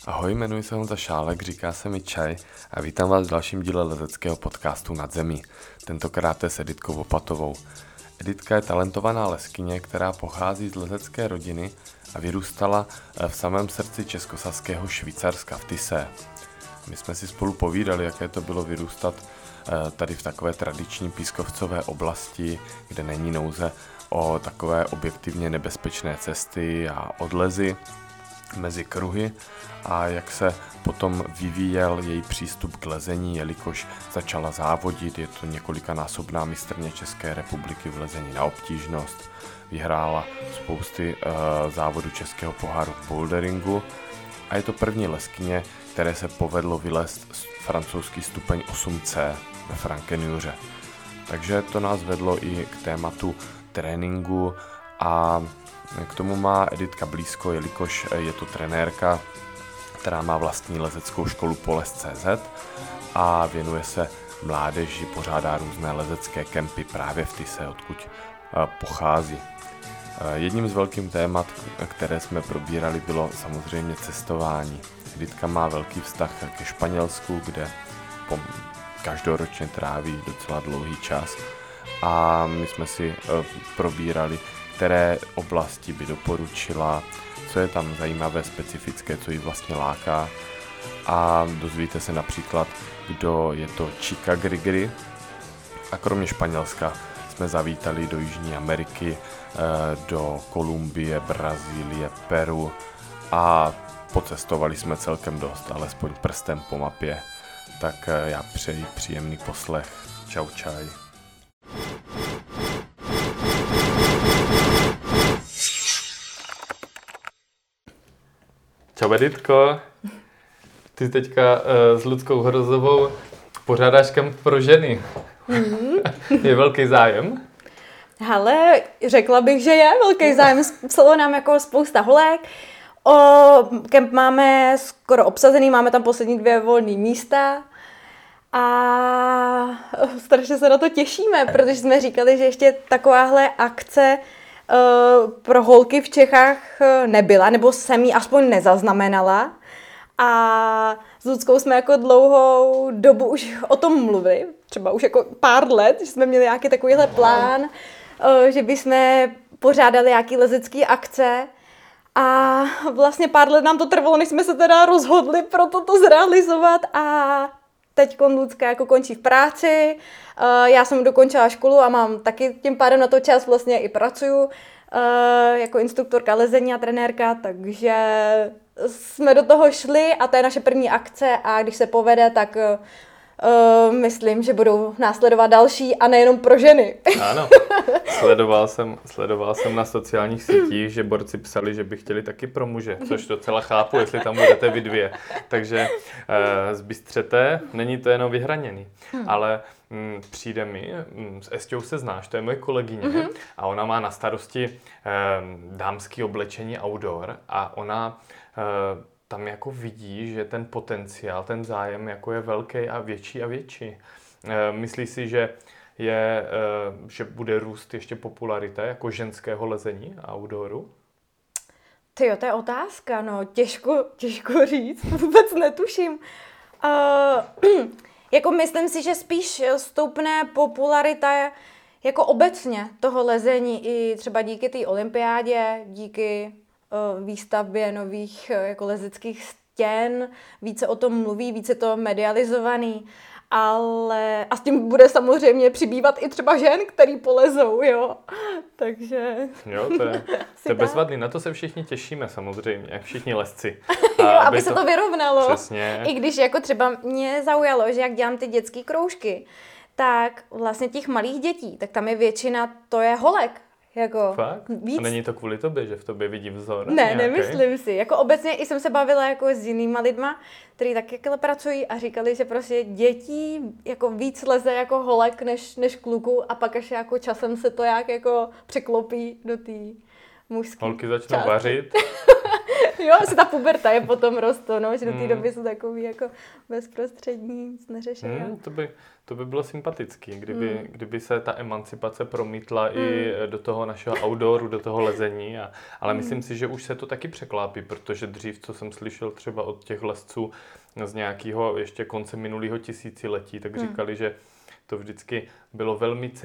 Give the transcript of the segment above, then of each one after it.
Ahoj, jmenuji se Honza Šálek, říká se mi Čaj a vítám vás v dalším díle lezeckého podcastu Nad zemí, tentokrát s Editkou Opatovou. Editka je talentovaná leskyně, která pochází z lezecké rodiny a vyrůstala v samém srdci českosaského Švýcarska v Tise. My jsme si spolu povídali, jaké to bylo vyrůstat tady v takové tradiční pískovcové oblasti, kde není nouze o takové objektivně nebezpečné cesty a odlezy mezi kruhy a jak se potom vyvíjel její přístup k lezení, jelikož začala závodit, je to několikanásobná mistryně České republiky v lezení na obtížnost, vyhrála spousty závodů Českého poháru v boulderingu a je to první leskyně, které se povedlo vylézt francouzský stupeň 8C ve Frankenjuře. Takže to nás vedlo i k tématu tréninku a k tomu má Editka blízko, jelikož je to trenérka, která má vlastní lezeckou školu Poles.cz a věnuje se mládeži, pořádá různé lezecké kempy právě v Tise, odkud pochází. Jedním z velkých témat, které jsme probírali, bylo samozřejmě cestování. Editka má velký vztah ke Španělsku, kde každoročně tráví docela dlouhý čas a my jsme si probírali, které oblasti by doporučila, co je tam zajímavé, specifické, co ji vlastně láká. A dozvíte se například, kdo je to Chica Grigri. A kromě Španělska jsme zavítali do Jižní Ameriky, do Kolumbie, Brazílie, Peru a pocestovali jsme celkem dost, alespoň prstem po mapě. Tak já přeji příjemný poslech. Čau, čaj. Čau Editko, ty teďka s Luckou Hrozovou pořádáš kemp pro ženy. Je velký zájem? Hele, řekla bych, že je velký zájem. Psalo nám jako spousta holek. Kemp máme skoro obsazený, máme tam poslední 2 volné místa. A strašně se na to těšíme, protože jsme říkali, že ještě takováhle akce pro holky v Čechách nebyla, nebo jsem ji aspoň nezaznamenala. A s Luckou jsme jako dlouhou dobu už o tom mluvili, třeba už jako pár let, že jsme měli nějaký takovýhle plán, že bychom pořádali nějaký lezecký akce. A vlastně pár let nám to trvalo, než jsme se teda rozhodli pro toto zrealizovat a teď Lucka jako končí v práci, já jsem dokončila školu a mám taky tím pádem na to čas, vlastně i pracuju jako instruktorka lezení a trenérka, takže jsme do toho šli a to je naše první akce a když se povede, tak myslím, že budou následovat další a nejenom pro ženy. Ano, sledoval jsem na sociálních sítích, že borci psali, že by chtěli taky pro muže, což docela chápu, jestli tam budete vy 2. Takže zbystřete, není to jenom vyhraněný, ale přijde mi, s Esťou se znáš, to je moje kolegyně a ona má na starosti dámské oblečení outdoor a ona tam jako vidí, že ten potenciál, ten zájem jako je velký a větší a větší. Myslíš si, že bude růst ještě popularita jako ženského lezení a outdooru? Tyjo, to je otázka, no, těžko říct, vůbec netuším. Jako myslím si, že spíš stoupne popularita jako obecně toho lezení i třeba díky té olympiádě, díky výstavbě nových jako lezeckých stěn, více o tom mluví, více to medializovaný, ale a s tím bude samozřejmě přibývat i třeba žen, který polezou, jo, takže... Jo, to je bezvadný, na to se všichni těšíme samozřejmě, všichni lezci. Jo, aby se to vyrovnalo. Přesně. I když jako třeba mě zaujalo, že jak dělám ty dětské kroužky, tak vlastně těch malých dětí, tak tam je většina, to je holek. Jako fakt? Víc. A není to kvůli tobě, že v tobě vidí vzor? Ne, nějaký? Nemyslím si. Jako obecně i jsem se bavila jako s jinýma lidma, kteří taky pracují a říkali, že prostě dětí jako víc leze jako holek než kluku a pak až jako časem se to jak jako překlopí do té mužské holky začnou části. vařit. Jo, asi ta puberta je potom rostou, no, že do té doby jsou takový jako bezprostřední, nic neřešený. To by bylo sympatický, kdyby se ta emancipace promítla i do toho našeho outdooru, do toho lezení. Ale myslím si, že už se to taky překlápí, protože dřív, co jsem slyšel třeba od těch lezců z nějakého ještě konce minulého tisíciletí, tak říkali, že to vždycky bylo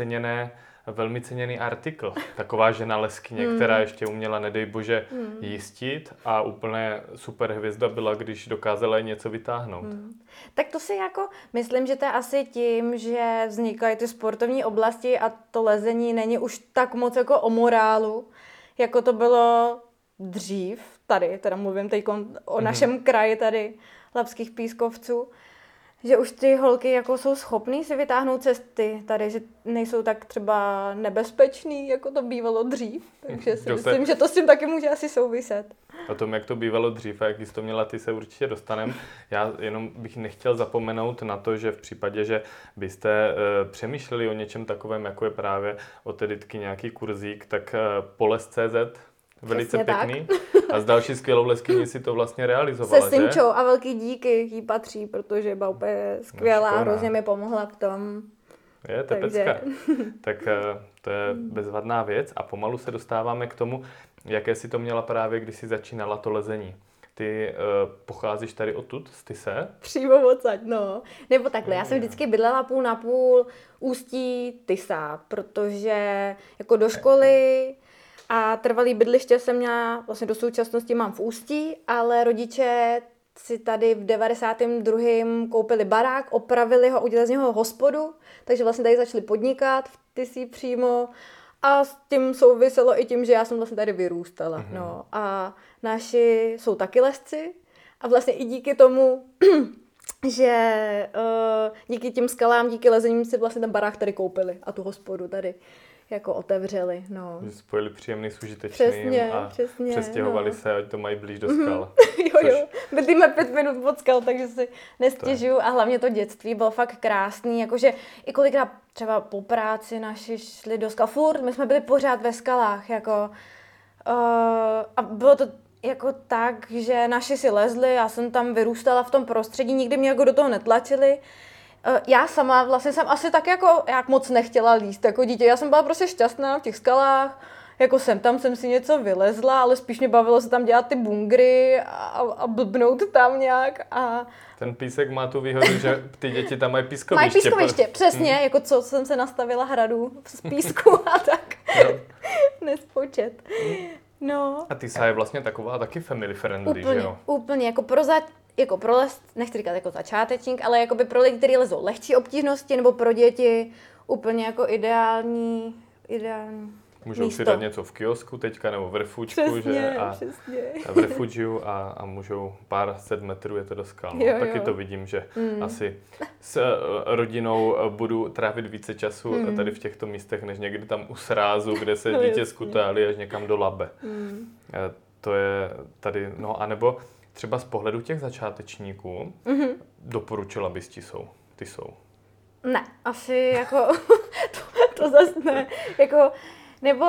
velmi ceněný artikl. Taková žena leskyně, která ještě uměla, nedej bože, jistit a úplně super hvězda byla, když dokázala něco vytáhnout. Tak to si jako, myslím, že to je asi tím, že vznikají ty sportovní oblasti a to lezení není už tak moc jako o morálu, jako to bylo dřív, tady, teda mluvím teď o našem kraji tady, Labských pískovců, že už ty holky jako jsou schopný si vytáhnout cesty tady, že nejsou tak třeba nebezpečný, jako to bývalo dřív. Takže si myslím, že to s tím taky může asi souviset. O tom, jak to bývalo dřív a jak jsi to měla, ty se určitě dostaneme. Já jenom bych nechtěl zapomenout na to, že v případě, že byste přemýšleli o něčem takovém, jako je právě od Editky nějaký kurzík, tak Poles.cz velice přesně pěkný. Tak. A s další skvělou leskyní si to vlastně realizovala, se Simčou a velký díky jí patří, protože byla úplně skvělá, hrozně mi pomohla v tom. Je, to je pecka. Tak to je bezvadná věc a pomalu se dostáváme k tomu, jaké si to měla právě, když jsi začínala to lezení. Ty pocházíš tady odtud, z Tyse? Přímo odsaď, no. Nebo takhle, já jsem vždycky bydlela půl na půl Ústí Tysa, protože jako do školy a trvalý bydliště jsem měla, vlastně do současnosti mám v Ústí, ale rodiče si tady v 92. koupili barák, opravili ho, udělali z něho hospodu, takže vlastně tady začali podnikat v Tysí přímo a s tím souviselo i tím, že já jsem vlastně tady vyrůstala. No. A naši jsou taky lesci a vlastně i díky tomu, že díky těm skalám, díky lezením si vlastně ten barák tady koupili a tu hospodu tady jako otevřeli, no. Že spojili příjemný s užitečným a přestěhovali se, ať to mají blíž do skal. Jo. Bydlíme 5 minut od skal, takže si nestěžuju a hlavně to dětství bylo fakt krásný, jakože i kolikrát třeba po práci naši šli do skal, furt, my jsme byli pořád ve skalách, jako a bylo to jako tak, že naši si lezli, já jsem tam vyrůstala v tom prostředí, nikdy mě jako do toho netlačili. Já sama vlastně jsem asi tak jako jak moc nechtěla líst jako dítě. Já jsem byla prostě šťastná v těch skalách, jako tam jsem si něco vylezla, ale spíš mě bavilo se tam dělat ty bungry a blbnout tam nějak. A ten písek má tu výhodu, že ty děti tam mají pískoviště. Mají pískoviště, přesně, jako co jsem se nastavila hradu z písku a tak. Nespočet. No. A Tysa je vlastně taková taky family friendly, úplně, že jo? Úplně, jako pro les, nechci říkat jako začátečník, ale jako by pro lidi, kteří lezou lehčí obtížnosti, nebo pro děti úplně jako ideální Můžou místo. si dát něco v kiosku teďka, nebo v refučku, přesně, že? Přesně. A v refugiu a můžou pár set metrů je to do skal. No. Taky to vidím, že asi s rodinou budu trávit více času tady v těchto místech, než někdy tam u srázu, kde se dítě skutálí až někam do Labe. To je tady, no a nebo třeba z pohledu těch začátečníků doporučila bys Tysou? Ne, asi jako to zase ne, jako nebo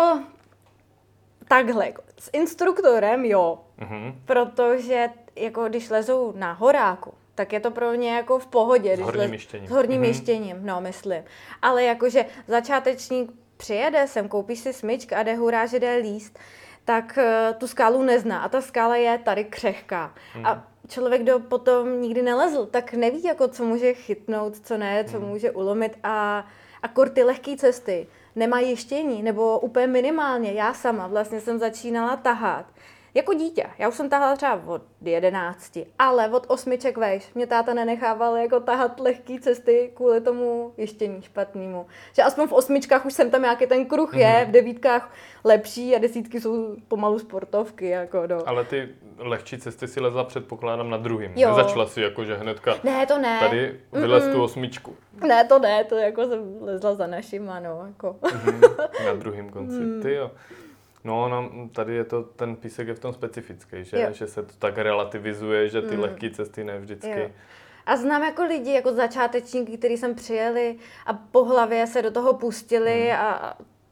takhle, jako, s instruktorem jo, protože jako když lezou na horáku, tak je to pro ně jako v pohodě. S horním jištěním. S horním jištěním, no myslím. Ale jakože začátečník přijede sem, koupí si smyčk a jde hurá, že jde líst, tak tu skálu nezná a ta skála je tady křehká. A člověk, kdo potom nikdy nelezl, tak neví, jako, co může chytnout, co ne, co může ulomit a ty lehké cesty nemají jištění, nebo úplně minimálně. Já sama vlastně jsem začínala tahat jako dítě. Já už jsem tahala třeba od 11, ale od 8 vejš. Mě táta nenechával jako tahat lehké cesty kvůli tomu jištění špatnému. Že aspoň v 8 už jsem tam nějaký ten kruh je, v 9 lepší a 10 jsou pomalu sportovky. Jako, no. Ale ty lehčí cesty si lezla, předpoklám, na druhým. Nezačala si jako, že hnedka ne, to ne. Tady vylez tu 8. Ne, to jako jsem lezla za našima, no. Jako. Na druhém konci, ty jo. No, tady je to, ten písek je v tom specifický, že se to tak relativizuje, že ty lehké cesty ne vždycky. Jo. A znám jako lidi, jako začátečníky, kteří sem přijeli a po hlavě se do toho pustili a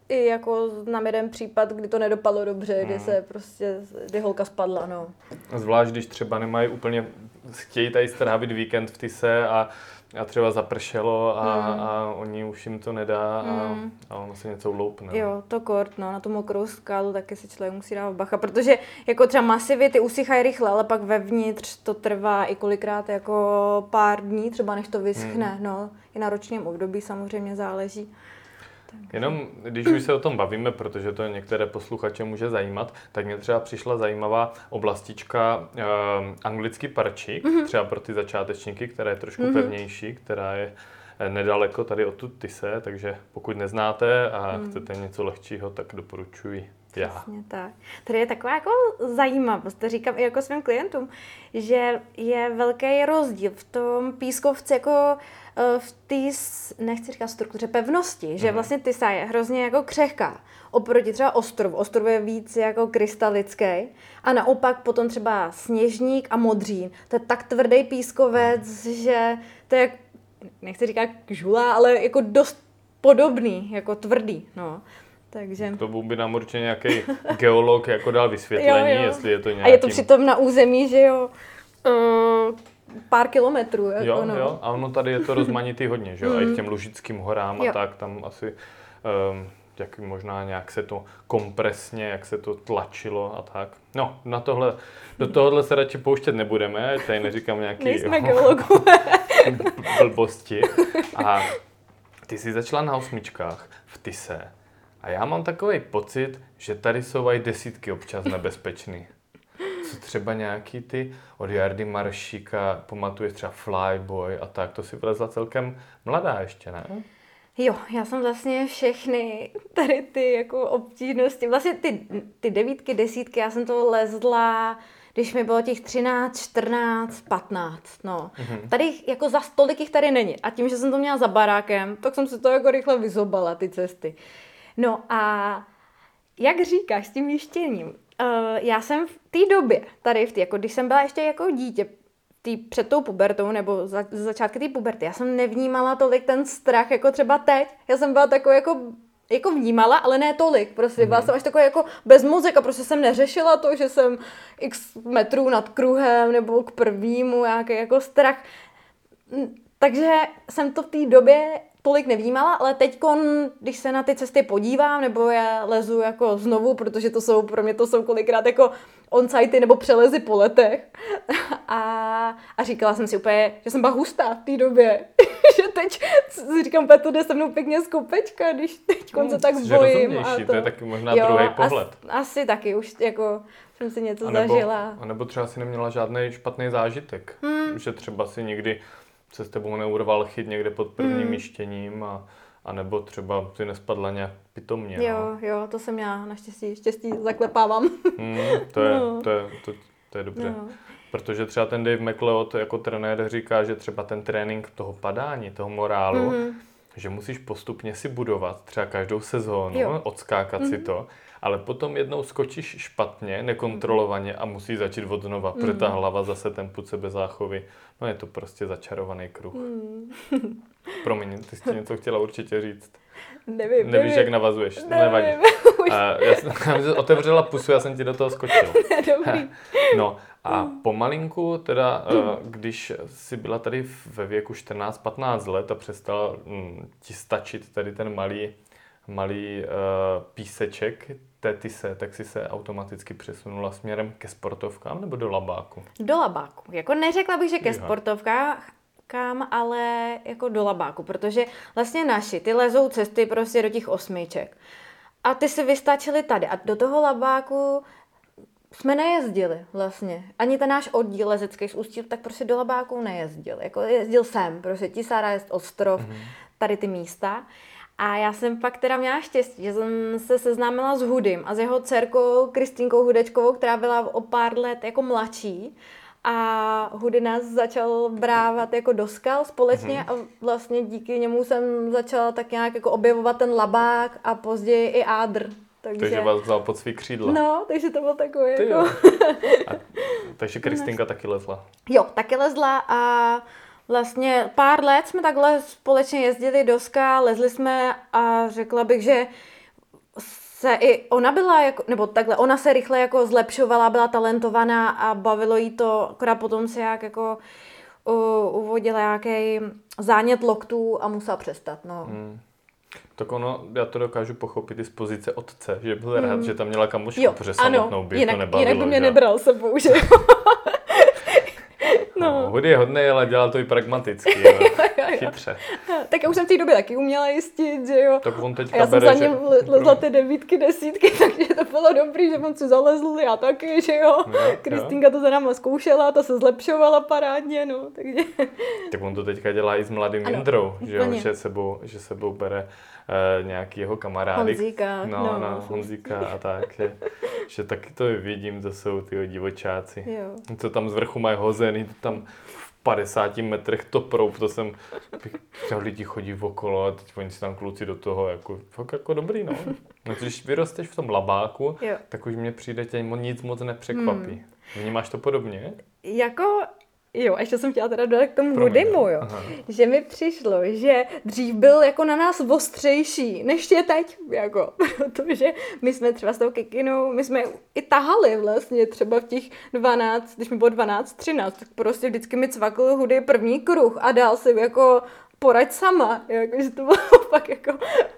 i jako znám jeden případ, kdy to nedopadlo dobře, kdy holka spadla, no. Zvlášť, když třeba nemají úplně, chtějí tady strávit víkend v Tise a třeba zapršelo a oni už jim to nedá a ono se něco uloupne. Jo, to kort, no, na tu mokrou skálu taky si člověk musí dávat bacha, protože jako třeba masivy, ty usychají rychle, ale pak vevnitř to trvá i kolikrát jako pár dní, třeba než to vyschne, no, i na ročním období samozřejmě záleží. Jenom, když už se o tom bavíme, protože to některé posluchače může zajímat, tak mě třeba přišla zajímavá oblastička anglický parčík, třeba pro ty začátečníky, která je trošku pevnější, která je nedaleko tady odtud Tise, takže pokud neznáte a chcete něco lehčího, tak doporučuji já. Přesně tak. Tady je taková jako zajímavost, to říkám i jako svým klientům, že je velký rozdíl v tom pískovci jako v té, nechci říkat struktuře, pevnosti, že vlastně Tisa je hrozně jako křehká oproti třeba ostrovu. Ostrov je víc jako krystalický a naopak potom třeba Sněžník a Modřín. To je tak tvrdý pískovec, že to je, nechci říkat žula, ale jako dost podobný, jako tvrdý, no. Takže... To by nám určitě nějaký geolog jako dal vysvětlení, jo. Jestli je to nějaký... A je to přitom na území, že jo, pár kilometrů. Jako, jo, no. jo, a ono tady je to rozmanitý hodně, že jo, a i k těm Lužickým horám a tak, tam asi jak možná nějak se to kompresně, jak se to tlačilo a tak. No, do tohohle se radši pouštět nebudeme, tady neříkám nějaký... Nejsme geologové. blbosti. A ty jsi začala na osmičkách v Tise. A já mám takový pocit, že tady jsou aj desítky občas nebezpečný. Co třeba nějaký ty od Jardy Maršíka, pamatuješ třeba Flyboy a tak, to si vlezla celkem mladá ještě, ne? Jo, já jsem vlastně všechny tady ty jako obtížnosti, vlastně ty 9, 10, já jsem to lezla, když mi bylo těch 13, 14, 15, no. Tady jako za stolik jich tady není. A tím, že jsem to měla za barákem, tak jsem si to jako rychle vyzobala, ty cesty. No a jak říkáš s tím výštěním, já jsem v té době, tady jako když jsem byla ještě jako dítě, před tou pubertou nebo začátky té puberty, já jsem nevnímala tolik ten strach jako třeba teď. Já jsem byla takový jako vnímala, ale ne tolik. Prostě byla jsem až takový jako bez mozek a prostě jsem neřešila to, že jsem x metrů nad kruhem nebo k prvnímu nějaký jako strach. Takže jsem to v té době tolik nevnímala, ale teďkon, když se na ty cesty podívám, nebo je lezu jako znovu, protože pro mě to jsou kolikrát jako on-sitey nebo přelezy po letech. A říkala jsem si úplně, že jsem byla hustá v té době. Že teď si říkám, to jde se mnou pěkně z kopečka, když teďkon se tak bojím. To je taky možná druhý pohled. Asi taky, už jako jsem si něco zažila. A nebo třeba si neměla žádný špatný zážitek. Že třeba si někdy se s tebou neurval chyt někde pod prvním jištěním a nebo třeba si nespadla nějak pitomně. Jo, to jsem měla naštěstí, štěstí zaklepávám. To je dobře. No. Protože třeba ten Dave McLeod jako trenér říká, že třeba ten trénink toho padání, toho morálu, že musíš postupně si budovat třeba každou sezónu, odskákat si to, ale potom jednou skočíš špatně, nekontrolovaně a musíš začít od znova, protože ta hlava zase ten pud sebezáchovy, no je to prostě začarovaný kruh. Promiň, ty jsi něco chtěla určitě říct. Nevíš, jak navazuješ, nevadí. Já jsem otevřela pusu, já jsem ti do toho skočil. Dobrý. No a pomalinku teda, když jsi byla tady ve věku 14-15 let a přestal ti stačit tady ten malý píseček té Tise, tak si se automaticky přesunula směrem ke sportovkám nebo do labáku? Do labáku. Jako neřekla bych, že ke sportovkám, ale jako do labáku, protože vlastně naši, ty lezou cesty prostě do těch osmiček. A ty si vystačily tady. A do toho labáku jsme nejezdili vlastně. Ani ten náš oddíl lezecký z Ústí, tak prostě do labáku nejezdil. Jako jezdil jsem, prostě Tisára, Ostrov, tady ty místa. A já jsem pak teda měla štěstí, že jsem se seznámila s Hudym a s jeho dcerkou Kristýnkou Hudečkovou, která byla o pár let jako mladší. A Hudy nás začal brávat jako do skal společně a vlastně díky němu jsem začala tak nějak jako objevovat ten labák a později i ádr. Takže vás vzal pod svý křídla. No, takže to bylo takové jako... Takže Kristýnka taky lezla. Jo, taky lezla a vlastně pár let jsme takhle společně jezdili do skal, lezli jsme a řekla bych, že se i ona byla, jako, nebo takhle, ona se rychle jako zlepšovala, byla talentovaná a bavilo jí to, akorát potom se jak jako uvodila nějaký zánět loktů a musela přestat, no. Tak ono, já to dokážu pochopit i z pozice otce, že byl rád, že tam měla kamošku, protože samotnou by to nebavilo. Jinak by mě nebral sebou, že jo. No, Hudy je hodnej, ale dělá to i pragmaticky, jo. Chytře. Tak já už jsem v té době taky uměla jistit, že jo. Tak on teďka a já bere, jsem za ním lezla ty 9, 10, takže to bylo dobrý, že on si zalezl, já taky, že jo. Kristýnka to za náma zkoušela, ta se zlepšovala parádně, no, takže. Tak on to teďka dělá i s mladým Jindrou, že jo, že sebou bere nějaký jeho kamarády. Honzíka. Honzíka a tak, že taky to vidím, to jsou ty divočáci. Jo. Co tam z vrchu mají hozený, tam v 50 metrech to proud, to jsem, lidi chodí okolo a teď oni si tam kluci do toho, jako, fakt jako dobrý, no. No když vyrosteš v tom labáku, tak už mně přijde, tě nic moc nepřekvapí. Vnímáš to podobně? Jako, jo, a ještě jsem chtěla teda dodat k tomu Woodymu, jo. Že mi přišlo, že dřív byl jako na nás ostřejší, než je teď, jako, protože my jsme třeba s tou Kikinou, my jsme i tahali vlastně třeba v těch 12, když mi bylo 12, 13, tak prostě vždycky mi cvakl Hudy první kruh a dál si jako poraď sama, jakože to bylo fakt jako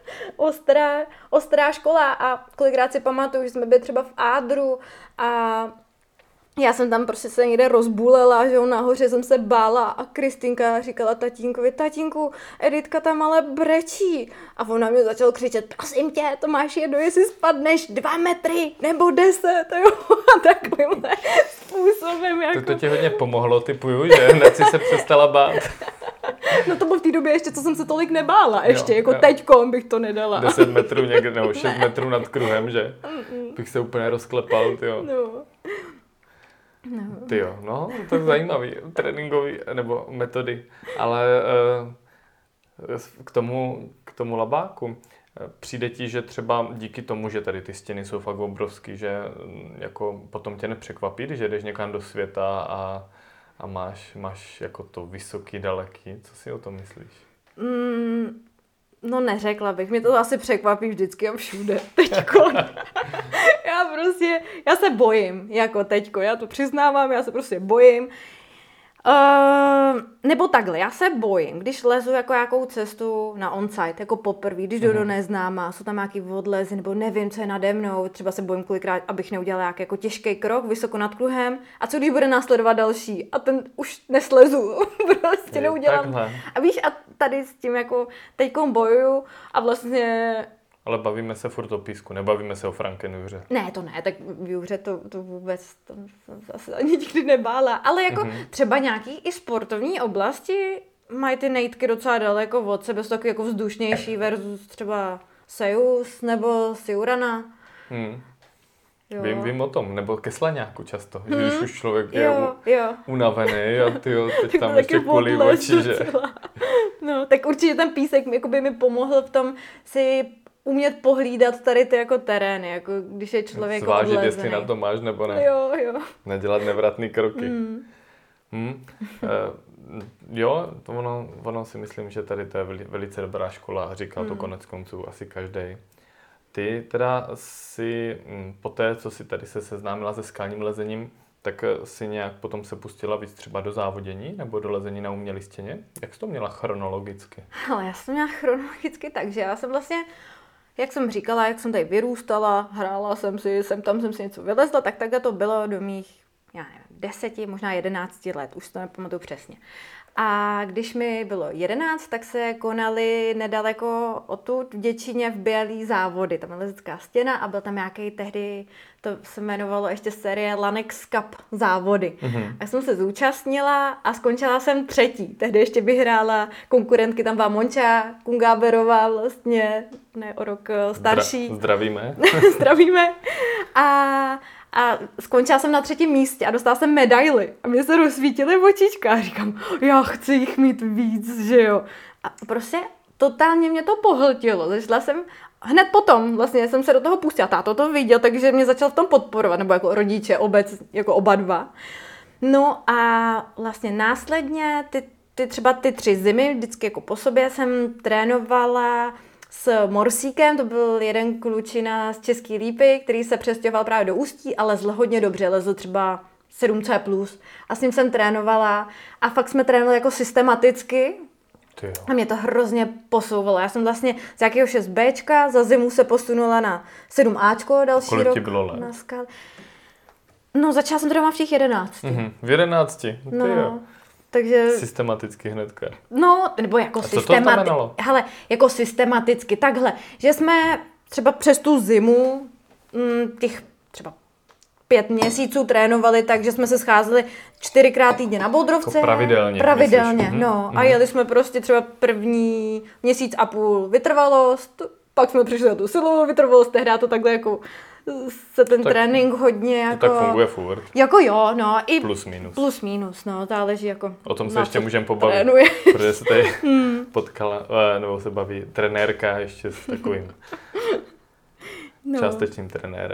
ostrá škola a kolikrát si pamatuju, že jsme byli třeba v Ádru a já jsem tam prostě se někde rozbulela, že jo, nahoře jsem se bála a Kristýnka říkala tatínkovi, tatínku, Editka tam ale brečí. A on na mě začal křičet, prosím tě, to máš jedno, jestli spadneš 2 metry nebo 10, jo, a takovýmhle způsobem, jako. To ti hodně pomohlo, typuju, že hned si se přestala bát. No to bylo v té době ještě, co jsem se tolik nebála, ještě, jako teďkom bych to nedala. 10 metrů někde, nebo 6 metrů nad kruhem, že? Bych se úplně rozklepal, tyjo. No. Tyjo, no, to je zajímavý, tréninkový, nebo metody, ale k tomu labáku, přijde ti, že třeba díky tomu, že tady ty stěny jsou fakt obrovský, že jako potom tě nepřekvapí, když jdeš někam do světa a máš jako to vysoký, daleký, co si o tom myslíš? No neřekla bych, mě to asi překvapí vždycky a všude, teďko. Já se bojím, jako teďko, já to přiznávám, já se prostě bojím. Nebo takhle, já se bojím, když lezu jako nějakou cestu na on-site, jako poprvé, když jdu do neznáma, jsou tam nějaký odlezy, nebo nevím, co je nade mnou, třeba se bojím kolikrát, abych neudělala nějaký jako těžký krok vysoko nad kruhem, a co když bude následovat další, a ten už neslezu, prostě neudělám. Takhle. A víš, a tady s tím jako teďkom bojuju a vlastně. Ale bavíme se furt o písku, nebavíme se o Frankenjuře. Ne, to ne, tak v juře to vůbec to zase ani nikdy nebála. Ale jako třeba nějaký i sportovní oblasti mají ty nejtky docela daleko od sebe, jsou takový jako vzdušnější versus třeba Sejus nebo Siurana. Vím o tom, nebo ke slaňáku často, že když už člověk je unavený a teď tam ještě kulí oči, že? No, tak určitě ten písek by mi pomohl v tom si umět pohlídat tady ty jako terény, jako když je člověk zvážit, odlezený. jestli na to máš nebo ne. Jo. Nedělat nevratný kroky. Jo, ono si myslím, že tady to je velice dobrá škola a říkal to konec konců asi každej. Ty teda si po té, co si tady se seznámila se skalním lezením, tak si nějak potom se pustila víc třeba do závodění nebo do lezení na umělé stěně? Jak jsi to měla chronologicky? Ale já jsem měla chronologicky tak, že já jsem vlastně, jak jsem říkala, jak jsem tady vyrůstala, hrála jsem si, tam jsem si něco vylezla, tak takhle to bylo do mých, já nevím, 10, možná 11 let, už to nepamatuju přesně. A když mi bylo 11, tak se konaly nedaleko odtud v Děčíně v Bělý závody. Tam je lezecká stěna a byl tam nějaký tehdy, to se jmenovalo ještě série Lanex Cup závody. A jsem se zúčastnila a skončila jsem 3. Tehdy ještě vyhrála konkurentky, tam byla Monča Kungáberová vlastně, ne o rok starší. Zdravíme. Zdravíme. A skončila jsem na 3. místě a dostala jsem medaily. A mě se rozsvítily očička a říkám, já chci jich mít víc, že jo. A prostě totálně mě to pohltilo. Začala jsem, hned potom vlastně jsem se do toho pustila. Táto to viděl, takže mě začal v tom podporovat, nebo jako rodiče, jako oba dva. No a vlastně následně ty 3 zimy, vždycky jako po sobě jsem trénovala s Morsíkem, to byl jeden klučina z České Lípy, který se přestěhoval právě do Ústí a lezl hodně dobře, lezl třeba 7C+. A s ním jsem trénovala a fakt jsme trénovali jako systematicky. A mě to hrozně posouvalo. Já jsem vlastně z nějakého 6Bčka za zimu se posunula na 7Ačko další Kolik rok. ti bylo let? Na skal... No, začala jsem to doma v těch 11. V 11. No, takže... Systematicky hnedka. No, nebo jako systematicky. Hele, jako systematicky. Takhle, že jsme třeba přes tu zimu těch třeba 5 měsíců trénovali, takže jsme se scházeli 4krát týdně na Boudrovce. Jako pravidelně. Pravidelně, no. A jeli jsme prostě třeba první měsíc a půl vytrvalost, pak jsme přišli na tu silovou vytrvalost, tehdy to takhle jako se ten trénink hodně jako... To tak funguje furt. Jako jo, no. I plus minus. Plus minus, no, záleží jako... O tom se ještě můžeme pobavit, protože se tady potkala, nebo se baví trenérka ještě s takovým částečným trenérem.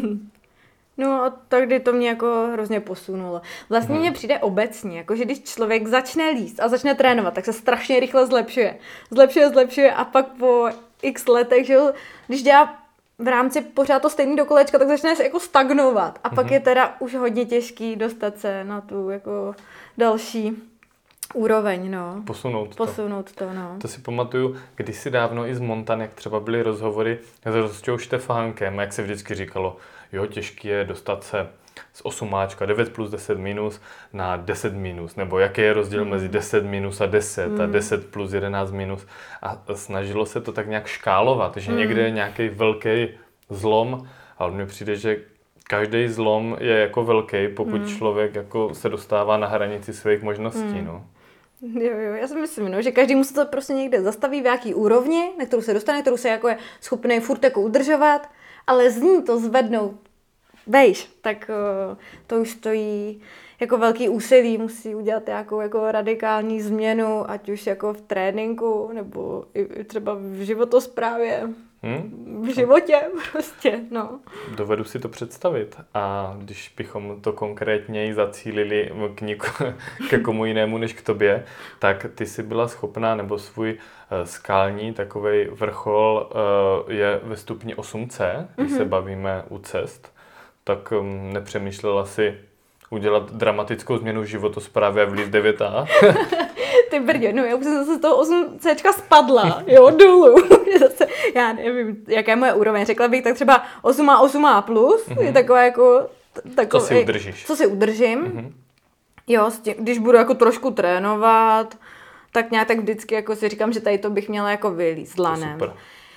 No a tak to mě jako hrozně posunulo. Vlastně mně přijde obecně, jako že když člověk začne líst a začne trénovat, tak se strašně rychle zlepšuje. Zlepšuje a pak po x letech, že jo, když dělá v rámci pořád to stejný do kolečka, tak začne se jako stagnovat. A pak je teda už hodně těžký dostat se na tu jako další úroveň, no. Posunout to, no. To si pamatuju kdysi dávno i z Montan, jak třeba byly rozhovory s Rostou Štefánkem, jak se vždycky říkalo, jo, těžký je dostat se z 8áčka, 9 plus 10 minus na 10 minus, nebo jaký je rozdíl mezi 10 minus a 10 a 10 plus 11 minus. A snažilo se to tak nějak škálovat, že někde je nějaký velký zlom, ale mně přijde, že každý zlom je jako velký, pokud člověk jako se dostává na hranici svých možností, no. Jo, já si myslím, no, že každý musí to prostě někde zastaví v nějaký úrovni, na kterou se dostane, kterou se jako je schopný furt jako udržovat, ale z ní to zvednout vejš, tak to už stojí jako velký úsilí, musí udělat nějakou jako radikální změnu, ať už jako v tréninku, nebo i třeba v životosprávě, v životě prostě, no. Dovedu si to představit a když bychom to konkrétně zacílili ke komu jinému než k tobě, tak ty jsi byla schopná, nebo svůj skalní takovej vrchol je ve stupni 8C, když se bavíme u cest, tak nepřemýšlela si udělat dramatickou změnu v životosprávě a vlít 9A? Ty brdě, no já už jsem zase z toho 8Cčka spadla, jo, dolů. Zase, já nevím, jaká je moje úroveň, řekla bych tak třeba 8A plus, je taková jako... Co si udržíš? Co si udržím, jo, když budu jako trošku trénovat, tak nějak tak vždycky jako si říkám, že tady to bych měla jako vylízt lanem. Super.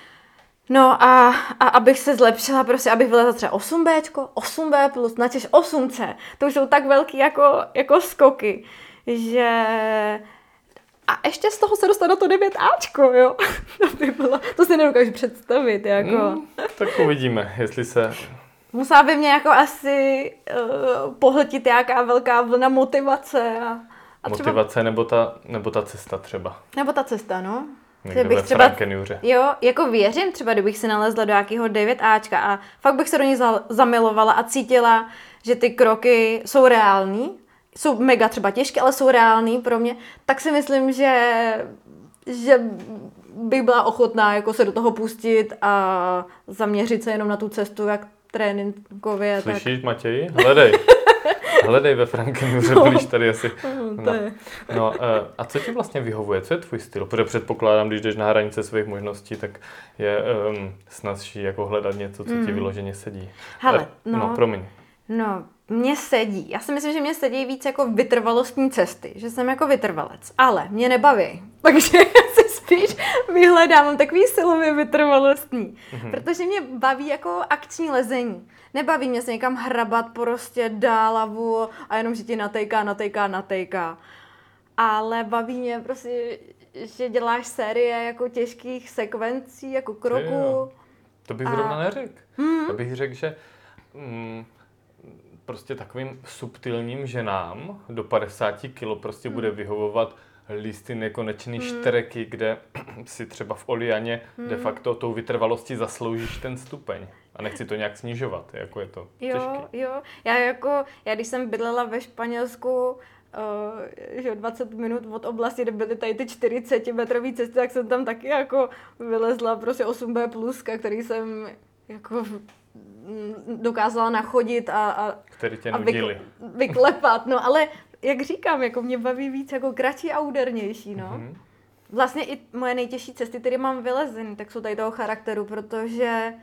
No a abych se zlepšila, prostě abych vylezla třeba 8Bčko, 8B+, načež 8C, to už jsou tak velký jako skoky, že... A ještě z toho se dostat na to 9Ačko, jo. To si nedokážu představit, jako. Tak uvidíme, jestli se... Musela by mě jako asi pohltit nějaká velká vlna motivace a motivace třeba... nebo ta cesta třeba. Nebo ta cesta, no. Někde ve Frankenjuře. Jo, jako věřím třeba, kdybych si nalezla do nějakého 9Ačka a fakt bych se do ní zamilovala a cítila, že ty kroky jsou reální, jsou mega třeba těžké, ale jsou reální pro mě, tak si myslím, že bych byla ochotná jako se do toho pustit a zaměřit se jenom na tu cestu, jak tréninkově. Slyšíš, tak... Matěji? Hledej ve Frankenjuře, když tady asi. No, a co ti vlastně vyhovuje? Co je tvůj styl? Protože předpokládám, když jdeš na hranice svých možností, tak je snazší jako hledat něco, co ti vyloženě sedí. Hele, no, promiň. No, mně sedí. Já si myslím, že mě sedí víc jako vytrvalostní cesty, že jsem jako vytrvalec, ale mě nebaví. Takže si spíš vyhledávám takový silově vytrvalostní, protože mě baví jako akční lezení. Nebaví mě se někam hrabat prostě dálavu a jenom, že ti natejká. Ale baví mě prostě, že děláš série jako těžkých sekvencí, jako kroků. To bych zrovna neřekl. To bych řekl, že prostě takovým subtilním ženám do 50 kg prostě bude vyhovovat listy nekonečný štreky, kde si třeba v Olianě de facto tou vytrvalostí zasloužíš ten stupeň. A nechci to nějak snižovat, jako je to těžké. Jo. Já když jsem bydlela ve Španělsku, že 20 minut od oblasti, kde byly tady ty 40-metrové cesty, tak jsem tam taky jako vylezla prostě 8B pluska, který jsem jako dokázala nachodit a Který tě nudili. Vyklepat, no ale jak říkám, jako mě baví víc jako kratší a údernější, no. Mhm. Vlastně i moje nejtěžší cesty, které mám vylezený, tak jsou tady toho charakteru, protože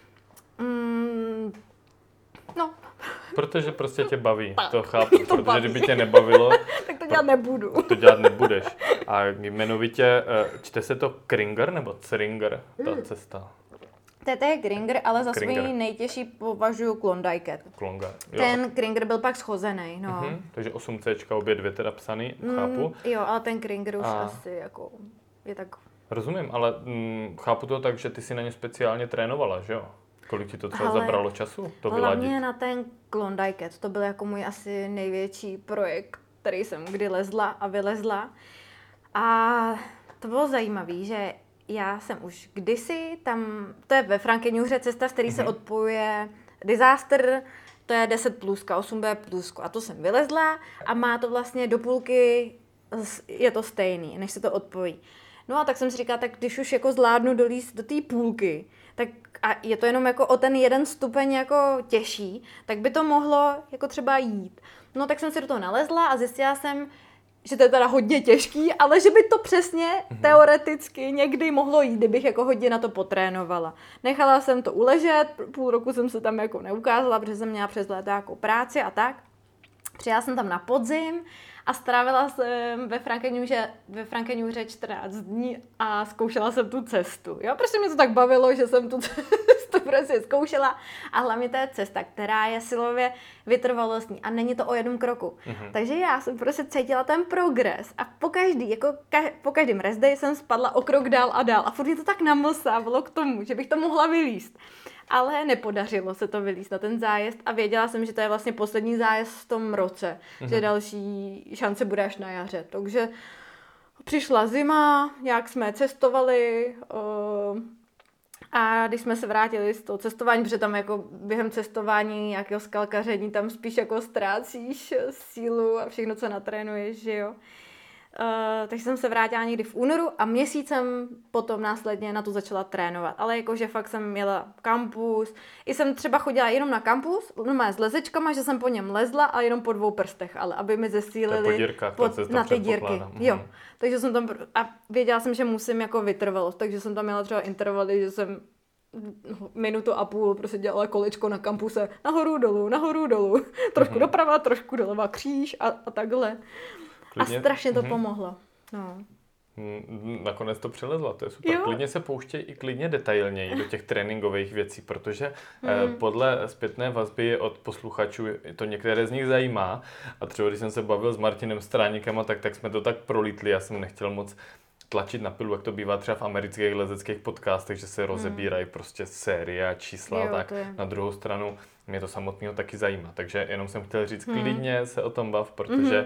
no. Protože prostě tě baví, Tak, to chápu, protože baví. kdyby tě nebavilo, Tak to dělat nebudu. to dělat nebudeš. A jmenovitě, čte se to Kringer nebo Cringer, ta cesta? To je Kringer, ale za Kringer. svůj nejtěžší považuji Klondike. Klonga. Jo. Ten Kringer byl pak schozený, no. Takže 8C, obě dvě teda psaný, chápu. Jo, ale ten Kringer už A- asi jako je tak... Rozumím, ale chápu to tak, že ty si na ně speciálně trénovala, že jo? Kolik ti to třeba Ale zabralo času to vyladit? Hlavně na ten Klondike, to byl jako můj asi největší projekt, který jsem kdy lezla a vylezla. A to bylo zajímavé, že já jsem už kdysi tam, to je ve Frankenjuře cesta, z který se odpojuje Disaster, to je 10 pluska, 8B plusko a to jsem vylezla a má to vlastně do půlky, je to stejný, než se to odpojí. No a tak jsem si říkala, tak když už jako zvládnu dolízt do té půlky, tak a je to jenom jako o ten jeden stupeň jako těžší, tak by to mohlo jako třeba jít. No tak jsem si do toho nalezla a zjistila jsem, že to je teda hodně těžký, ale že by to přesně teoreticky někdy mohlo jít, kdybych jako hodně na to potrénovala. Nechala jsem to uležet, půl roku jsem se tam jako neukázala, protože jsem měla přes léto jako práci a tak. Přijela jsem tam na podzim a strávila jsem ve Frankenjuře 14 dní a zkoušela jsem tu cestu. Jo, prostě mě to tak bavilo, že jsem tu cestu prostě zkoušela a hlavně to je cesta, která je silově vytrvalostní a není to o jednom kroku. Takže já jsem prostě cítila ten progres a po každém rest day jsem spadla o krok dál a dál a furt mě to tak namlsávalo k tomu, že bych to mohla vylízt. Ale nepodařilo se to vylízt na ten zájezd a věděla jsem, že to je vlastně poslední zájezd v tom roce, že další šance bude až na jaře. Takže přišla zima, nějak jsme cestovali a když jsme se vrátili z toho cestování, protože tam jako během cestování nějakého skalkaření tam spíš jako ztrácíš sílu a všechno, co natrénuješ, že jo. Takže jsem se vrátila někdy v únoru a měsícem potom následně na to začala trénovat. Ale jakože fakt jsem měla kampus. I jsem třeba chodila jenom na kampus, normálně s lezečkama, že jsem po něm lezla a jenom po 2 prstech, ale aby mi zesílili po dírkách, ta cesta na ty dírky. předpokládám. Jo. Takže jsem tam a věděla jsem, že musím jako vytrvalost, takže jsem tam měla třeba intervaly, že jsem minutu a půl prostě dělala kolečko na kampuse nahoru dolů, trošku doprava, trošku doleva, kříž a takhle. Klidně- A strašně to pomohlo. No. Nakonec to přelezla, to je super. Jo. Klidně se pouštěj i klidně detailněji do těch tréninkových věcí, protože podle zpětné vazby od posluchačů to některé z nich zajímá. A třeba když jsem se bavil s Martinem Stráníkem, tak jsme to tak prolítli, já jsem nechtěl moc tlačit na pilu, jak to bývá třeba v amerických lezeckých podcastech, že se rozebírají prostě série a čísla a tak. to je. Na druhou stranu mě to samotného taky zajímá. Takže jenom jsem chtěl říct, klidně se o tom bav,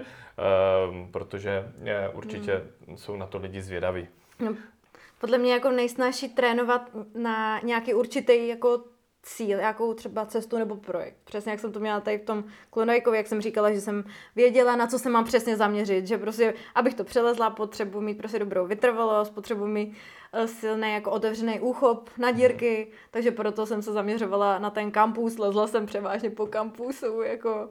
protože určitě jsou na to lidi zvědaví. No, podle mě jako nejsnažší trénovat na nějaký určitý jako cíl, nějakou třeba cestu nebo projekt. Přesně jak jsem to měla tady v tom Klondajkovi, jak jsem říkala, že jsem věděla, na co se mám přesně zaměřit, že prostě, abych to přelezla, potřebuji mít prostě dobrou vytrvalost, potřebuji mít silný jako otevřený úchop na dírky, takže proto jsem se zaměřovala na ten kampus, lezla jsem převážně po kampusu, jako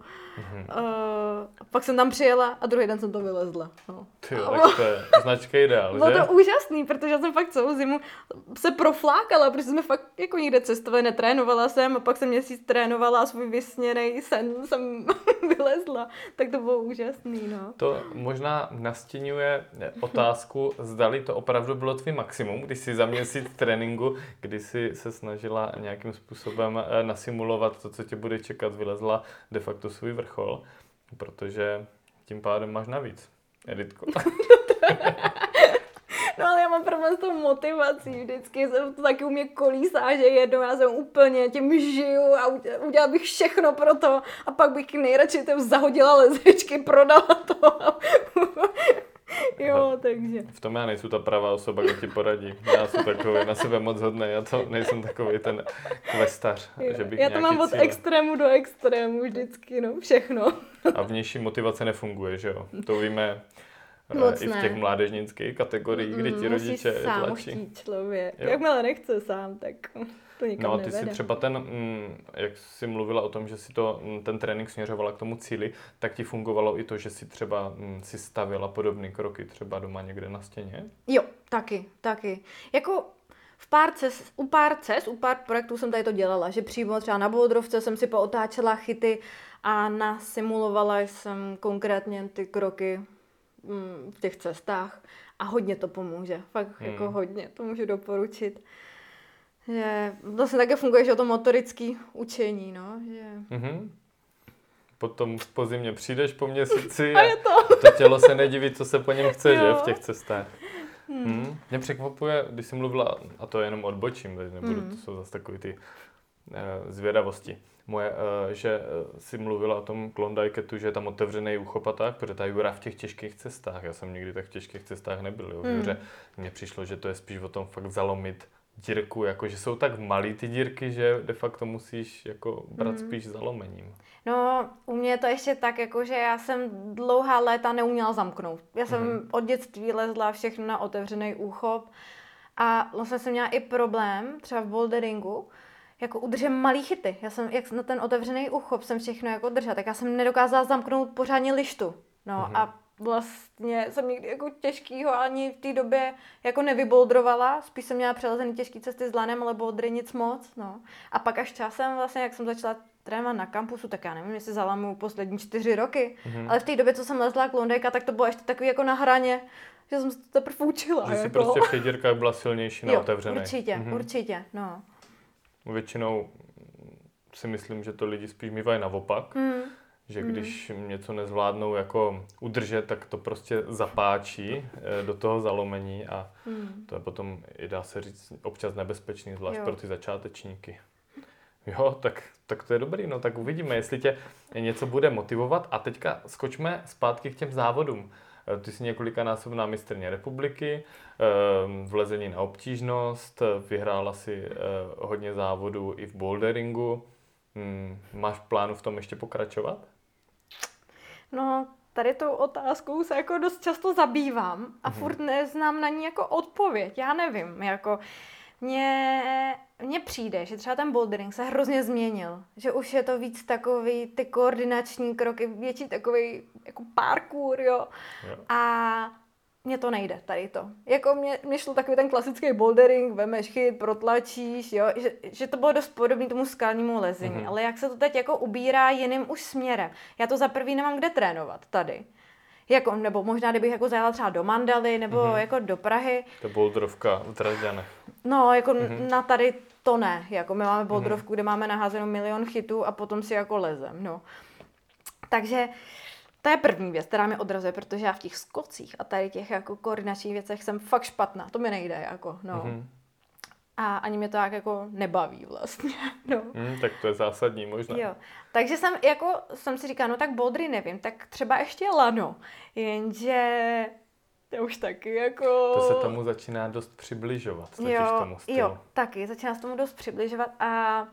pak jsem tam přijela a druhý den jsem to vylezla. No. Tyjo, tak to je značka ideál, Bylo že? to úžasný, protože jsem fakt celou zimu se proflákala, protože jsme fakt jako nikde cestovali, netrénovala jsem a pak jsem měsíc trénovala a svůj vysněnej sen jsem vylezla. Tak to bylo úžasný, no. To možná nastěňuje otázku, zdali to opravdu bylo tvý maximum, když jsi za měsíc tréninku, kdy jsi se snažila nějakým způsobem nasimulovat to, co tě bude čekat, vylezla de facto svůj vrchol, protože tím pádem máš navíc, Editko. No ale já mám problém s tou motivací vždycky, jsem to taky u mě kolísá, že jednou já jsem úplně tím žiju a udělala bych všechno pro to a pak bych nejradši tam zahodila lezečky, prodala to. Jo, takže. V tom já nejsem ta pravá osoba, kdo ti poradí. Já jsem takový na sebe moc hodný, já to nejsem takový ten kvestař, že bych Já to mám od cíle. extrému do extrému vždycky, no, všechno. A vnější motivace nefunguje, že jo? To víme Moc i v těch mládežnických kategoriích, kdy ti rodiče musí sám tlačí. chtít člověk. Jo. Jakmile nechce sám, tak to nikam No a ty nevede. si třeba jak jsi mluvila o tom, že si ten trénink směřovala k tomu cíli, tak ti fungovalo i to, že si třeba si stavěla podobné kroky třeba doma někde na stěně? Jo, taky. Jako u pár projektů jsem tady to dělala, že přímo třeba na boudrovce jsem si pootáčela chyty a nasimulovala jsem konkrétně ty kroky v těch cestách a hodně to pomůže, fakt jako hodně, to můžu doporučit. Že vlastně také funguje, že o to motorické učení, no, že... Potom po zimě přijdeš po měsíci A je to. to tělo se nediví, co se po něm chce, že, Jo. v těch cestách. Mě překvapuje, když jsi mluvila, a to jenom odbočím, nebudu, to jsou zase takový ty zvědavosti moje, že si mluvila o tom Klondiketu, že je tam otevřený úchop a tak, protože ta Jura v těch těžkých cestách, já jsem nikdy tak v těžkých cestách nebyl, jo. V Juře mně přišlo, že to je spíš o tom fakt zalomit dírku, jakože jsou tak malý ty dírky, že de facto musíš jako brát spíš zalomením. No, u mě je to ještě tak, jako, že já jsem dlouhá léta neuměla zamknout. Já jsem od dětství lezla všechno na otevřený úchop a vlastně jsem měla i problém, třeba v boulderingu, jako udržet malý chyty. Já jsem, jak na ten otevřený úchop jsem všechno jako držela, tak já jsem nedokázala zamknout pořádně lištu. No a vlastně jsem nikdy jako těžkýho ani v té době jako nevybouldrovala, spíš jsem měla přelezený těžký cesty s lanem, ale bouldry nic moc, no. A pak až časem vlastně, jak jsem začala trénovat na kampusu, tak já nevím, jestli zalamuju poslední 4 roky, ale v té době, co jsem lezla Klondajka, tak to bylo ještě takový jako na hraně, že jsem se to teprve učila. Že jsi jako. prostě v těch dírkách byla silnější na otevřené. Určitě, no. Většinou si myslím, že to lidi spíš mývají naopak, že když něco nezvládnou jako udržet, tak to prostě zapáčí do toho zalomení a to je potom, i dá se říct, občas nebezpečný, zvlášť pro ty začátečníky. Jo, tak to je dobrý, no tak uvidíme, jestli tě něco bude motivovat. A teďka skočme zpátky k těm závodům. Ty jsi několikanásobná mistryně republiky, v lezení na obtížnost, vyhrála si hodně závodů i v boulderingu. Máš plánu v tom ještě pokračovat? No, tady tou otázkou se jako dost často zabývám a furt neznám na ní jako odpověď. Já nevím, jako mně přijde, že třeba ten bouldering se hrozně změnil. Že už je to víc takový ty koordinační kroky, větší takový jako parkour, jo. A mně to nejde, tady to. Jako mě šlo takový ten klasický bouldering, vemeš chyt, protlačíš, jo. Že to bylo dost podobné tomu skalnímu lezení. Ale jak se to teď jako ubírá jiným už směrem. Já to za prvý nemám kde trénovat tady. Jako, nebo možná, kdybych jako zajela třeba do Mandaly, nebo jako do Prahy. To je boulderovka v Drazďanech. No, jako na tady to ne. Jako my máme boulderovku, kde máme naházenou 1 000 000 chytů a potom si jako lezem, no. Takže to je první věc, která mě odrazuje, protože já v těch skocích a tady těch jako koordinačních věcech jsem fakt špatná. To mi nejde, jako, no. A ani mě to jako nebaví vlastně, no. Tak to je zásadní možná. Jo, takže jsem si říkala, no tak bouldery nevím, tak třeba ještě lano, jenže to už taky jako... To se tomu začíná dost přibližovat, totiž tomu stylu. Jo, taky, začíná se tomu dost přibližovat a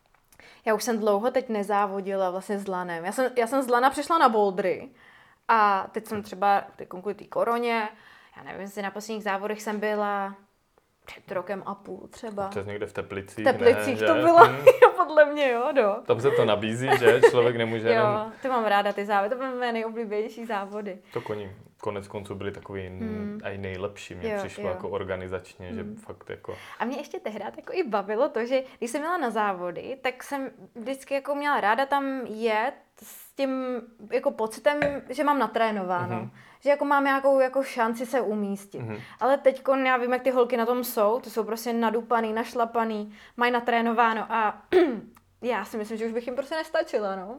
já už jsem dlouho teď nezávodila vlastně s lanem. Já jsem z lana přešla na bouldery a teď jsem třeba kvůli té koroně, já nevím, jestli na posledních závodech jsem byla před 1,5 roku třeba. To je někde v Teplicích, V Teplicích ne? to bylo, podle mě, jo, no. Tam se to nabízí, že člověk nemůže jenom... Jo, ty mám ráda ty závody, to byly mé nejoblíbenější závody. To konec konců byly takový i nejlepší, mně přišlo jako organizačně, že fakt jako... A mě ještě tehdy jako i bavilo to, že když jsem měla na závody, tak jsem vždycky jako měla ráda tam jet s tím jako pocitem, že mám natrénováno. Že jako mám nějakou jako šanci se umístit. Ale teďko já vím, jak ty holky na tom jsou, ty jsou prostě nadupaný, našlapaný, mají natrénováno a já si myslím, že už bych jim prostě nestačila, no.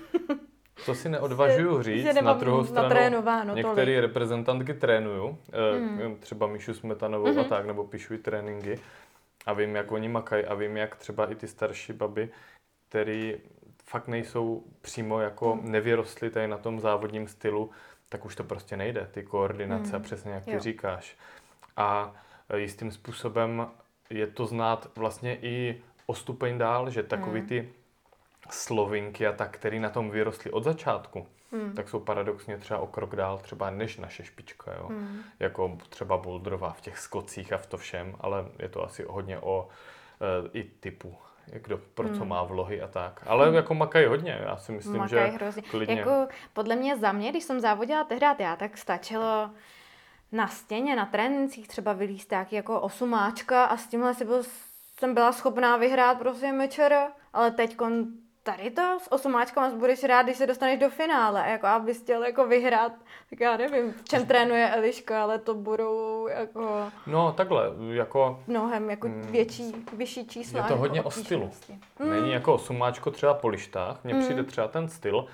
To si neodvažuju říct, na druhou stranu některé reprezentantky trénuju, třeba Míšu Smetanovou a tak, nebo píšu tréninky a vím, jak oni makají a vím, jak třeba i ty starší baby, který fakt nejsou přímo jako nevyrostli tady na tom závodním stylu, tak už to prostě nejde, ty koordinace, přesně jak ty říkáš. A jistým způsobem je to znát vlastně i o stupeň dál, že takový ty Slovinky a tak, který na tom vyrostli od začátku, tak jsou paradoxně třeba o krok dál třeba než naše špička, jo. Jako třeba Boulderová v těch skocích a v to všem, ale je to asi hodně o i typu, kdo pro co má vlohy a tak. Ale jako makají hodně, já si myslím, Makají že hrozně. klidně. Jako podle mě za mě, když jsem závodila tehdy já, tak stačilo na stěně, na trénincích třeba vylízt taky jako osumáčka a s tímhle jsem byla schopná vyhrát prostě mečer, ale teďkon tady to s osumáčkama budeš rád, když se dostaneš do finále, jako abys chtěl jako vyhrát, tak já nevím, v čem trénuje Eliška, ale to budou jako No takhle, jako mnohem jako vyšší čísla. je to jako hodně o stylu. obtížnosti. Není jako osumáčko třeba po lištách, mně přijde třeba ten styl,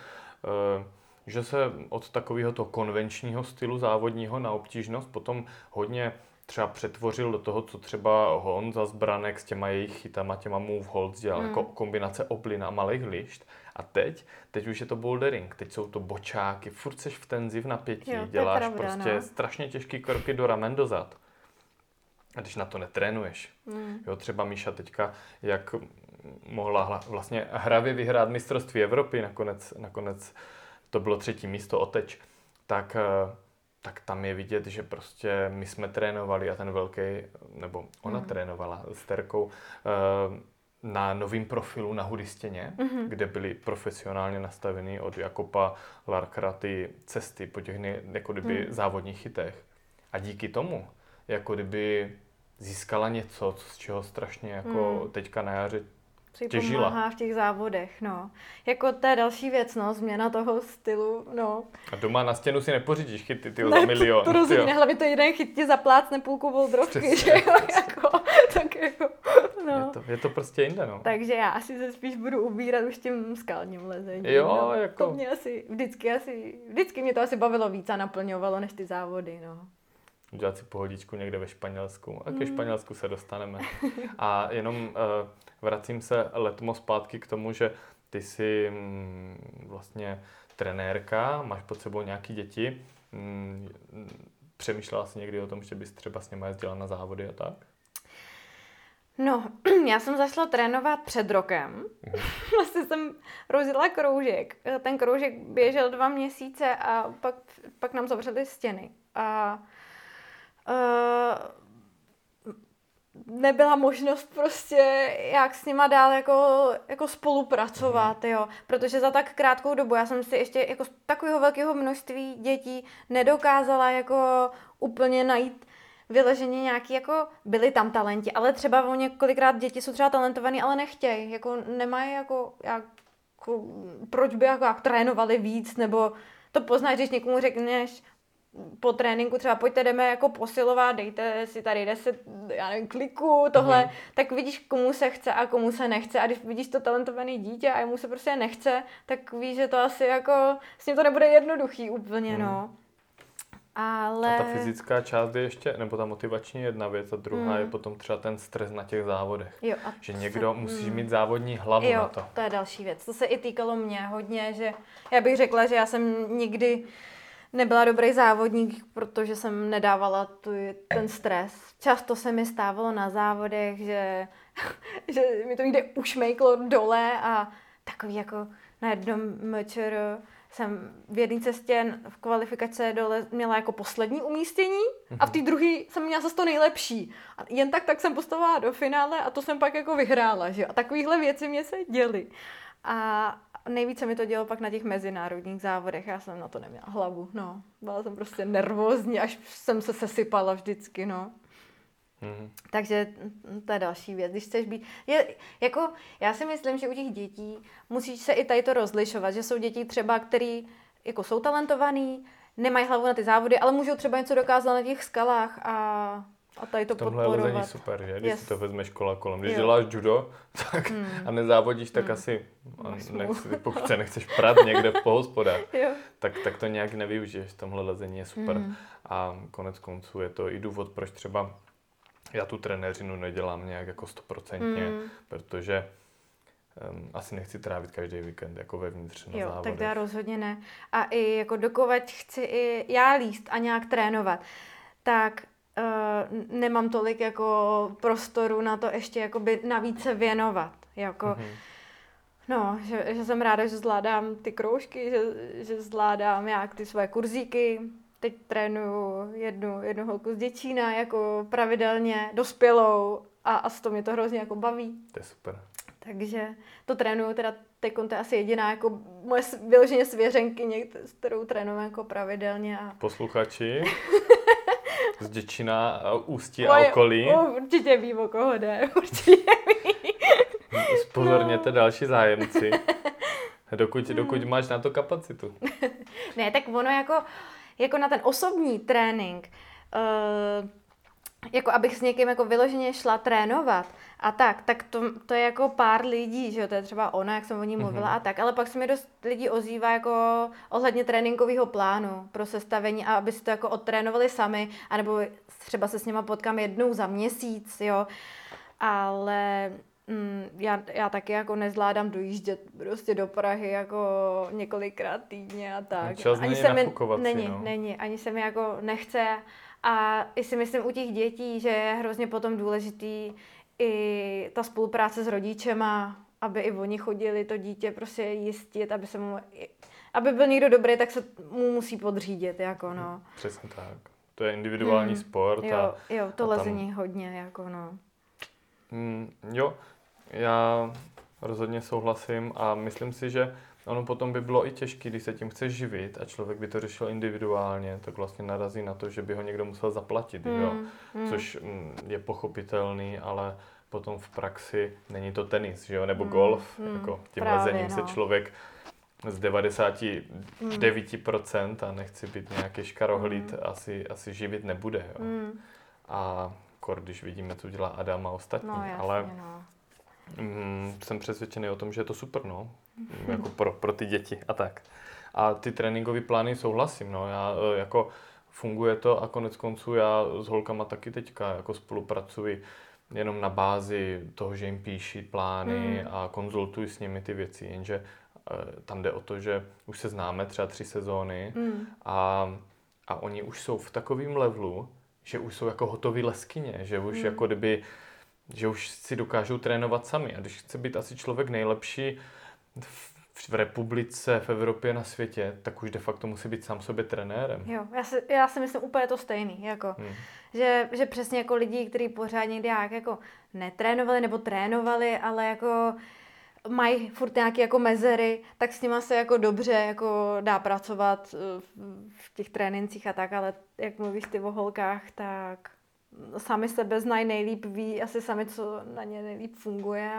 že se od takového to konvenčního stylu závodního na obtížnost potom hodně třeba přetvořil do toho, co třeba Honza Zbranek s těma jejich chytama, těma move holds dělal, jako kombinace oblin a malých lišt. A teď už je to bouldering, teď jsou to bočáky, furt seš v tenzi, v napětí, Jo, to je děláš pravda, prostě strašně těžký kroky do ramen, do zad. A když na to netrénuješ. Jo, třeba Míša teďka, jak mohla vlastně hravě vyhrát mistrovství Evropy, nakonec to bylo 3. místo oteč, tak tam je vidět, že prostě my jsme trénovali a ten velký, nebo ona trénovala s Terkou na novém profilu na hudistěně, kde byly profesionálně nastavený od Jakoba Larkera ty cesty po těch jako kdyby závodních chytech. A díky tomu, jako kdyby získala něco, z čeho strašně jako teďka na jaře si těžila. pomáhá v těch závodech, no. Jako to je další věc, no, změna toho stylu, no. A doma na stěnu si nepořídíš chyty, tyjo, za milion. To rozhodně, hlavně to jeden chyt ti zaplácne půlku boldrovky, že jo, jako, tak jako, no. Je to prostě jinde, no. Takže já asi se spíš budu ubírat už tím skalním lezením. Jo, no. jako- To mě vždycky mě to asi bavilo víc a naplňovalo než ty závody, no. Udělat si pohodičku někde ve Španělsku. A ke Španělsku se dostaneme. A jenom vracím se letmo zpátky k tomu, že ty jsi vlastně trenérka, máš pod sebou nějaký děti. Přemýšlela jsi někdy o tom, že bys třeba s nimi jezdila na závody a tak? No, já jsem zašla trénovat před rokem. Vlastně jsem rozjela kroužek. Ten kroužek běžel 2 měsíce a pak nám zavřeli stěny. A nebyla možnost prostě jak s nima dál jako spolupracovat, jo. Protože za tak krátkou dobu já jsem si ještě jako z takového velkého množství dětí nedokázala jako úplně najít vyloženě nějaký, jako byli tam talenti, ale třeba o několikrát děti jsou třeba talentovaný, ale nechtějí, jako nemají jako proč by jako trénovali víc, nebo to poznáš, když někomu řekneš po tréninku třeba pojďte, jdeme jako posilovat, dejte si tady 10, já nevím, kliků, tohle, tak vidíš, komu se chce a komu se nechce a když vidíš to talentované dítě a jemu se prostě nechce, tak víš, že to asi jako, s ním to nebude jednoduchý úplně, no. Ale... A ta fyzická část je ještě, nebo ta motivační jedna věc a druhá je potom třeba ten stres na těch závodech. Jo, a že někdo musí mít závodní hlavu jo, na to. To je další věc. To se i týkalo mě hodně, že já bych řekla, že já jsem nikdy nebyla dobrý závodník, protože jsem nedávala ten stres. Často se mi stávalo na závodech, že mi to někde ušmejklo dole a takový jako na jednom mečer jsem v jedné cestě v kvalifikace dole měla jako poslední umístění a v té druhé jsem měla zase to nejlepší. A jen tak jsem postavila do finále a to jsem pak jako vyhrála, že? A takovýhle věci mě se děly. A nejvíce mi to dělo pak na těch mezinárodních závodech. Já jsem na to neměla hlavu, no. Byla jsem prostě nervózní, až jsem se sesypala vždycky, no. Takže to je další věc. Když chceš být... já si myslím, že u těch dětí musíš se i tady to rozlišovat, že jsou děti třeba, který jako jsou talentovaný, nemají hlavu na ty závody, ale můžou třeba něco dokázat na těch skalách a tady to podporovat. Tohle lezení super, že? Když si to vezmeš kola kolem. Když Jo. děláš judo tak, a nezávodíš, tak asi, pokud se nechceš prát někde po hospodách, tak to nějak nevyužiješ. V tomhle lezení je super. A konec konců je to i důvod, proč třeba já tu trenéřinu nedělám nějak jako 100%, protože asi nechci trávit každý víkend jako vevnitř na závodech. Tak to já rozhodně ne. A i jako dokovat chci i já líst a nějak trénovat, tak nemám tolik jako prostoru na to ještě jakoby navíc se věnovat. Jako, no, že jsem ráda, že zvládám ty kroužky, že zvládám jak ty své kurzíky. Teď trénuju jednu holku z Děčína jako pravidelně dospělou a to mě to hrozně jako baví. To je super. Takže to trénuju, teda teď to je asi jediná jako moje vyloženě svěřenkyně, s kterou trénuju jako pravidelně. A... Posluchači z Děčína, Ústí a okolí. Určitě ví, o koho jde, určitě ví. Spozorněte další zájemci, dokud máš na to kapacitu. Ne, tak ono jako na ten osobní trénink, jako abych s někým jako vyloženě šla trénovat a tak to je jako pár lidí, že jo, to je třeba ona, jak jsem o ní mluvila a tak, ale pak se mi dost lidí ozývá jako ohledně tréninkového plánu pro sestavení a aby si to jako odtrénovali sami, anebo třeba se s nima potkám jednou za měsíc, jo, ale já taky jako nezvládám dojíždět prostě do Prahy jako několikrát týdně a tak. Čas Není, ani se mi jako nechce. A i si myslím u těch dětí, že je hrozně potom důležitý i ta spolupráce s rodičema, aby i oni chodili to dítě prostě jistit, aby byl někdo dobrý, tak se mu musí podřídit, jako no. Přesně tak. To je individuální sport. Jo, to lezení hodně, jako no. Jo, já rozhodně souhlasím a myslím si, že ono potom by bylo i těžké, když se tím chce živit a člověk by to řešil individuálně, tak vlastně narazí na to, že by ho někdo musel zaplatit, jo? Což je pochopitelný, ale potom v praxi není to tenis, že jo? Nebo golf, jako tím lezením se člověk z 99% a nechci být nějaký škarohlíd, asi živit nebude, jo? A když vidíme, co dělá Adam a ostatní, no, jasně, ale jsem přesvědčený o tom, že je to super, no, jako pro ty děti a tak. A ty tréninkové plány souhlasím, no, já jako funguje to a konec konců já s holkama taky teďka jako spolupracuji jenom na bázi toho, že jim píší plány a konzultuji s nimi ty věci, jenže tam jde o to, že už se známe třeba 3 sezóny a oni už jsou v takovém levelu, že už jsou jako hotový leskyně, že už jako kdyby, že už si dokážou trénovat sami. A když chce být asi člověk nejlepší v republice, v Evropě, na světě, tak už de facto musí být sám sobě trenérem. Jo, já si myslím úplně to stejný, jako, že přesně jako lidi, kteří pořád někdy jako netrénovali nebo trénovali, ale jako mají furt nějaké jako mezery, tak s nima se jako dobře jako dá pracovat v těch trénincích a tak, ale jak mluvíš ty o holkách, tak sami sebe znají nejlíp, ví asi sami, co na ně nejlíp funguje.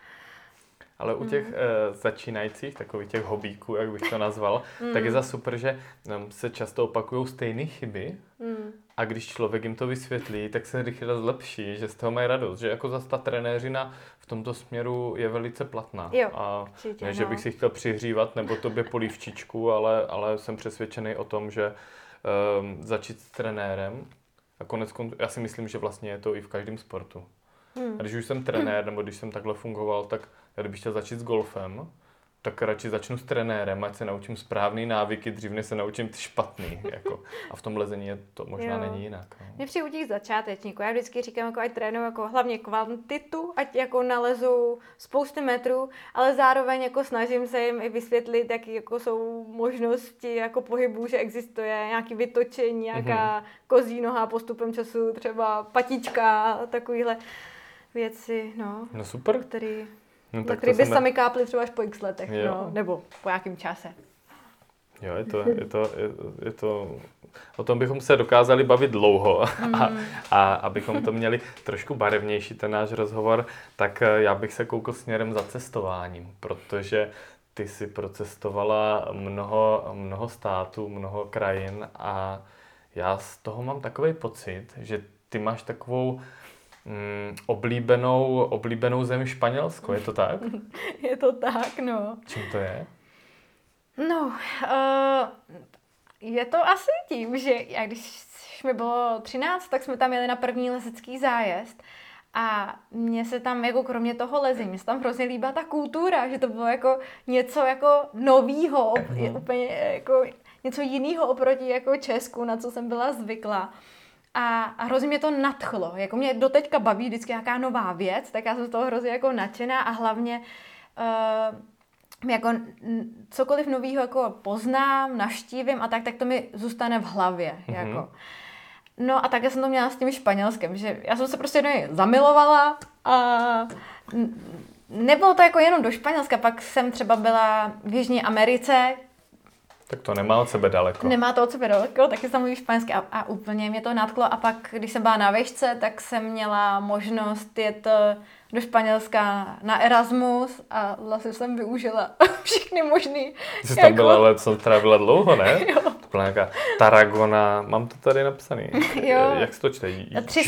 Ale u těch začínajících, takových těch hobíků, jak bych to nazval, tak je za super, že se často opakují stejné chyby a když člověk jim to vysvětlí, tak se rychle zlepší, že z toho mají radost, že jako zase ta trenéřina v tomto směru je velice platná. Jo, a určitě, ne, že bych si chtěl přihřívat nebo tobě polívčičku, ale jsem přesvědčený o tom, že začít s trenérem a konec konců, já si myslím, že vlastně je to i v každém sportu. A když už jsem trenér, nebo když jsem takhle fungoval, tak já kdybych chtěl začít s golfem, tak radši začnu s trenérem, ať se naučím správný návyky, dřív než se naučím ty špatný. Jako. A v tom lezení to možná není jinak. No. Mě přijde u těch začátečníků. Já vždycky říkám, jako ať trénuju jako hlavně kvantitu, ať jako nalezou spousty metrů, ale zároveň jako snažím se jim i vysvětlit, jaké jako jsou možnosti jako pohybů, že existuje nějaké vytočení, nějaká kozí noha postupem času, třeba patička, takovýhle věci, no. No super. Na který by sami kápli třeba až po x letech, no, nebo po nějakém čase. Jo, je to, o tom bychom se dokázali bavit dlouho a abychom to měli trošku barevnější ten náš rozhovor, tak já bych se koukl směrem za cestováním, protože ty si procestovala mnoho států, mnoho krajin a já z toho mám takový pocit, že ty máš takovou oblíbenou zemi Španělsko, je to tak? Je to tak, no. Čím to je? No, je to asi tím, že když mi bylo 13, tak jsme tam jeli na první lezecký zájezd A mně se tam, jako kromě toho lezení, mně se tam hrozně líbila ta kultura, že to bylo jako něco jako novýho, úplně jako něco jiného oproti jako Česku, na co jsem byla zvyklá. A hrozně mě to nadchlo. Jako mě doteďka baví vždycky nějaká nová věc, tak já jsem z toho hrozně jako nadšená a hlavně jako cokoliv nového jako poznám, navštívím a tak to mi zůstane v hlavě. Jako. No a tak jsem to měla s tím Španělskem, že já jsem se prostě do něj zamilovala a nebylo to jako jenom do Španělska, pak jsem třeba byla v Jižní Americe. Tak to nemá od sebe daleko. Nemá to od sebe daleko, taky jsem mluví španělsky a úplně mě to nadchlo. A pak, když jsem byla na výšce, tak jsem měla možnost jet do Španělska na Erasmus a vlastně jsem využila všechny možný. Jsi tam byla, ale jsem trávila dlouho, ne? Jo. To byla nějaká Tarragona, mám to tady napsaný. Jo. Jak se to čte? 3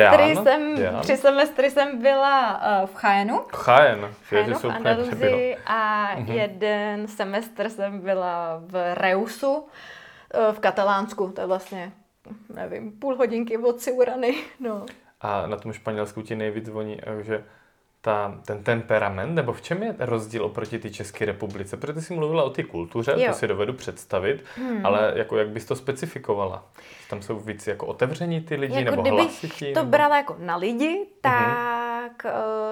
semestry jsem byla v Jaenu. Jaén, V Andaluzii a jeden semestr jsem byla v Reusu v Katalánsku. To je vlastně, nevím, půl hodinky od Ciurany. No. A na tom Španělsku ti nejvíc voní, že ten temperament, nebo v čem je rozdíl oproti té České republice? Protože ty jsi mluvila o té kultuře, to si dovedu představit, ale jako jak bys to specifikovala? Tam jsou víc jako otevření ty lidi, jako nebo hlasití? To brala jako na lidi, tak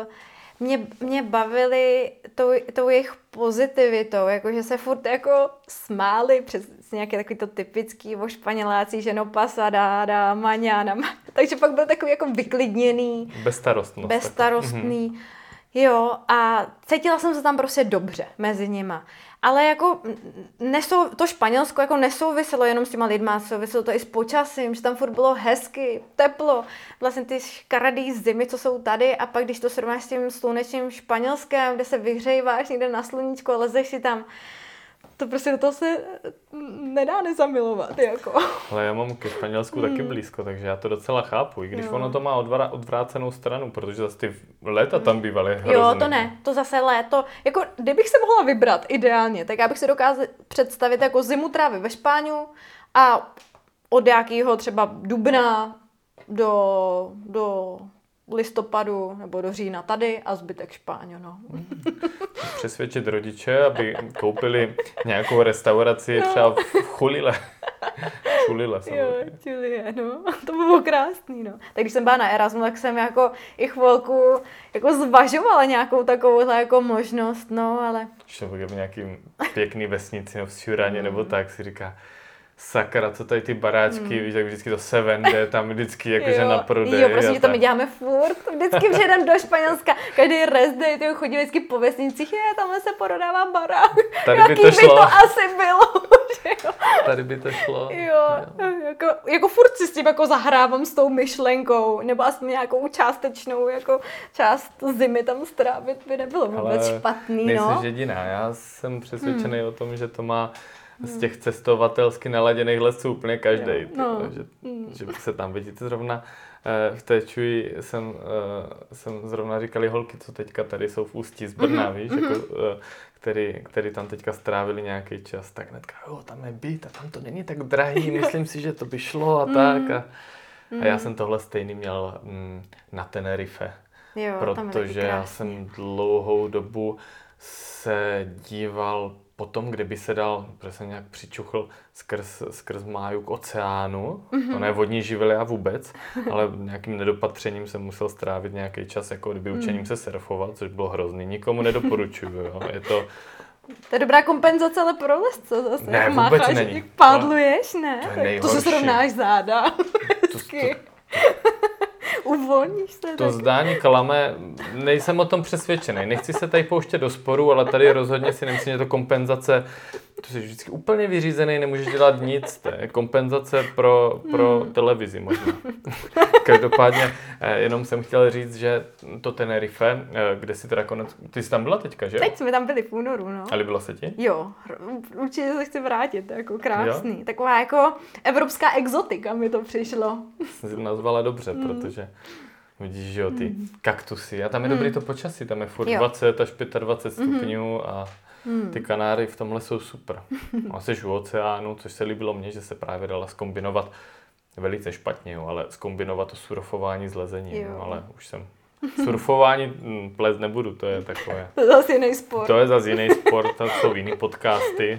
mě bavili tou jejich pozitivitou, jako že se furt jako smáli přes nějaké takový to typický o Španělácích, že no pasa nada, mañana. Takže pak byl takový jako vyklidněný. Bezstarostný. Jo, a cítila jsem se tam prostě dobře mezi nima. Ale jako to Španělsko jako nesouviselo jenom s těma lidma, souviselo to i s počasím, že tam furt bylo hezky, teplo, vlastně ty škaredý zimy, co jsou tady a pak když to srovnáš s tím slunečným Španělskem, kde se vyhřejváš někde na sluníčko a lezeš si tam, to prostě do toho se nedá nezamilovat, jako. Ale já mám ke Španělsku taky blízko, takže já to docela chápu, i když ono to má odvrácenou stranu, protože zase ty léta tam bývaly hrozný. Jo, to ne, to zase léto, jako kdybych se mohla vybrat ideálně, tak já bych si dokázala představit jako zimu trávy ve Špáňu a od jakého třeba dubna do listopadu nebo do října tady a zbytek Špáňu, no. Přesvědčit rodiče, aby koupili nějakou restauraci třeba v Chulile. Chulile samozřejmě. Jo, Chulile, no. To by bylo krásný, no. Tak když jsem byla na Erasmu, tak jsem jako i chvilku jako zvažovala nějakou takovouhle jako možnost, no, ale... Člověk v nějakým pěkný vesnici, no, v Ciuraně nebo tak si říká, sakra, co tady ty baráčky, víš, jak vždycky to se vende, tam vždycky jakože na prodej. Jo, prostě to my děláme furt. Vždycky přijedem do Španělska, každý rest day, ty chodí vždycky po vesnicích, tamhle se prodává barák. Tady by to šlo. By to asi bylo, že jo. Tady by to šlo. Jo. Jako furt si s tím jako zahrávám s tou myšlenkou, nebo aspoň nějakou částečnou jako část zimy tam strávit by nebylo vůbec špatný, nejsi no. jediná, já jsem přesvědčený o tom, že to má z těch cestovatelsky naladěných lesů úplně každý, že se tam vidíte zrovna v té Čuji jsem zrovna říkali holky, co teďka tady jsou v Ústí z Brna, víš, jako, který tam teďka strávili nějaký čas, tak hnedka, tam je byt a tam to není tak drahý, myslím si, že to by šlo a tak a já jsem tohle stejný měl na Tenerife, protože já jsem dlouhou dobu se díval potom, kde by se dal, protože jsem nějak přičuchl skrz Máju k oceánu, to ne vodní žively a vůbec, ale nějakým nedopatřením jsem musel strávit nějaký čas, jako kdyby učením se surfovat, což bylo hrozný, nikomu nedoporučuju, jo. To je dobrá kompenzace, ale pro lesce zase. Ne, vůbec není. Pádluješ, ne? To se srovnáš záda. Uvolníš se. To zdání klame, nejsem o tom přesvědčený. Nechci se tady pouštět do sporu, ale tady rozhodně si nemyslím, že to kompenzace, to jsi vždycky úplně vyřízený, nemůžeš dělat nic. To je kompenzace pro televizi možná. Každopádně jenom jsem chtěl říct, že to Tenerife, kde si teda ty jsi tam byla teďka, že jo? Teď jsme tam byli v únoru, no. A líbilo se ti? Jo, určitě se chci vrátit, to je jako krásný. Jo? Taková jako evropská exotika mi to přišlo. Jsi nazvala dobře, protože vidíš, že jo, ty kaktusy. A tam je dobrý to počasí, tam je furt 20 až 25 stupňů a ty Kanáry v tomhle jsou super. A jsi u oceánu, což se líbilo mně, že se právě dala zkombinovat velice špatně, jo, ale zkombinovat to surfování s lezením, ale už jsem Surfování plést nebudu, to je takové. To je zase jiný sport. To je zase jiný sport, to jsou jiný podcasty,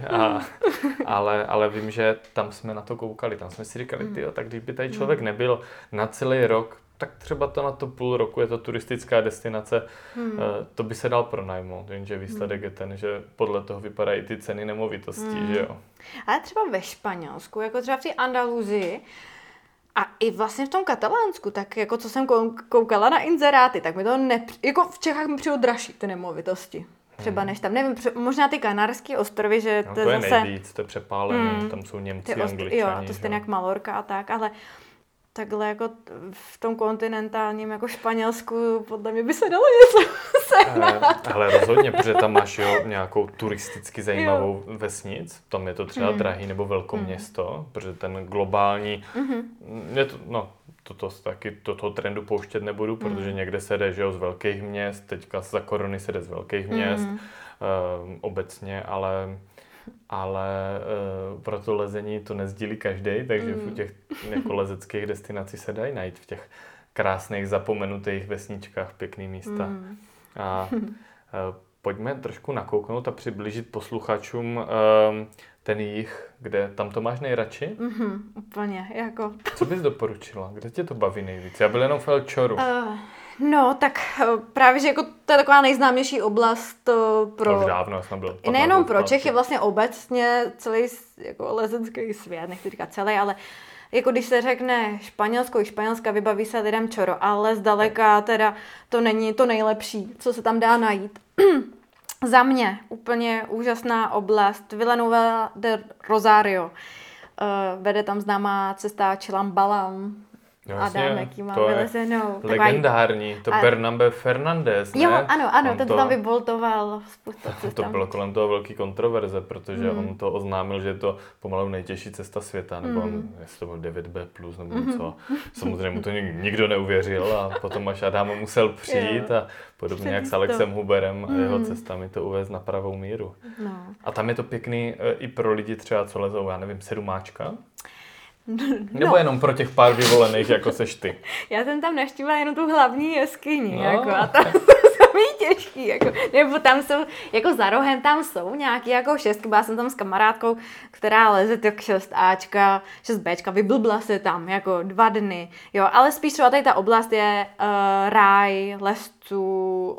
ale vím, že tam jsme na to koukali, tam jsme si říkali, tyjo, tak když by tady člověk nebyl na celý rok, tak třeba to na to půl roku, je to turistická destinace, to by se dal pronajmout, jenže výsledek je ten, že podle toho vypadají ty ceny nemovitostí, že jo. Ale třeba ve Španělsku, jako třeba v té Andaluzii, a i vlastně v tom Katalánsku, tak jako co jsem koukala na inzeráty, tak mi to jako v Čechách mi přijdou dražší ty nemovitosti. Třeba než tam, nevím, možná ty Kanárské ostrovy, že No, to to je zase... nejvíc, to je přepálený, tam jsou Němci, Angličani. Jo, to stejně jak Malorka a tak, ale takhle jako v tom kontinentálním jako Španělsku podle mě by se dalo něco sehnat. Ale rozhodně, protože tam máš nějakou turisticky zajímavou vesnic, tam je to třeba drahý nebo velkoměsto, protože ten globální, je to, no, toto trendu pouštět nebudu, protože někde se jde, že jo, z velkých měst, teďka za korony se jde z velkých měst, obecně, ale pro to lezení to nezdílí každý, takže v těch jako lezeckých destinací se dají najít v těch krásných zapomenutých vesničkách pěkný místa. A pojďme trošku nakouknout a přiblížit posluchačům ten jih, kde tam to máš nejradši? Úplně, jako... Co bys doporučila? Kde tě to baví nejvíc? Já byl jenom v El Choru. No, tak právě, že jako to je taková nejznámější oblast pro... Už dávno jsem byl. Nejenom pro Čechy, vlastně obecně celý jako lezecký svět, nechci říkat celý, ale jako když se řekne Španělsko i Španělska, vybaví se lidem Chorro, ale zdaleka teda to není to nejlepší, co se tam dá najít. Za mě úplně úžasná oblast Villanueva de Rosario. Vede tam známá cesta Chilambalam. Adam, jaký má vylezenou. Legendární, to Bernabé Fernández, ne? Jo, ano, ten to tam vyboltoval. To bylo kolem toho velký kontroverze, protože on to oznámil, že je to pomalu nejtěžší cesta světa, nebo jestli to byl 9B+, nebo něco. Samozřejmě mu to nikdo neuvěřil a potom až Adam musel přijít a podobně jak s Alexem Huberem a jeho cestami to uvést na pravou míru. No. A tam je to pěkný i pro lidi třeba, co lezou, já nevím, sedmáčka? Nebo jenom pro těch pár vyvolených, jako seš ty? Já jsem tam navštívila jenom tu hlavní jeskyni, jako, a tam jsou samý těžký, jako, nebo tam jsou, jako za rohem tam jsou nějaký jako šestky, byla jsem tam s kamarádkou, která leze tak 6Ačka, 6Bčka, vyblbla se tam, jako 2 dny, jo, ale spíš třeba tady ta oblast je ráj lezců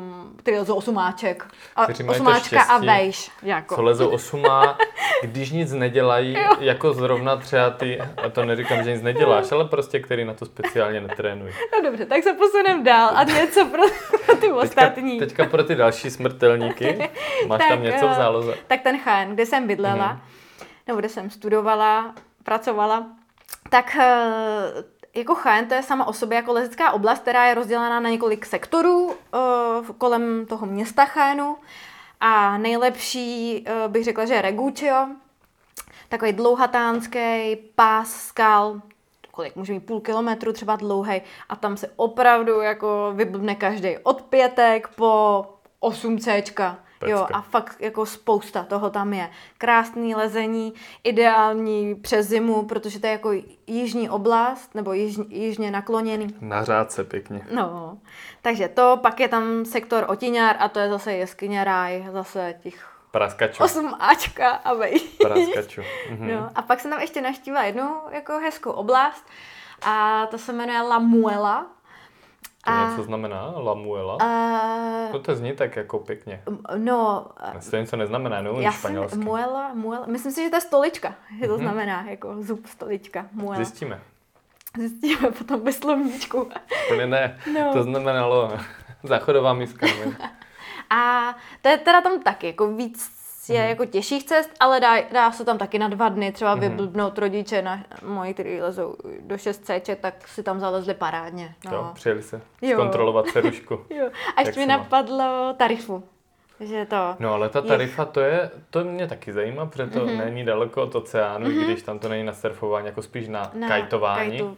8Aček, 8Ačka a vejš, jako. Co lezou 8A, když nic nedělají, jako zrovna třeba ty, a to neříkám, že nic neděláš, ale prostě který na to speciálně netrénují. No dobře, tak se posuneme dál a něco pro ty ostatní. Teďka pro ty další smrtelníky, máš tak, tam něco v záloze? Tak ten Jaén, kde jsem bydlela, nebo kde jsem studovala, pracovala, tak jako Jaén to je sama o sobě jako lezecká oblast, která je rozdělená na několik sektorů kolem toho města Jaénu. A nejlepší bych řekla, že je Regučio, takový dlouhatánský pás skal, kolik může mít 0,5 kilometru třeba dlouhej, a tam se opravdu jako vyblbne každý od 5 po 8C. Jo, a fakt jako spousta toho tam je. Krásný lezení, ideální přes zimu, protože to je jako jižní oblast, nebo jižně nakloněný. Na řádce pěkně. No, takže to, pak je tam sektor Otiňár a to je zase jeskyně ráj, zase těch Praskačů. 8Ačka a vejš. Praskačů. No, a pak jsem tam ještě navštívila jednu jako hezkou oblast a to se jmenuje La Muela. To něco znamená? La Muela? To zní tak jako pěkně. No. To něco neznamená, jenom španělsky. Muela. Myslím si, že to je stolička. Že to znamená jako zub stolička. Muela. Zjistíme potom bez slovníčku. Ne, no. To znamenalo záchodová miska. A to je teda tam taky jako víc je jako těžších cest, ale dá se tam taky na 2 dny třeba vyblbnout rodiče moji, kteří lezou do 6C, tak si tam zalezli parádně. No. Jo, přijeli se zkontrolovat cerušku. Jo. Až mi napadlo tarifu. Že to no ale ta tarifa, to mě taky zajímá, protože to není daleko od oceánu, i když tam to není na surfování, jako spíš na kajtování.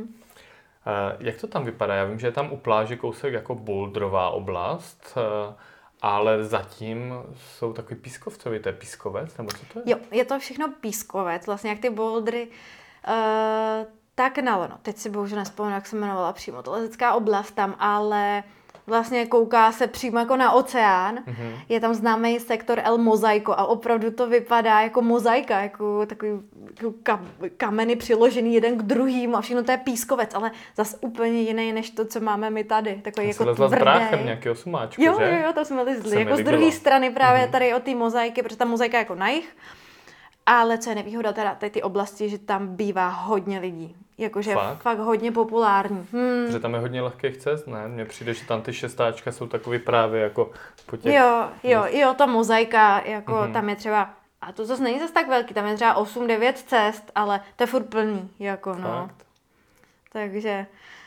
Jak to tam vypadá? Já vím, že je tam u pláže kousek jako bouldrová oblast, ale zatím jsou takový pískovcovi, to je pískovec, nebo co to je? Jo, je to všechno pískovec, vlastně jak ty bouldry, tak no, teď si bohužel nespomínám, jak se jmenovala přímo ta lezecká oblast tam, ale vlastně kouká se přímo jako na oceán. Je tam známý sektor El Mosaico a opravdu to vypadá jako mozaika, jako takový jako kameny přiložený jeden k druhým a všechno to je pískovec, ale zase úplně jiný než to, co máme my tady. Takový jako lezla s bráchem nějaký osumáčku, jo, že? Jo, tam jsme lezli. Jako z druhé strany právě tady od té mozaiky, protože ta mozaika je jako na jih. Ale co je nevýhoda teda ty oblasti, že tam bývá hodně lidí. Jakože fakt hodně populární. Protože tam je hodně lehkých cest, ne? Mně přijde, že tam ty šestáčka jsou takový právě jako po těch... Jo, ta mozaika, jako tam je třeba, a to zase není zase tak velký, tam je třeba 8-9 cest, ale to je furt plný, jako no. Takže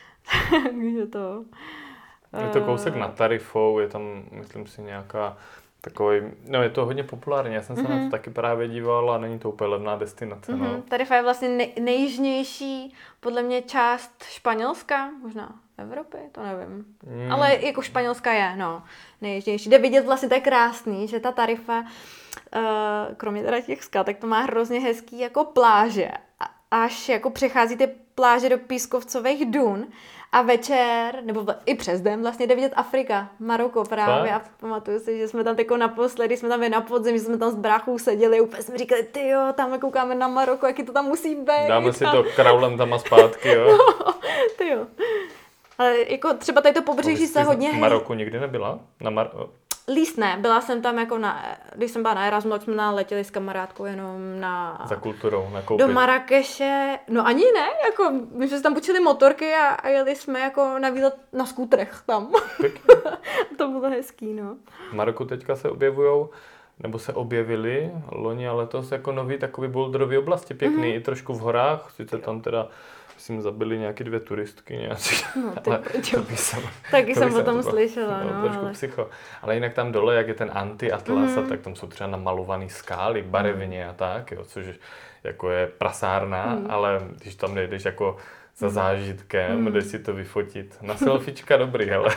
to... Je to kousek nad Tarifou, je tam, myslím si, nějaká takový, no je to hodně populární, já jsem se na to taky právě díval a není to úplně levná destinace. No. Tarifa je vlastně nejjižnější, podle mě část Španělska, možná Evropy, to nevím. Ale jako Španělska je, no, nejjižnější. Jde vidět vlastně, to je krásný, že ta Tarifa, kromě teda těch skal, tak to má hrozně hezký jako pláže. Až jako přechází ty pláže do pískovcových dun a večer, nebo i přes den vlastně jde vidět Afrika, Maroko právě. A pamatuju si, že jsme tam jako naposledy, jsme tam byli na podzim, že jsme tam s bráchou seděli, úplně jsme říkali, tyjo, tam koukáme na Maroko, jaký to tam musí být. Dáme si to kraulem tam a zpátky, jo. No, tyjo. Ale jako třeba tady to pobřeží se hodně... V Maroku nikdy nebyla? Lístné, byla jsem tam jako když jsem byla na Erasmu, tak jsme letěli s kamarádkou jenom za kulturou, nakoupit. Do Marrakeše, no ani ne, jako my jsme si tam počili motorky a jeli jsme jako na výlet na skútrech tam. To bylo hezký, no. V Maroku teďka se objevujou, nebo se objevily loni a letos jako nový takový boulderový oblasti, pěkný, i trošku v horách, sice tam teda myslím, zabili nějaké 2 turistky nějací. No, taky jsem o tom slyšela. No, trošku psycho. Ale jinak tam dole, jak je ten Anti-Atlas, tak tam jsou třeba namalované skály, barevně a tak, jo, což jako je prasárna, ale když tam nejdeš jako za zážitkem, jdeš si to vyfotit. Na selfiečka dobrý, ale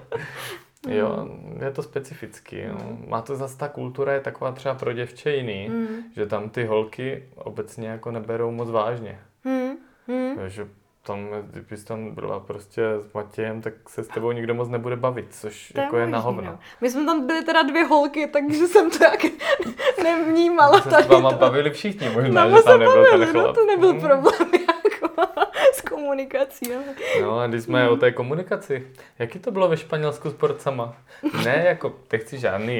jo, je to specifický. Jo. Má to zase ta kultura je taková třeba pro děvče jiný, že tam ty holky obecně jako neberou moc vážně. Že tam, kdybys tam byla prostě s Matějem, tak se s tebou nikdo moc nebude bavit, což to jako je na hovno. No. My jsme tam byli teda 2 holky, takže jsem to jak nevnímala. Se s váma bavili všichni možná, že tam nebyl ten chlap. No to nebyl problém jako s komunikací. No a když jsme o té komunikaci, jaký to bylo ve Španělsku s borcama? Ne, jako, nechci žádný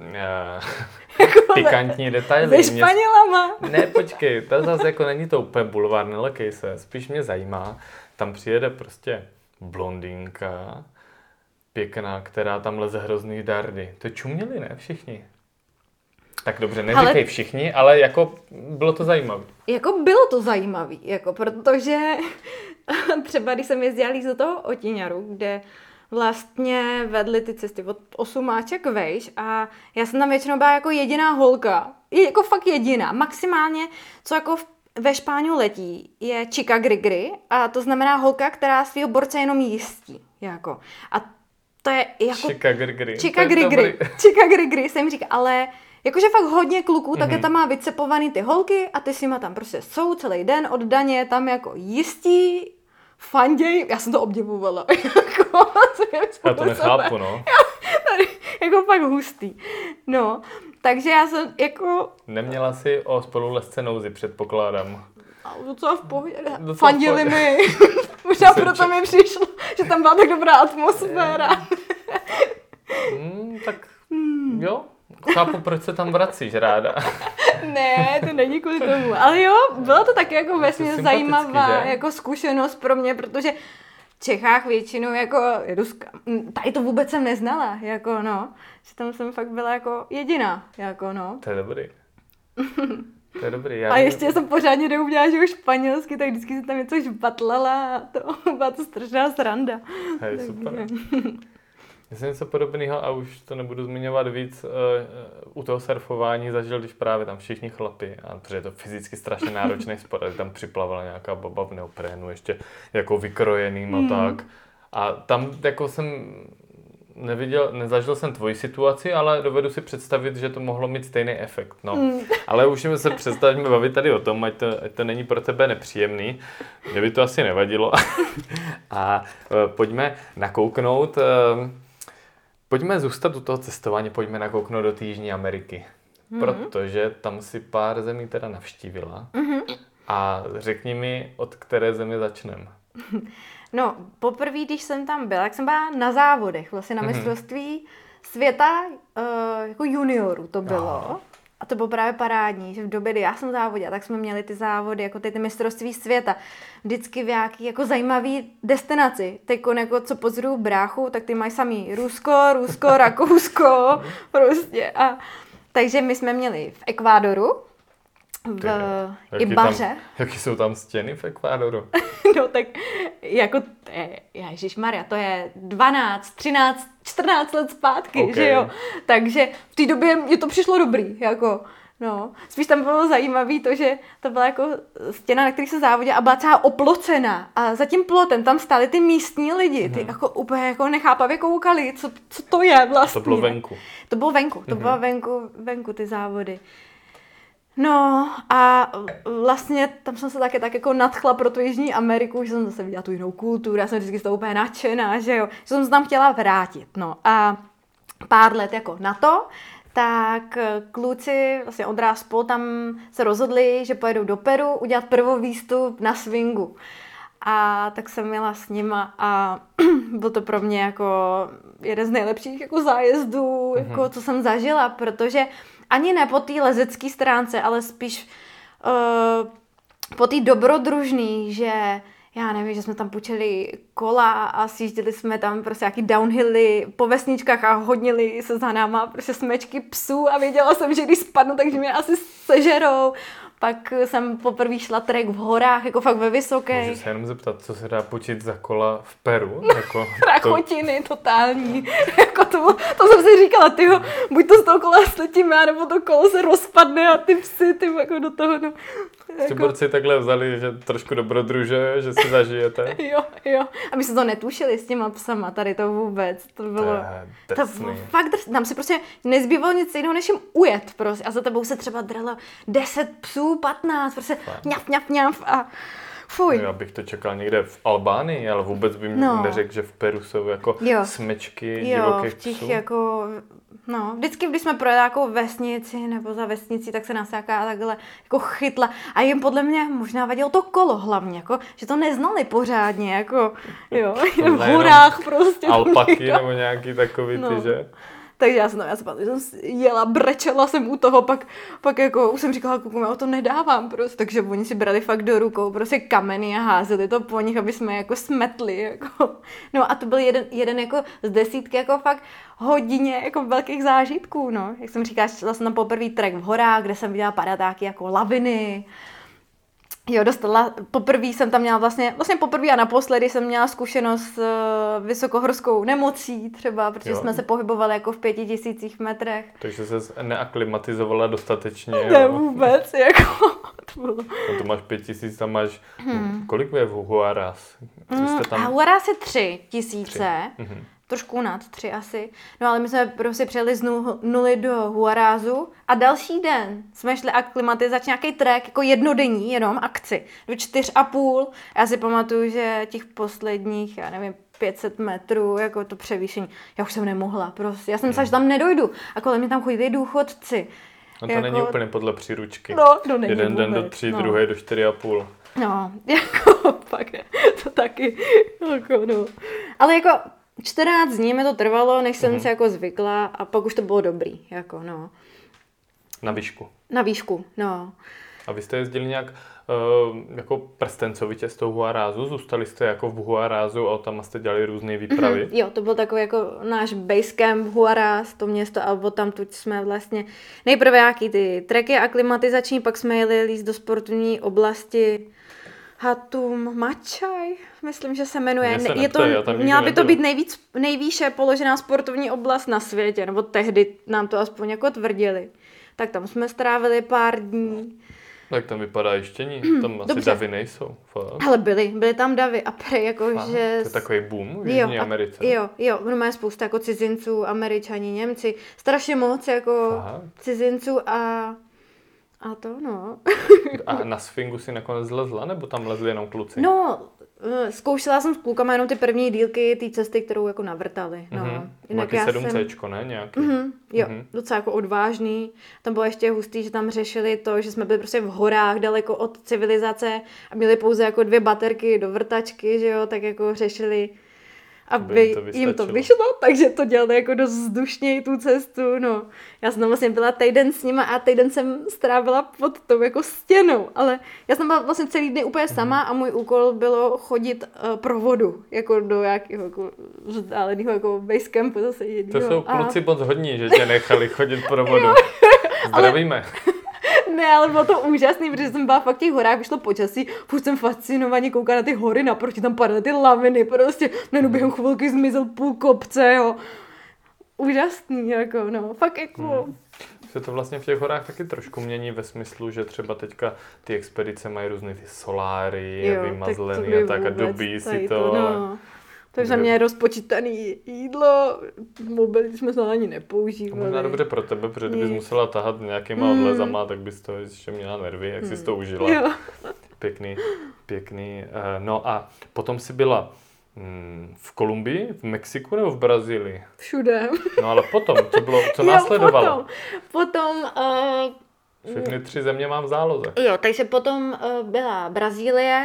pikantní detaily. Se Španělama. Ne, počkej, to zase jako není to úplně bulvár, nelekej se, spíš mě zajímá, tam přijede prostě blondýnka, pěkná, která tam leze hrozný dardy. To čuměli, ne? Všichni. Tak dobře, neříkej všichni, ale jako bylo to zajímavé. Jako bylo to zajímavé, jako protože třeba když jsem jezdila líst do toho Otíňaru, kde vlastně vedly ty cesty od Osumáček vejš a já jsem tam většinou byla jako jediná holka. Jako fakt jediná. Maximálně, co jako ve Špáňu letí, je chica grigri a to znamená holka, která svýho borce jenom jistí. Jako. A to je jako... Chica grigri. Chica grigri jsem říká, ale jakože fakt hodně kluků, tak je tam má vycepovaný ty holky a ty s nima tam prostě jsou celý den oddaně, tam jako jistí, fanděj, já jsem to obdivovala. Já to nechápu, no. Jako fakt hustý. No, takže já jsem jako... Neměla jsi o spolulezce nouzi, předpokládám. Docela v pohodě. Fandili mi. Možná proto mi přišlo, že tam byla tak dobrá atmosféra. Tak jo, chápu, proč se tam vracíš ráda. Ne, to není kvůli tomu. Ale jo, bylo to taky jako vesměs zajímavá jako zkušenost pro mě, protože v Čechách většinou jako tady to vůbec jsem neznala, jako no, že tam jsem fakt byla jako jediná, jako no. To je dobrý. To je dobrý. A ještě jsem pořádně neuměla, že už španělsky, tak vždycky jsem tam něco žbatlala a to byla to strašná sranda. Hej, super. Já jsem něco podobného a už to nebudu zmiňovat víc, u toho surfování zažil, když právě tam všichni chlapi, a protože je to fyzicky strašně náročný sport, tam připlavala nějaká baba v neoprénu, ještě jako vykrojeným a tak. A tam jako jsem nezažil jsem tvoji situaci, ale dovedu si představit, že to mohlo mít stejný efekt. No. Ale už se představíme bavit tady o tom, ať to není pro tebe nepříjemný. Mě by to asi nevadilo. A pojďme nakouknout, pojďme zůstat u toho cestování, pojďme nakouknout do té Jižní Ameriky. Protože tam si pár zemí teda navštívila. A řekni mi, od které země začneme. No, poprvé, když jsem tam byla, tak jsem byla na závodech, vlastně na mistrovství světa jako juniorů to bylo. A to bylo právě parádní, že v době, kdy já jsem závodila, tak jsme měli ty závody, jako ty mistrovství světa, vždycky v nějaký jako zajímavý destinaci. Teď jako co pozoruju bráchu, tak ty mají samý Rusko, Rakousko, prostě. A takže my jsme měli v Ekvádoru, v Ibaře. Jaký jsou tam stěny v Ekvádoru? No tak jako, ježišmarja, to je 12, 13, 14 let zpátky, Okay. že jo. Takže v té době mě to přišlo dobrý, jako, no. Spíš tam bylo zajímavé to, že to byla jako stěna, na který se závodila a byla celá oplocená. A za tím plotem tam stáli ty místní lidi, ty jako úplně jako nechápavě koukali, co to je vlastně. To bylo venku. To bylo venku, to bylo venku ty závody. No a vlastně tam jsem se taky tak jako nadchla pro tu Jižní Ameriku, že jsem zase viděla tu jinou kulturu, já jsem vždycky z toho úplně nadšená, že jo, že jsem se tam chtěla vrátit, no a pár let jako na to, tak kluci vlastně od Ráspol tam se rozhodli, že pojedou do Peru udělat první výstup na swingu. A tak jsem jela s nima a byl to pro mě jako jeden z nejlepších jako zájezdů, jako co jsem zažila, protože ani ne po té lezecké stránce, ale spíš po té dobrodružný, že já nevím, že jsme tam půjčili kola a sjížděli jsme tam prostě nějaký downhilly po vesničkách a hodnili se za náma prostě smečky psů a věděla jsem, že když spadnu, takže mě asi sežerou. Pak jsem poprvé šla trek v horách, jako fakt ve vysoké. Můžu se jenom zeptat, co se dá počít za kola v Peru? Jako Rachotiny totální. Jako to jsem si říkala, tyjo, buď to z toho kola sletíme, nebo to kolo se rozpadne a ty psy, ty jako do toho, no. Jako... borci takhle vzali, že trošku dobrodruže, že si zažijete. Jo. A my jsme to netušili s těma psama, tady to vůbec. To bylo fakt drsný. Nám si prostě nezbývalo nic jiného, než jim ujet prostě. A za tebou se třeba dralo 10 psů, 15, prostě ňaf a fuj. Já bych to čekal někde v Albánii, ale vůbec bych neřekl, že v Peru jsou jako smečky divokých psů. Jako, no, vždycky, když jsme projeli nějakou vesnici nebo za vesnicí, tak se nás nějaká takhle jako chytla. A jim podle mě možná vadilo to kolo hlavně, jako, že to neznali pořádně, jako, jo, v horách prostě. Alpaky nebo nějaký takový ty, že? Takže já jsem jela, brečela jsem u toho, pak jako už jsem říkala, kuku, já o to nedávám prostě, takže oni si brali fakt do rukou prostě kameny a házeli to po nich, aby jsme jako smetli, jako. No a to byl jeden jako z desítky jako fakt hodně jako velkých zážitků, no. Jak jsem říkala, šla jsem na poprvý trek v horách, kde jsem viděla padatáky jako laviny. Jo, poprvé jsem tam měla vlastně poprvé a naposledy jsem měla zkušenost s vysokohorskou nemocí třeba, protože jsme se pohybovali jako v 5000 metrech. Takže se neaklimatizovala dostatečně. Ne, vůbec, jako to bylo. No to máš 5000, tam máš, kolik je v Huaraz? A Huaraz je 3000. Trošku nad 3 asi. No ale my jsme prostě přijeli z nuly do Huarazu a další den jsme šli aklimatizačně nějaký trek, jako jednodenní jenom akci, do 4,5. Já si pamatuju, že těch posledních, já nevím, 500 metrů, jako to převýšení, já už jsem nemohla prostě. Já jsem myslela, že tam nedojdu a kolem mě tam chodili důchodci. No to není úplně podle příručky. No není jeden vůbec, den do 3, druhý do 4,5. No, jako pak to taky, jako no. Ale jako 14 dní mi to trvalo, než jsem se jako zvykla a pak už to bylo dobrý, jako no. Na výšku, no. A vy jste jezdili nějak jako prstencovitě z toho Huarazu? Zůstali jste jako v Huarazu a tam jste dělali různé výpravy? Jo, to byl takový jako náš basecamp Huaraz, to město, a tam tuď jsme vlastně nejprve nějaký ty treky aklimatizační, pak jsme jeli líst do sportovní oblasti Hatum Machai, myslím, že se jmenuje. Měla by to být nejvýše položená sportovní oblast na světě, nebo tehdy nám to aspoň jako tvrdili. Tak tam jsme strávili pár dní. Jak tam vypadá ještění? Tam asi Dobře. davy nejsou. Fakt. Ale byly tam davy a prej, jako Fakt. že... To je takový boom v Jižní Americe. Jo, ono má spousta jako cizinců, Američani, Němci, strašně moc jako Fakt. cizinců a to no. A na Sfingu si nakonec zlezla, nebo tam lezli jenom kluci? No, zkoušela jsem s klukama jenom ty první dílky té cesty, kterou jako navrtali. No. Nějaký 7C, ne? Nějaký. Jo, docela jako odvážný. Tam bylo ještě hustý, že tam řešili to, že jsme byli prostě v horách daleko od civilizace a měli pouze jako 2 baterky do vrtačky, že jo, tak jako řešili, aby jim to vyšlo, takže to dělali jako dost vzdušněji tu cestu, no. Já jsem tam vlastně byla týden s nima a týden jsem strávila pod tou jako stěnou, ale já jsem byla vlastně celý dny úplně sama a můj úkol bylo chodit pro vodu, jako do jakého jako vzdáleného jako basecampu zase jinýho. To jsou kluci moc hodní, že tě nechali chodit pro vodu. Zdravíme. Ne, ale bylo to úžasný, protože jsem byla fakt v těch horách, vyšlo počasí, furt jsem fascinovaně koukala na ty hory, naproti tam padaly ty laviny, prostě najednou během chvilky zmizel půl kopce, jo. Úžasný, jako, no, fakt jako... Se to vlastně v těch horách taky trošku mění ve smyslu, že třeba teďka ty expedice mají různé ty soláry, vymazlený a tak a dobí si to. No. Takže mě je rozpočítaný jídlo, mobil jsme se ani nepoužívali. Možná dobře pro tebe, protože kdybys musela tahat nějakýma odlezama, tak bys to ještě měla nervy, jak jsi to užila. Jo. Pěkný. No a potom jsi byla v Kolumbii, v Mexiku nebo v Brazílii? Všude. No ale potom, co následovalo? Potom Všechny 3 země mám v záloze. jo, takže potom byla Brazílie.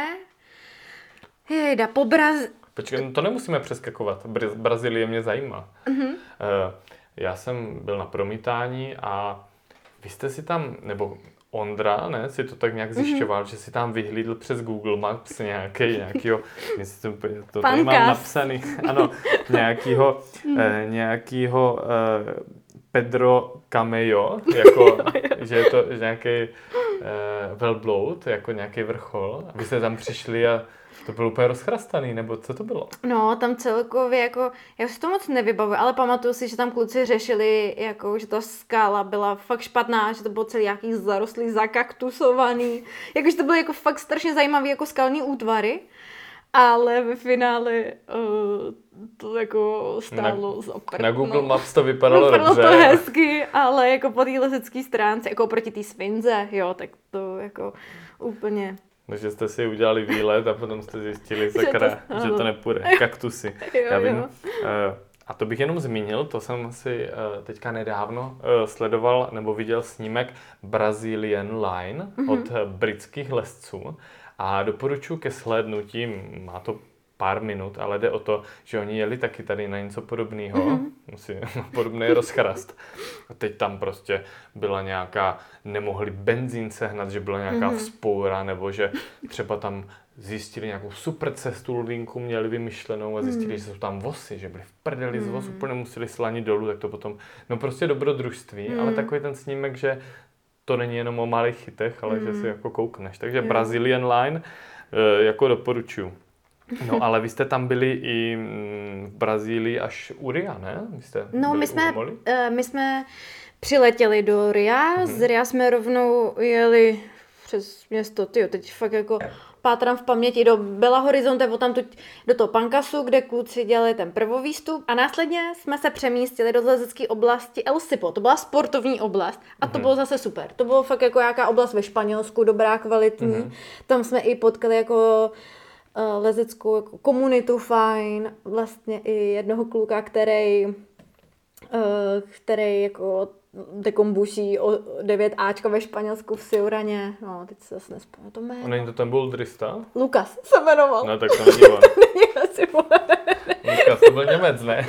Jejda, Počkej, to nemusíme přeskakovat. Brazílie mě zajímá. Já jsem byl na promítání a vy jste si tam, nebo Ondra, ne, si to tak nějak zjišťoval, že si tam vyhlídl přes Google Maps nějakýho, to tady mám napsaný, ano, nějakýho Pedro Camello, jako, že je to nějaký velbloud, jako nějaký vrchol. A vy jste tam přišli a to bylo úplně rozchrastaný, nebo co to bylo? No, tam celkově jako, já si to moc nevybavuji, ale pamatuju si, že tam kluci řešili, jako, že ta skála byla fakt špatná, že to bylo celý nějaký zarostlý, zakaktusovaný, jakože to byly jako fakt strašně zajímavý jako skalní útvary, ale ve finále to jako stálo za prd. Na Google Maps to vypadalo dobře. Vypadalo to hezky, ale jako po té lezecké stránce, jako proti té Sfinze, jo, tak to jako úplně... Takže jste si udělali výlet a potom jste zjistili, sakra, že to nepůjde. Kaktusy. Já vím. A to bych jenom zmínil, to jsem si teďka nedávno sledoval nebo viděl snímek Brazilian Line od britských lezců a doporučuji ke shlédnutí, má to pár minut, ale jde o to, že oni jeli taky tady na něco podobného, podobný rozchrast. A teď tam prostě byla nějaká, nemohli benzín sehnat, že byla nějaká vzpoura, nebo že třeba tam zjistili nějakou super cestu, linku měli vymyšlenou a zjistili, že jsou tam vosy, že byli v prdeli z vosu, úplně museli slanit dolů, tak to potom, no prostě dobrodružství, ale takový ten snímek, že to není jenom o malých chytech, ale že si jako koukneš. Takže Brazilian Line jako doporučuju. No, ale vy jste tam byli i v Brazílii až u Ria, ne? My jsme přiletěli do Ria, z Ria jsme rovnou jeli přes město, teď fakt jako pátrám v paměti do Belo Horizonte, odtamtud do toho Pancasu, kde kluci dělali ten prvovýstup a následně jsme se přemístili do lezecké oblasti El Sipo, to byla sportovní oblast a to bylo zase super, to bylo fakt jako nějaká oblast ve Španělsku, dobrá, kvalitní, tam jsme i potkali jako lezeckou jako komunitu fajn, vlastně i jednoho kluka, který jako dekombuší o 9Ačka ve Španělsku v Siuraně, no teď se zase nespomínám to jméno. Není to ten bouldrista? Lukas se jmenoval. No tak to není on. Není asi on. Lukas to byl Němec, ne?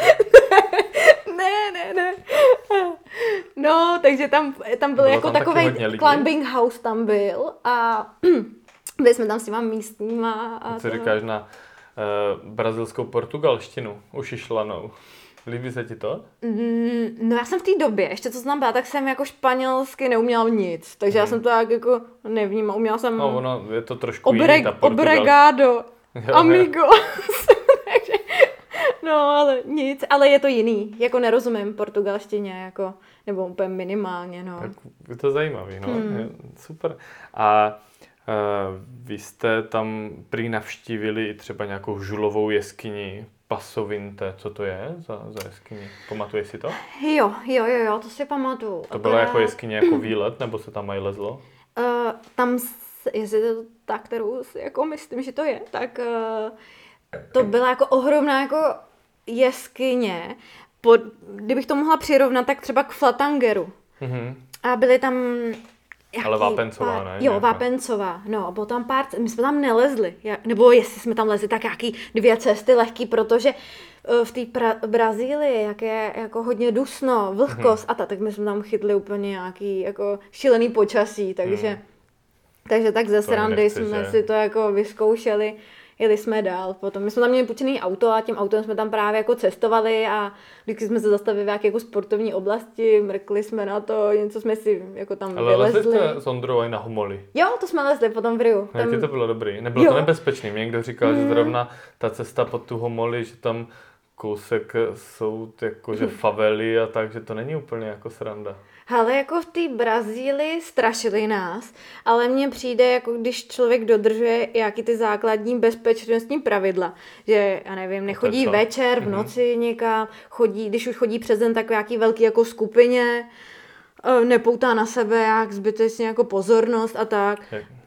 Ne. No, takže tam byl jako takový climbing house tam byl a byli jsme tam s těma místníma. A co říkáš na brazilskou portugalštinu, ušišlanou? Líbí se ti to? No já jsem v té době, ještě co jsem byla, tak jsem jako španělsky neuměla nic, takže já jsem to tak jako nevnímala, uměla jsem... No ono je to trošku jiný, ta portugalština. Obrigado, amigo. No, ale nic, ale je to jiný, jako nerozumím portugalštině, jako, nebo úplně minimálně, no. Tak je to zajímavý, no, super. A vy jste tam prý navštívili i třeba nějakou žulovou jeskyni Pasovinte, co to je za jeskyni? Pamatuješ si to? Jo, to si pamatuju. To byla jako jeskyně jako výlet, nebo se tam mají lezlo? Jestli to je ta, kterou si jako myslím, že to je, tak to byla jako ohromná jako jeskyně, kdybych to mohla přirovnat, tak třeba k Flatangeru. Mm-hmm. A byly tam... Ale Vápencová, ne? Jo, Vápencová, no, a bylo tam my jsme tam nelezli, nebo jestli jsme tam lezli, tak nějaký 2 cesty lehký, protože v té Brazílii, jak je jako hodně dusno, vlhkost a tak my jsme tam chytli úplně nějaký jako šílený počasí, takže tak ze srandy jsme si to jako vyzkoušeli. Jeli jsme dál potom. My jsme tam měli půjčený auto a tím autem jsme tam právě jako cestovali a vždycky jsme se zastavili v nějaké jako sportovní oblasti, mrkli jsme na to, něco jsme si jako tam vylezli. Ale lezli jste s Ondrou i na Homoli. Jo, to jsme lezli potom v Riu. Tam... Jak to bylo dobrý? Nebylo to nebezpečný? Mě někdo říkal, že zrovna ta cesta pod tu Homoli, že tam kousek jsou jakože favely a tak, že to není úplně jako sranda. Ale jako v té Brazílii strašili nás, ale mně přijde, jako když člověk dodržuje jaký ty základní bezpečnostní pravidla, že, já nevím, nechodí večer, v noci někam, když už chodí přes den, tak nějaký velký jako skupině, nepoutá na sebe jak zbytečně jako pozornost a tak.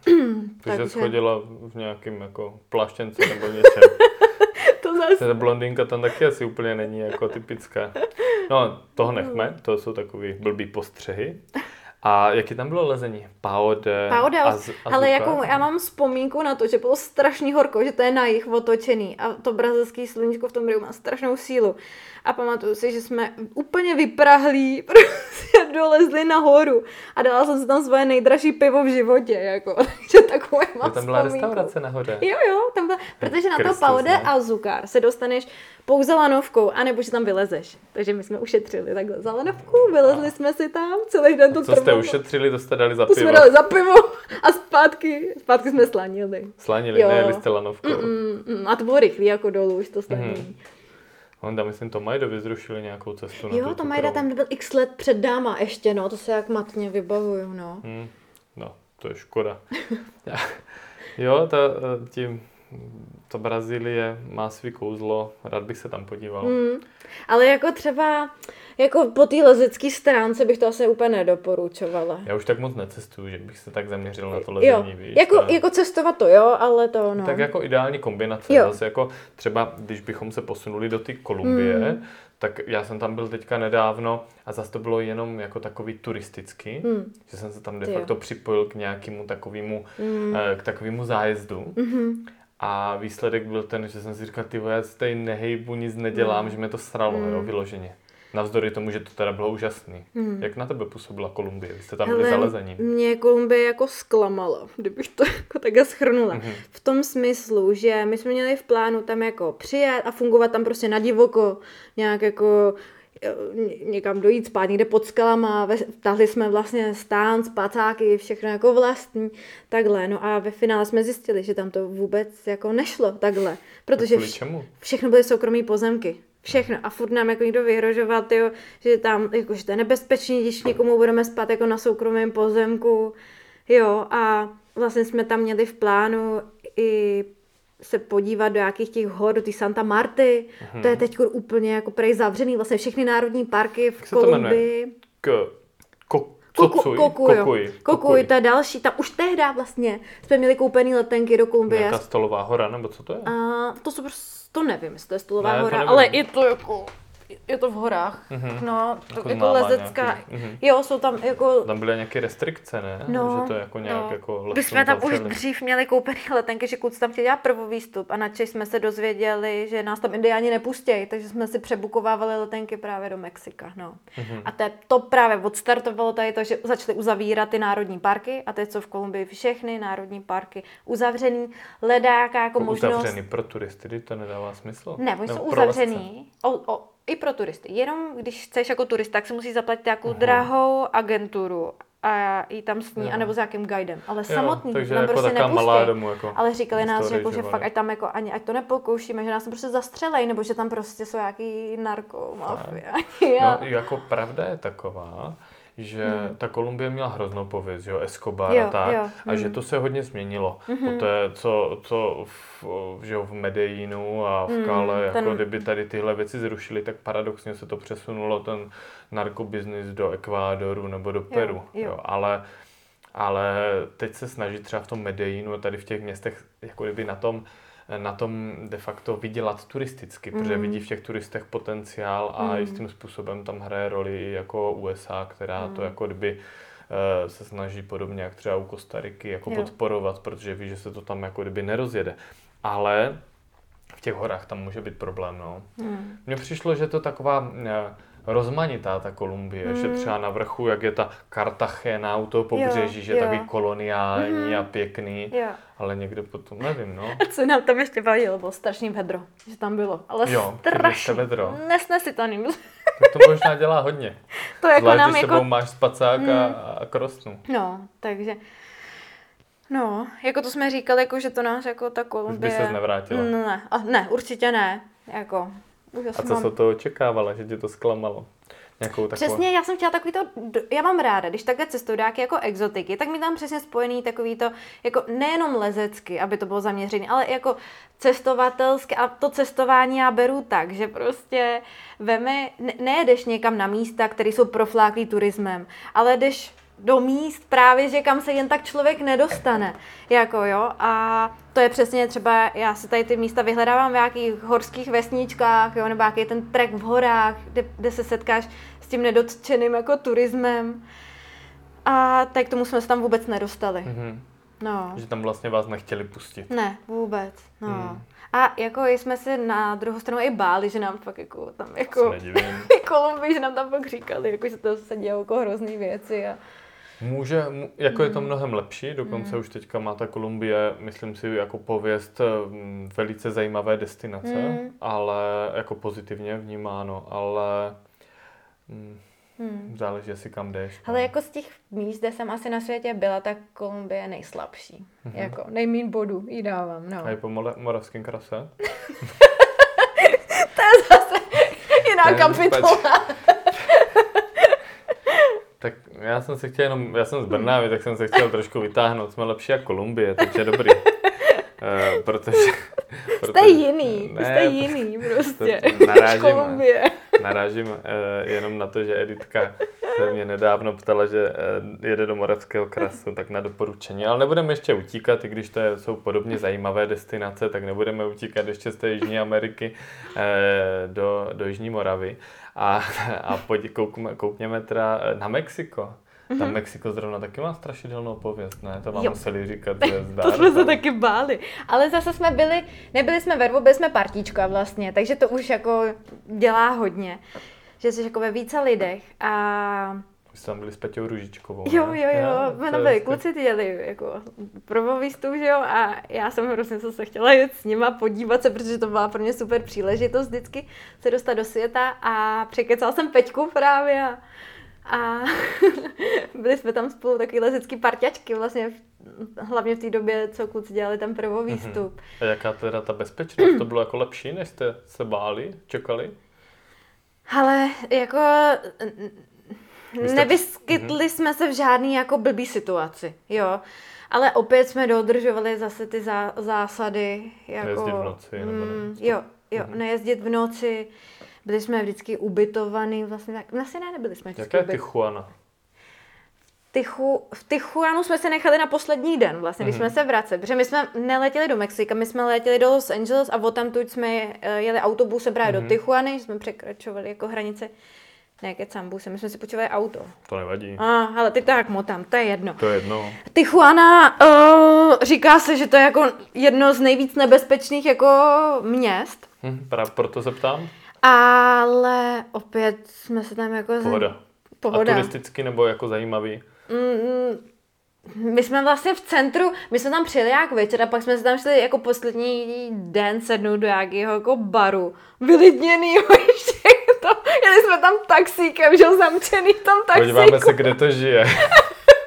Ty jsi schodila v nějakým jako pláštěnce nebo něčem. To zase. Ta blondýnka tam taky asi úplně není jako typická. No, toho nechme, to jsou takový blbý postřehy. A jaký tam bylo lezení? Pao de ale jako já mám vzpomínku na to, že bylo strašně horko, že to je na jih otočený a to brazilský sluníčko v tom Riu má strašnou sílu. A pamatuju si, že jsme úplně vyprahlí, prostě dolezli nahoru a dala jsem si tam svoje nejdražší pivo v životě, jako, takže takové mám tam byla restaurace nahoře. Jo, tam byla, protože na to Pao de Açúcar se dostaneš pouze lanovkou, anebo že tam vylezeš. Takže my jsme ušetřili takhle za lanovku, vylezli jsme si tam, celý den to trvalo. Co jste ušetřili, to jste dali za pivo? To jsme dali za pivo a zpátky jsme slanili. Slanili, nejeli jste lanovkou. A to bylo rychlý jako dolů, už to slanění. Onda, myslím, Tomajdovi zrušili nějakou cestu. Jo, Tomajda tam byl x let před dáma ještě, no, to se jak matně vybavuju, no. No, to je škoda. Jo, ta Brazílie má svý kouzlo, rád bych se tam podíval. Ale jako třeba, jako po té lezecké stránce bych to asi úplně nedoporučovala. Já už tak moc necestuju, že bych se tak zaměřil na to lezení, víš. Jako cestovat to jo, ale to no. Tak jako ideální kombinace, zase jako třeba, když bychom se posunuli do té Kolumbie, tak já jsem tam byl teďka nedávno a zase to bylo jenom jako takový turistický, že jsem se tam de facto připojil k nějakému takovému zájezdu. A výsledek byl ten, že jsem si říkal, já se tady nehejbu, nic nedělám, že mě to sralo, jo, vyloženě. Navzdory tomu, že to teda bylo úžasný. Jak na tebe působila Kolumbie? Vy jste tam byli za lezením. Mě Kolumbie jako zklamala, kdybych to jako takhle shrnula. V tom smyslu, že my jsme měli v plánu tam jako přijet a fungovat tam prostě na divoko, nějak jako někam dojít spát někde pod skalama, vtahli jsme vlastně stán, spacáky, všechno jako vlastní, takhle. No a ve finále jsme zjistili, že tam to vůbec jako nešlo takhle, protože všechno byly soukromí pozemky. Všechno. A furt nám jako někdo vyhrožoval, tyjo, že tam, jako, že to je nebezpečný, když někomu budeme spát jako na soukromém pozemku. Jo, a vlastně jsme tam měli v plánu i se podívat do nějakých těch hor, do té Santa Marty. To je teď úplně jako prej zavřený, vlastně všechny národní parky v Kolumbii. Kokuj, to je další. Tam už tehdy vlastně jsme měli koupený letenky do Kolumbie. Nějaká Stolová hora, nebo co to je? To nevím, jestli to je Stolová hora, ale je to jako... Je to v horách, no, jako je to lezecká, jo, jsou tam jako... Tam byly nějaké restrikce, ne? No, že to je jako nějak jako... My jsme tam už dřív měli koupený letenky, že kluci tam chtěli dělat prvovýstup a načež jsme se dozvěděli, že nás tam Indiáni nepustějí, takže jsme si přebukovávali letenky právě do Mexika, no. A to právě odstartovalo tady to, že začaly uzavírat ty národní parky a teď jsou v Kolumbii všechny národní parky uzavřený, ledáka jako možnost... Uzavřený pro turisty, to nedává smysl? Ne, oni jsou uzavřený. I pro turisty. Jenom když chceš jako turista, tak si musíš zaplatit nějakou drahou agenturu. a jít tam s ní, anebo s nějakým guidem. Ale samotný, takže tam jako prostě taká malá nepustí. domů, jako ale říkali nás, jako, že storage, fakt, ať tam jako ani, ať to nepokoušíme, že nás tam prostě zastřelej, nebo že tam prostě jsou nějaký narkomafia. No, jako pravda je taková, že ta Kolumbie měla hroznou pověst, jo, Escobar a tak, a že to se hodně změnilo. Poté, co v Medellínu a v Cali, jako kdyby tady tyhle věci zrušili, tak paradoxně se to přesunulo, ten narkobiznis do Ekvádoru nebo do Peru. Jo. Ale teď se snaží třeba v tom Medellínu a tady v těch městech jako kdyby na tom de facto vydělat turisticky, protože vidí v těch turistech potenciál a jistým způsobem tam hraje roli jako USA, která to jako kdyby se snaží podobně jak třeba u Kostariky jako podporovat, protože ví, že se to tam jako kdyby nerozjede. Ale v těch horách tam může být problém, no. Mně přišlo, že to taková rozmanitá ta Kolumbie, že třeba na vrchu, jak je ta Cartagena u toho pobřeží, že je takový koloniální a pěkný, ale někde potom, nevím, no. A co nám tam ještě bavilo, bylo strašný vedro, že tam bylo, ale strašný, vedro. nesnesitelný. Tak to možná dělá hodně. To jako zvlášť, nám když jako... sebou máš spacák a krosnu. No, takže... No, jako to jsme říkali, jako, že to nás jako ta Kolumbie... Už by ses nevrátila. Ne, určitě ne. Jako, a co se to očekávala, že tě to zklamalo? Takovou... Přesně, já jsem chtěla takový to, já mám ráda, když takhle cestuju do nějaké jako exotiky, tak mi tam přesně spojený takový to, jako nejenom lezecky, aby to bylo zaměřené, ale jako cestovatelské a to cestování já beru tak, že prostě nejedeš někam na místa, které jsou profláklý turismem, ale jdeš do míst právě, že kam se jen tak člověk nedostane. Jako jo, a to je přesně třeba, já si tady ty místa vyhledávám v nějakých horských vesničkách, jo, nebo nějaký ten trek v horách, kde se setkáš s tím nedotčeným jako turismem. A tak k tomu jsme se tam vůbec nedostali. No. Že tam vlastně vás nechtěli pustit. Ne, vůbec. No. A jako jsme si na druhou stranu i báli, že nám fakt jako tam jako Kolumbii, že nám tam fakt říkali, jako, že to se dějou jako hrozný věci. A... Jako je to mnohem lepší, dokonce už teďka má ta Kolumbie, myslím si, jako pověst velice zajímavé destinace, ale jako pozitivně vnímáno, ale záleží, jestli kam jdeš. Ale jako z těch míst, kde jsem asi na světě byla, tak Kolumbie je nejslabší. Jako nejmíň bodů jí dávám, no. A je po moravském krase? To je zase jiná kapitola. Tak já jsem z Brna, tak jsem se chtěl trošku vytáhnout, jsme lepší jak Kolumbie, takže dobrý. Protože jste jiný prostě. Narážím jenom na to, že Editka se mě nedávno ptala, že jede do Moravského krasu, tak na doporučení. Ale nebudeme ještě utíkat, i když to jsou podobně zajímavé destinace, tak nebudeme utíkat ještě z té Jižní Ameriky do Jižní Moravy. A koukněme teda na Mexiko. Tam Mexiko zrovna taky má strašidelnou pověst, ne? To vám museli říkat, že zdá. To jsme se taky báli. Ale zase jsme nebyli jsme ve dvou, byli jsme partíčka vlastně, takže to už jako dělá hodně. Že jsi jako ve více lidech a... Vy jste tam byli s Peťou Růžičkovou, Jo, jsme tam byli, kluci ty jeli jako prvovístu, že jo, a já jsem hrozně se chtěla jít s nima podívat se, protože to byla pro mě super příležitost vždycky se dostat do světa a překecala jsem Peťku právě a byli jsme tam spolu takový lezecký parťačky vlastně, hlavně v té době, co kluci dělali ten prvovýstup. A jaká teda ta bezpečnost? To bylo jako lepší, než jste se báli, čekali? Ale jako nevyskytli jsme se v žádný jako blbý situaci, jo. Ale opět jsme dodržovali zase ty zásady. Jako, nejezdit v noci, nebo ne? Nejezdit v noci. Byli jsme vždycky ubytovaný, vlastně nebyli jsme vždycky. Jaká je Tijuana? V Tijuanu jsme se nechali na poslední den, vlastně, když jsme se vraceli, protože my jsme neletěli do Mexika, my jsme letěli do Los Angeles a odtamtud jsme jeli autobusem právě do Tijuany, že jsme překračovali jako hranice. Ne, kecám busem, my jsme si počívali auto. To nevadí. Ale ty tak motám, to je jedno. To je jedno. Tijuana, říká se, že to je jako jedno z nejvíc nebezpečných jako měst. Právě proto se ptám. Ale opět jsme se tam jako... Pohoda. A turisticky nebo jako zajímavý? My jsme vlastně v centru, my jsme tam přijeli jak večer a pak jsme se tam šli jako poslední den sednout do nějakého jako baru. Vylidněnýho ještě to. Jeli jsme tam taxíkem, že zamčený v tom taxíku. Podíváme se, kde to žije.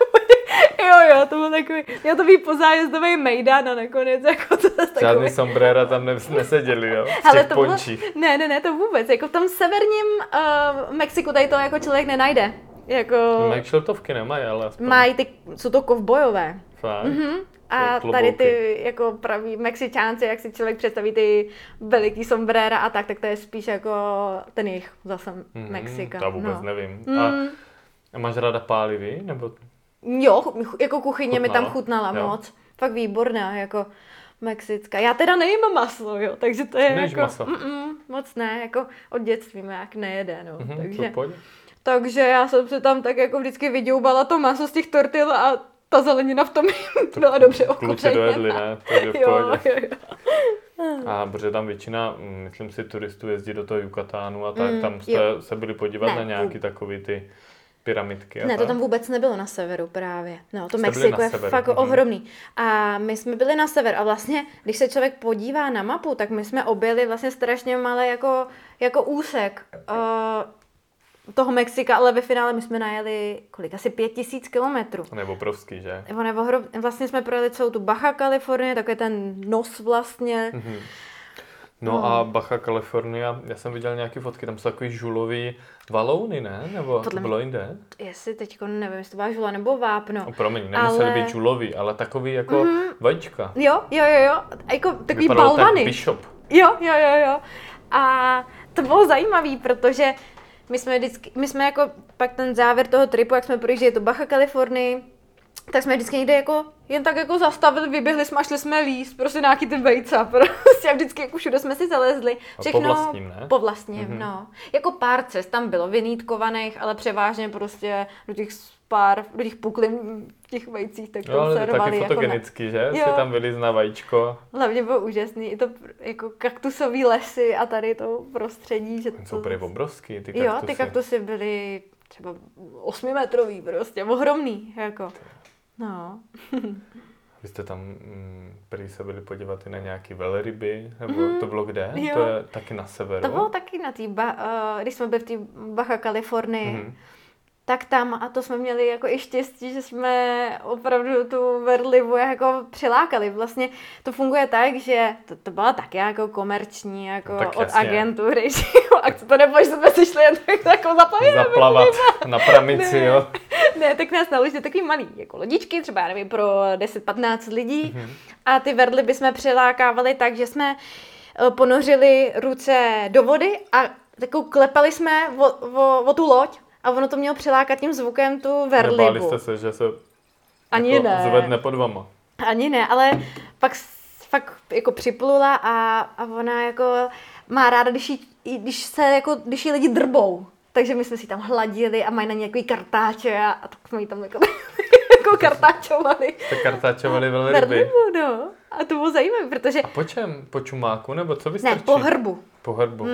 jo, to byl takový, měl to být pozájezdový mejdan a nakonec jako to takový. Žádný sombrera tam neseděli, jo? V Ale těch to bylo, pončích. ne, to vůbec, jako v tom severním Mexiku tady to jako člověk nenajde. Jako, Mají šiltovky, nemají, ale aspoň. jsou to kovbojové. Fakt? A Jsou tady klobouky. ty jako praví Mexičánci, jak si člověk představí ty veliký sombréra a tak to je spíš jako ten jich zase Mexika. To vůbec no. nevím. A máš ráda pálivý, nebo? Jo, jako kuchyně mi tam Chutnala? chutnala Jo. moc. Fakt výborná, jako mexická. Já teda nejím maso, jo, takže to je Nejíš jako... maso? Moc ne, jako od dětství mě jak nejede, no. Pojď. Takže já jsem se tam tak jako vždycky vyděubala to maso z těch tortil a ta zelenina v tom byla dobře Kluci dojedli, ne? Takže v Jo, pohodě. jo. A protože tam většina, myslím si, turistů jezdí do toho Yucatánu a tak, tam jste jo. se byli podívat Ne, na nějaký takový ty pyramidky a Ne, tak? to tam vůbec nebylo na severu právě. No, to Jste byli Mexiko na je severu, fakt ohromný. A my jsme byli na sever a vlastně, když se člověk podívá na mapu, tak my jsme objeli vlastně strašně malý jako úsek toho Mexika, ale ve finále my jsme najeli asi 5000 kilometrů. To je obrovský, že? Vlastně jsme projeli celou tu Baja Californie, takový ten nos vlastně. No a Baja California, já jsem viděl nějaké fotky, tam jsou takový žulový valouny, ne? Nebo to bylo jinde? Jestli teďko nevím, jestli to byla žula nebo vápno. No, promiň, nemuseli ale... být žulový, ale takový jako vajíčka. Jo. Jako takový Vypadalo balvany. tak bishop. Jo. A to bylo zajímavé, protože my jsme jako pak ten závěr toho tripu, jak jsme projížděli tu Baja Californii, tak jsme vždycky někde jako jen tak jako zastavili, vyběhli jsme a šli jsme líst, prostě nějaký ty vejca, prostě a vždycky jako všude jsme si zalezli. Po vlastním, ne? Po vlastním, no. Jako pár cest tam bylo vynýtkovaných, ale převážně prostě do těch puklin v těch vejcích, tak Jo, ale se taky rvali fotogenický, že? Jo. Si tam vylizná vajíčko. Hlavně bylo úžasný, i to jako kaktusový lesy a tady to prostředí, že Jsou prý obrovský, ty Jo, kaktusy. ty kaktusy byly třeba 8metrový prostě, ohromný, jako. No. Vy jste tam prý se byli podívat i na nějaký velryby, nebo to bylo kde? Jo. To je taky na severu. To bylo taky na té, když jsme byli v té Baja Californii, tak tam, a to jsme měli jako i štěstí, že jsme opravdu tu verlivu jako přilákali. Vlastně to funguje tak, že to byla taky jako komerční, jako No, tak od jasně. agentury, že jo, a to nebylo, že jsme si šli jen tak jako Zaplavat na pramici, jo. Ne, tak nás naložili takový malý jako lodičky, třeba já nevím, pro 10-15 lidí. A ty verliby jsme přilákávali tak, že jsme ponořili ruce do vody a takovou klepali jsme o tu loď a ono to mělo přilákat tím zvukem tu verlibu. Nebáli jste se, že se Ani jako ne. zvedne pod vama. Ani ne, ale pak fakt jako připlula a ona jako má ráda, když jí lidi drbou. Takže my jsme si tam hladili a mají na ně nějaký kartáče a tak jsme jí tam jako kartáčovali. Jste kartáčovali velryby. Verlibu, no. A to bylo zajímavé, protože... A po čem? Po čumáku, nebo co vystrčí? Ne, po hrbu. Po hrbu.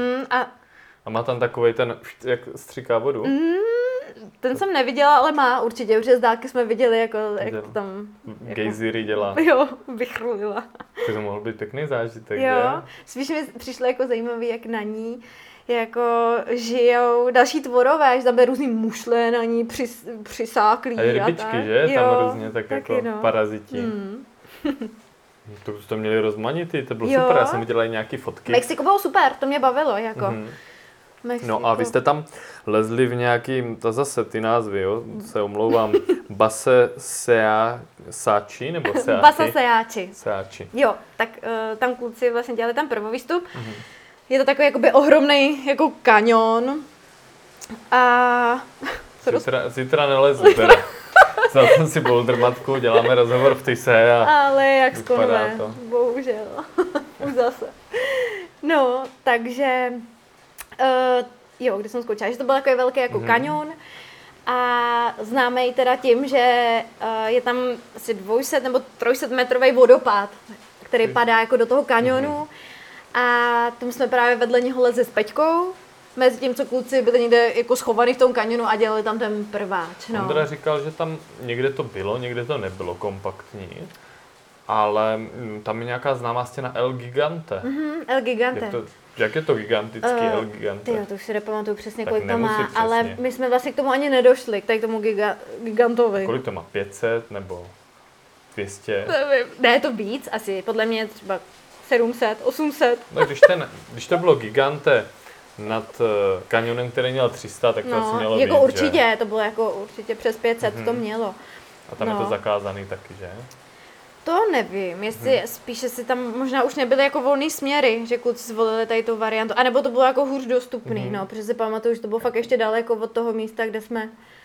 A A má tam takovej ten, jak stříká vodu? ten jsem neviděla, ale má určitě. Už z dálky jsme viděli, jak to tam... Gejzíry dělá. Jo, vychrlila. To mohl být pěkný zážitek, Jo, že? spíš mi přišlo jako zajímavý, jak na ní jako žijou další tvorové, že tam byly různý mušle na ní přisáklí A i rybičky, tak. že? Jo, Tam různě tak taky, jako no. paraziti. To měli rozmanitý, to bylo Jo. super, já jsem viděla i nějaký fotky. Mexiko bylo super, to mě bavilo, jako. Mexiko. No a vy jste tam lezli v nějakým, to zase ty názvy, jo, se omlouvám, Base Seači, nebo Seači? Basa Seači. Seači. Jo, tak tam kluci vlastně dělali tam prvovýstup. Je to takový jakoby ohromnej jako kanion. A... Zítra nelezu teda. Vzal jsem si boulder matku, děláme rozhovor v Tyse a Ale jak vypadá skonové, to. bohužel. Už zase. No, takže... jo, kde jsem skočila, že to byl takový velký jako kanion. A známe ji teda tím, že je tam asi 200 nebo 300 metrový vodopád, který padá jako do toho kanionu. A tam jsme právě vedle něho lezli s Peťkou, mezi tím, co kluci byli někde jako schovaný v tom kanionu a dělali tam ten prváč. No. Ondra říkal, že tam někde to bylo, někde to nebylo kompaktní, ale tam je nějaká známá stěna El Gigante. El Gigante. Jak je to gigantický El Gigante? Tyjo, to už si nepamatuju přesně, Tak kolik to nemusí má, přesně. ale my jsme vlastně k tomu ani nedošli, k tomu gigantovi. Kolik to má? 500 nebo 200. Ne, to víc asi, podle mě třeba 700, 800. No, když to bylo Gigante nad kanionem, který měl 300, tak to asi mělo jako víc, určitě, že? to bylo jako určitě přes 500 to mělo. A tam je to zakázaný taky, že? To nevím, jestli spíše si tam možná už nebyly jako volný směry, že kluci zvolili tady tu variantu, anebo to bylo jako hůř dostupný, no, protože si pamatuju, že to bylo fakt ještě daleko od toho místa, kde jsme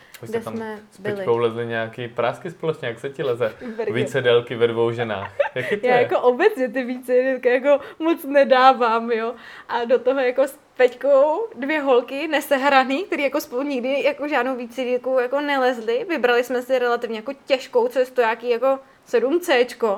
s Peťkou lezli nějaký prásky společně, jak se ti leze? Více délky ve 2 ženách. Jak je to? Já jako obecně ty vícejdélky jako moc nedávám, jo. A do toho jako s Peťkou 2 holky nesehraný, které jako spolu nikdy jako žádnou vícejdélku jako nelezly. Vybrali jsme si relativně jako těžkou cestu, jaký jako 7C.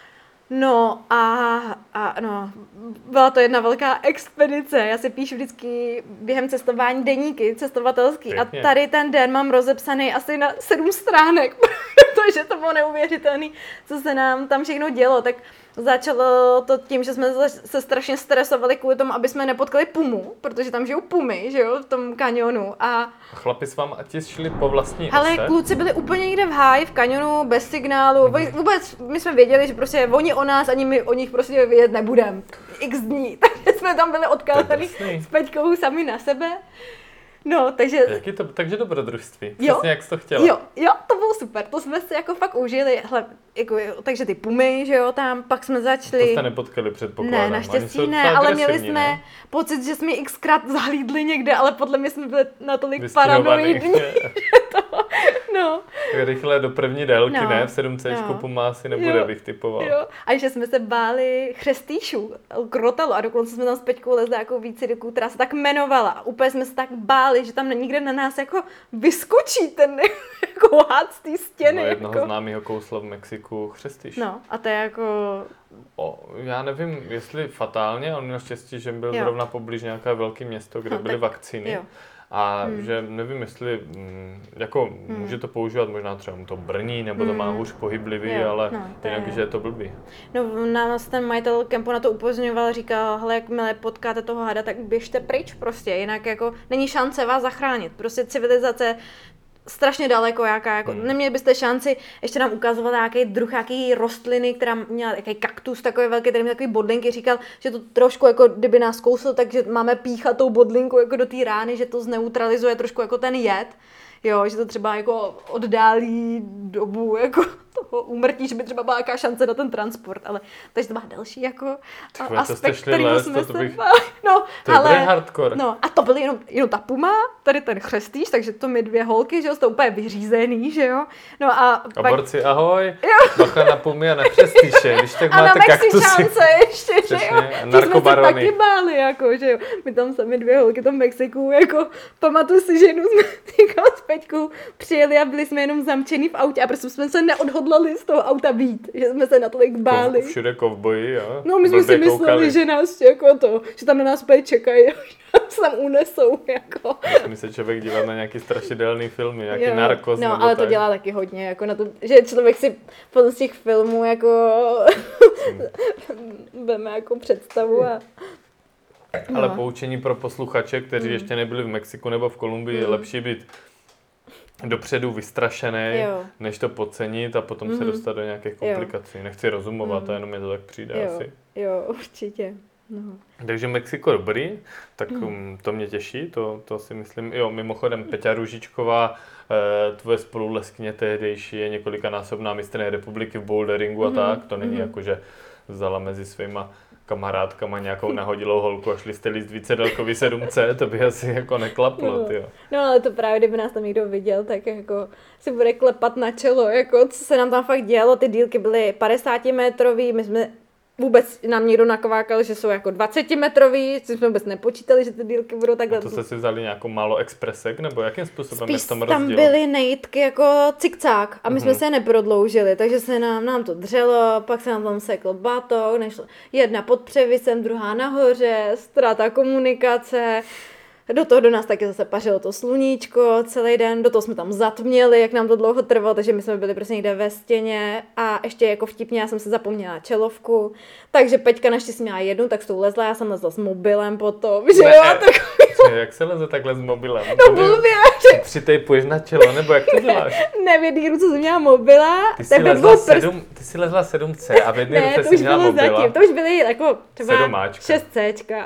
No a no, byla to jedna velká expedice. Já si píšu vždycky během cestování deníky cestovatelský. Pěkně. A tady ten den mám rozepsaný asi na 7 stránek, protože to bylo neuvěřitelné, co se nám tam všechno dělo. Tak začalo to tím, že jsme se strašně stresovali kvůli tomu, aby jsme nepotkali pumu, protože tam žijou pumy, že jo, v tom kanionu. A chlapi s vámi šli po vlastní ale ose? kluci byli úplně někde v háji, v kanionu, bez signálu. Vůbec my jsme věděli, že prostě oni o nás, ani my o nich prostě vědět nebudeme. X dní. Takže jsme tam byli odkázaní s Peťkou sami na sebe. No, takže... Takže dobrodružství. Jo, přesně jak jsi to chtěla. Jo, to bylo super. To jsme si jako fakt užili. Hle, jako, takže ty pumy, že jo, tam pak jsme začali... To jste nepotkali, předpokládám. Ne, naštěstí ne, ale měli jsme pocit, že jsme xkrát zahlídli někde, ale podle mě jsme byli natolik paranoidní. No. Rychle do první délky, ne? V 7C puma asi nebude, bych typoval. Jo. A že jsme se báli chřestýšů, krotelu, a dokonce jsme tam s Peťkou lezli jako vícejdélku, která se tak jmenovala. A úplně jsme se tak báli, že tam nikde na nás jako vyskočí ten jako hád z té stěny. No, jednoho jako. známého kousla v Mexiku chřestýš. No, a to je jako... Já nevím, jestli fatálně, on měl štěstí, že byl zrovna poblíž nějaké velké město, kde byly vakcíny. Jo. A že nevím, jestli jako může to používat, možná třeba mu to brní, nebo to má hůř pohyblivý, ale jinak, že je to blbý. No, nás ten majitel kempu na to upozorňoval, říkal, hele, jakmile potkáte toho hada, tak běžte pryč prostě, jinak jako není šance vás zachránit. Prostě civilizace strašně daleko, jako neměli byste šanci, ještě nám ukazoval nějaký druh, nějaký rostliny, která měla nějaký kaktus takový velký, který měl takový bodlinky, říkal, že to trošku jako kdyby nás kousl, takže máme píchat tou bodlinku jako do té rány, že to zneutralizuje trošku jako ten jed. Jo, že to třeba jako oddálí dobu jako toho úmrtí, že by třeba byla nějaká šance na ten transport, ale takže to má další jako aspekt, kterýho jsme se no, to ale je hardcore. No, a to byly jenom ta puma, tady ten chřestýš, takže to my 2 holky, že jo, to úplně vyřízený, že jo. No a pak... borci, ahoj, bacha na pumy a na chřestýše, když tak máte kaktusy. A na Mexikánce ještě, že jo. Narkobarony. Jsme se taky báli, jako, že jo. My tam sami 2 holky v Mexiku, jako pamatuju si, že jednou jsme s Peťkou přijeli a byli jsme jenom zamčený v autě a prostě jsme se neodhodlali z toho auta být, že jsme se natolik báli. Všude kovboji, jo. No, my jsme si mysleli, že nás jako to, že tam na nás úplně čekají, se tam unesou, jako. Musí se člověk dívat na nějaký strašidelný filmy, nějaký Narcos. No, ale to dělá taky hodně, jako na to, že člověk si z těch filmů jako veme jako představu a... Ale poučení pro posluchače, kteří ještě nebyli v Mexiku nebo v Kolumbii, je lepší být dopředu vystrašený, než to podcenit a potom se dostat do nějakých komplikací. Nechci rozumovat, a jenom mě to tak přijde asi. Jo, určitě. No. Takže Mexiko dobrý, tak to mě těší, to si myslím. Jo, mimochodem Peťa Růžičková, tvoje spoluleskyně tehdejší, je několikanásobná mistryně republiky v boulderingu a tak. To není jako, že vzala mezi svýma kamarádkama nějakou nahodilou holku a šli jste líst vícedelkový 7C, to by asi jako neklaplo, tyjo. No ale to právě, kdyby nás tam někdo viděl, tak jako si bude klepat na čelo, jako co se nám tam fakt dělo, ty dílky byly 50 metrový, my jsme vůbec nám někdo nakvákal, že jsou jako 20 metrový, což jsme vůbec nepočítali, že ty dílky budou takhle. A to jste si vzali nějakou málo expresek, nebo jakým způsobem spíš je v tom rozdíl? Tam byly nejítky jako cikcák a my jsme se neprodloužili, takže se nám to dřelo, pak se nám tam sekl batok, nešlo jedna pod převisem, druhá nahoře, ztráta komunikace, Do toho do nás taky zase pařilo to sluníčko celý den, do toho jsme tam zatměli, jak nám to dlouho trvalo, takže my jsme byli prostě někde ve stěně a ještě jako vtipně, já jsem se zapomněla čelovku, takže Peťka naštěstí měla jednu, tak s tou lezla, já jsem lezla s mobilem potom, že jo, tak... Jak se leze takhle s mobilem? No blbě, že... Přitejpuješ na čelo, nebo jak to děláš? Ne, v jedné ruce jsem měla mobila, Ty jsi lezla 7C a v jedné ruce jsi měla mobila. Zatím, to už byly jako třeba 6Cčka.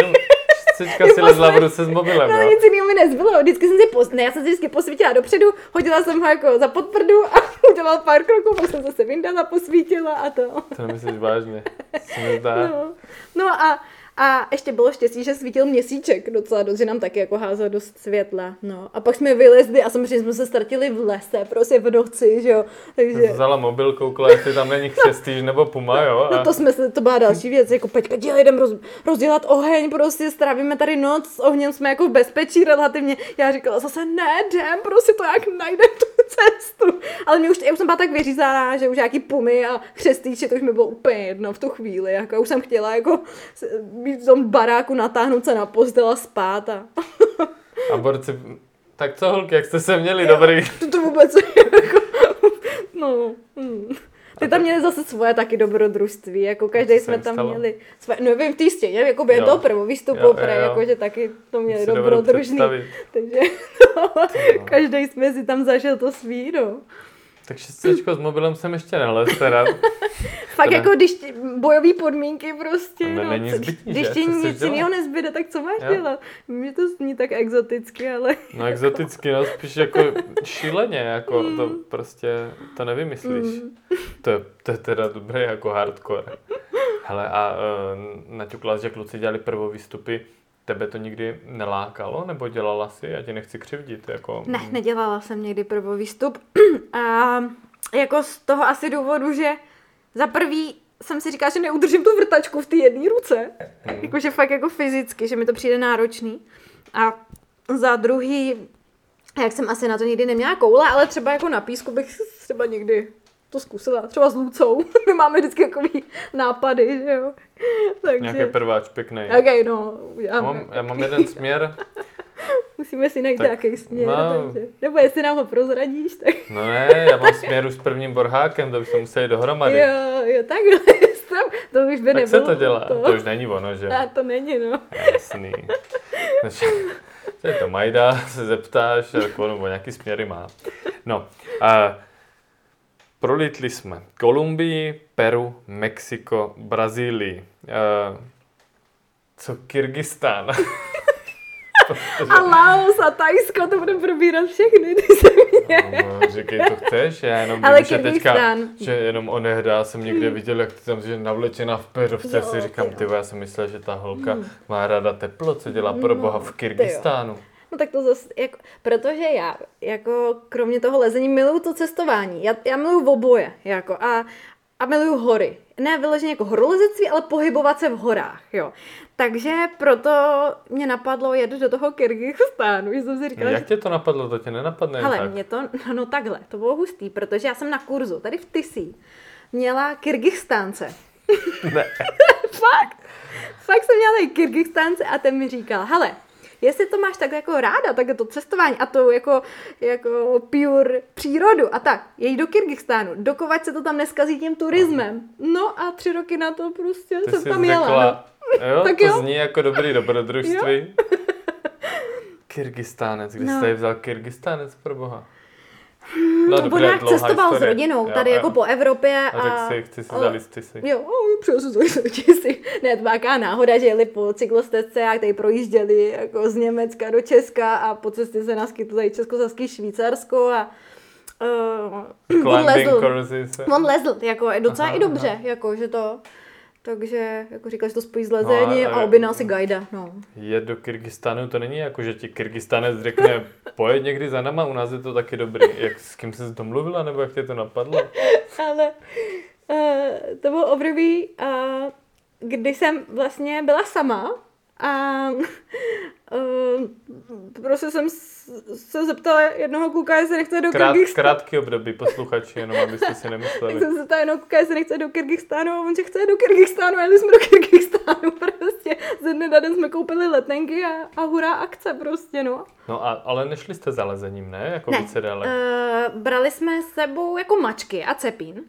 6Cčka si lezla v ruce s mobilem, no, jo? nic jiného mi nezbylo, vždycky jsem já jsem si vždycky posvítila dopředu, hodila jsem ho jako za podprdu a udělala pár kroků, pak jsem zase vyndala, posvítila a to. To nemyslíš vážně, se mi zdá. No a ještě bylo štěstí, že svítil měsíček docela dost, že nám taky jako házel dost světla, no. A pak jsme vylezli a samozřejmě jsme se ztratili v lese, prostě v noci, že jo, takže... Vzala mobil, koukla, jestli tam není chřestíš nebo puma, jo? A... No to byla další věc, jako Peťka, jdem rozdělat oheň, prostě strávíme tady noc, s ohněm jsme jako v bezpečí relativně. Já říkala zase ne, jdem, prostě to jak najdem tu cestu. Ale já už jsem byla tak vyřízená, že už nějaký pumy a chřestíči, to už mi bylo úplně jedno v tu chvíli, jako už jsem chtěla jako být v tom baráku, natáhnout se na postel a spát a... A borci, tak co holky, jak jste se měli, dobrý? To vůbec jako... No... Ty tam měli zase svoje taky dobrodružství, jako každý jsme tam stalo? Měli svoje, no vím, v té stěně, jako během toho prvovýstupu, jakože taky to měli dobrodružný, takže každý jsme si tam zažil to svý, no. Tak 6Cčko s mobilem jsem ještě nelez, teda. Fakt jako když bojové podmínky prostě, no, není zbytný, když ti nic jiného nezbyde, tak co máš dělat? Mně to zní tak exoticky, ale... No exoticky, no spíš jako šíleně, jako to prostě, to nevymyslíš. To je teda dobré jako hardcore. Hele a naťukla, že kluci dělali prvovýstupy, tebe to nikdy nelákalo, nebo dělala si? Já tě nechci křivdit, jako... Ne, nedělala jsem někdy prvovýstup. A jako z toho asi důvodu, že za prvý jsem si říkala, že neudržím tu vrtačku v té jedné ruce. Jakože fakt jako fyzicky, že mi to přijde náročný. A za druhý, jak jsem asi na to nikdy neměla koule, ale třeba jako na písku bych třeba někdy to zkusila. Třeba s Lucou. My máme vždycky takový nápady, že jo. Takže... Nějaký prváč pěkný. Okay, no. Já mám jeden směr. Musíme si najít nějaký směr. No, takže. Nebo jestli nám ho prozradíš, tak... No ne, já mám směr už s prvním borhákem, to bychom museli dohromady. Jo, takhle. To už by tak nebylo. Se to dělá, to už není ono, že? A to není, no. Jasný. Co je to Majda, se zeptáš, nebo nějaký směry má. No, prolítli jsme Kolumbii, Peru, Mexiko, Brazílii. Co Kyrgyzstán? A Laos a Thajsko, to budeme probírat všechny ty země. No, říkej, to chceš, já jenom vím, že teďka, že jenom onehdá jsem někde viděl, jak ty tam je navlečená v peřovce, si říkám, tyvo, já jsem myslel, že ta holka má ráda teplo, co dělá pro boha v Kyrgyzstánu. No tak to zase, jako, protože já, jako kromě toho lezení, miluju to cestování. Já miluju oboje, jako, a miluju hory. Ne vyloženě jako horolezectví, ale pohybovat se v horách, jo. Takže proto mě napadlo jet do toho Kyrgyzstánu, že jsem si říkala, jak tě to napadlo? To tě nenapadne ale tak? Mě to, no takhle, to bylo hustý, protože já jsem na kurzu, tady v Tisí, měla Kyrgyzstánce. Ne. Fakt jsem měla tady Kyrgyzstánce a ten mi říkal, hele, jestli to máš tak jako ráda, tak je to cestování a to jako pure přírodu a tak, jej do Kyrgyzstánu, dokovat se to tam neskazí tím turismem. No a 3 roky na to prostě jsem tam jela. Řekla, jo, tak to jo. Zní jako dobrý dobrodružství. Kyrgyzstánec, kdy jsi tady vzal Kyrgyzstánec pro boha? No, on nějak cestoval s rodinou, tady jako po Evropě. A tak si chci si zalisty si. Jo, přijel si zalisty si. Ne, to byla jaká náhoda, že jeli po cyklostezce a tady projížděli jako z Německa do Česka a po cestě se naskytlo tady Českosaský Švýcarsko a on lezl, jako docela i dobře, jako že to... Takže jako říkal, že to spojí s lezením a objednal si guida. No. Jet do Kyrgyzstánu to není jako, že ti Kyrgyzstánec řekne pojď někdy za náma, u nás je to taky dobrý. Jak, s kým jsi domluvila, nebo jak tě to napadlo? Ale to bylo období, kdy jsem vlastně byla sama a prostě jsem se zeptala jednoho kluka, jestli nechce do Kyrgyzstánu. Krátký období, posluchači, jenom abyste si nemysleli. Tak jsem se zeptala jednoho kluka, jestli nechce do Kyrgyzstánu a on, že chce do Kyrgyzstánu a jeli jsme do Kyrgyzstánu prostě ze dne na den jsme koupili letenky a hurá akce prostě, no. No ale nešli jste za lezením, ne? Jako více dalek. Brali jsme s sebou jako mačky a cepín,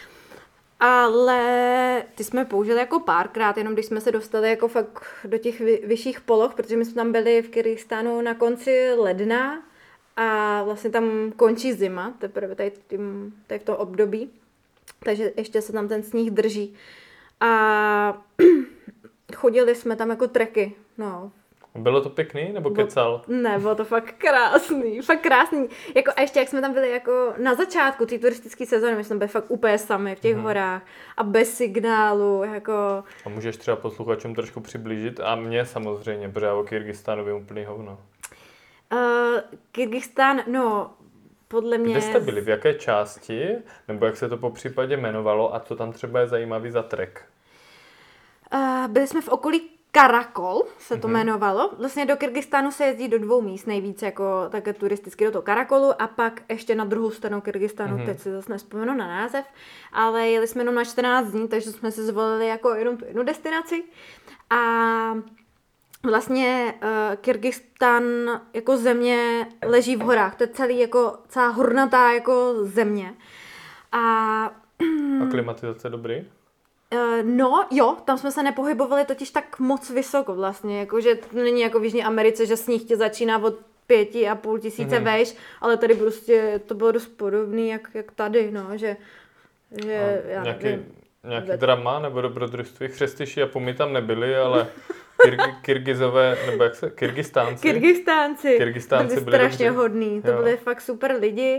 ale ty jsme použili jako párkrát, jenom když jsme se dostali jako fakt do těch vyšších poloh, protože my jsme tam byli v Kyrgyzstánu na konci ledna a vlastně tam končí zima, teprve tady v tom období, takže ještě se tam ten sníh drží. A chodili jsme tam jako treky, no. Bylo to pěkný, nebo kecal? Ne, bylo to fakt krásný. Jako, a ještě jak jsme tam byli jako na začátku té turistické sezóny, my jsme byli fakt úplně sami v těch horách a bez signálu, jako... A můžeš třeba posluchačům trošku přiblížit? A mě samozřejmě, protože já o Kyrgyzstánu vím úplný hovno. Kyrgyzstán, no, podle mě... Kde jste byli? V jaké části? Nebo jak se to po případě jmenovalo? A co tam třeba je zajímavý za trek? Byli jsme v okolí Karakol se to jmenovalo. Vlastně do Kyrgyzstánu se jezdí do 2 míst nejvíc, jako také turisticky do toho Karakolu a pak ještě na druhou stranu Kyrgyzstánu, teď si zase nespomenu na název, ale jeli jsme jenom na 14 dní, takže jsme si zvolili jako jenom tu jednu destinaci a vlastně Kyrgyzstán jako země leží v horách, to je celá hornatá jako země a klimatizace dobrý? No jo, tam jsme se nepohybovali totiž tak moc vysoko vlastně, jakože to není jako v Jižní Americe, že sníh tě začíná od 5,5 tisíce vejš, ale tady prostě to bylo dost podobný jak tady, no, že já nějaký drama nebo dobrodružství, chřestiši a pomy tam nebyli, ale Kyrgyzové, nebo jak se, Kyrgyzstánci byli strašně hodný, to byli fakt super lidi.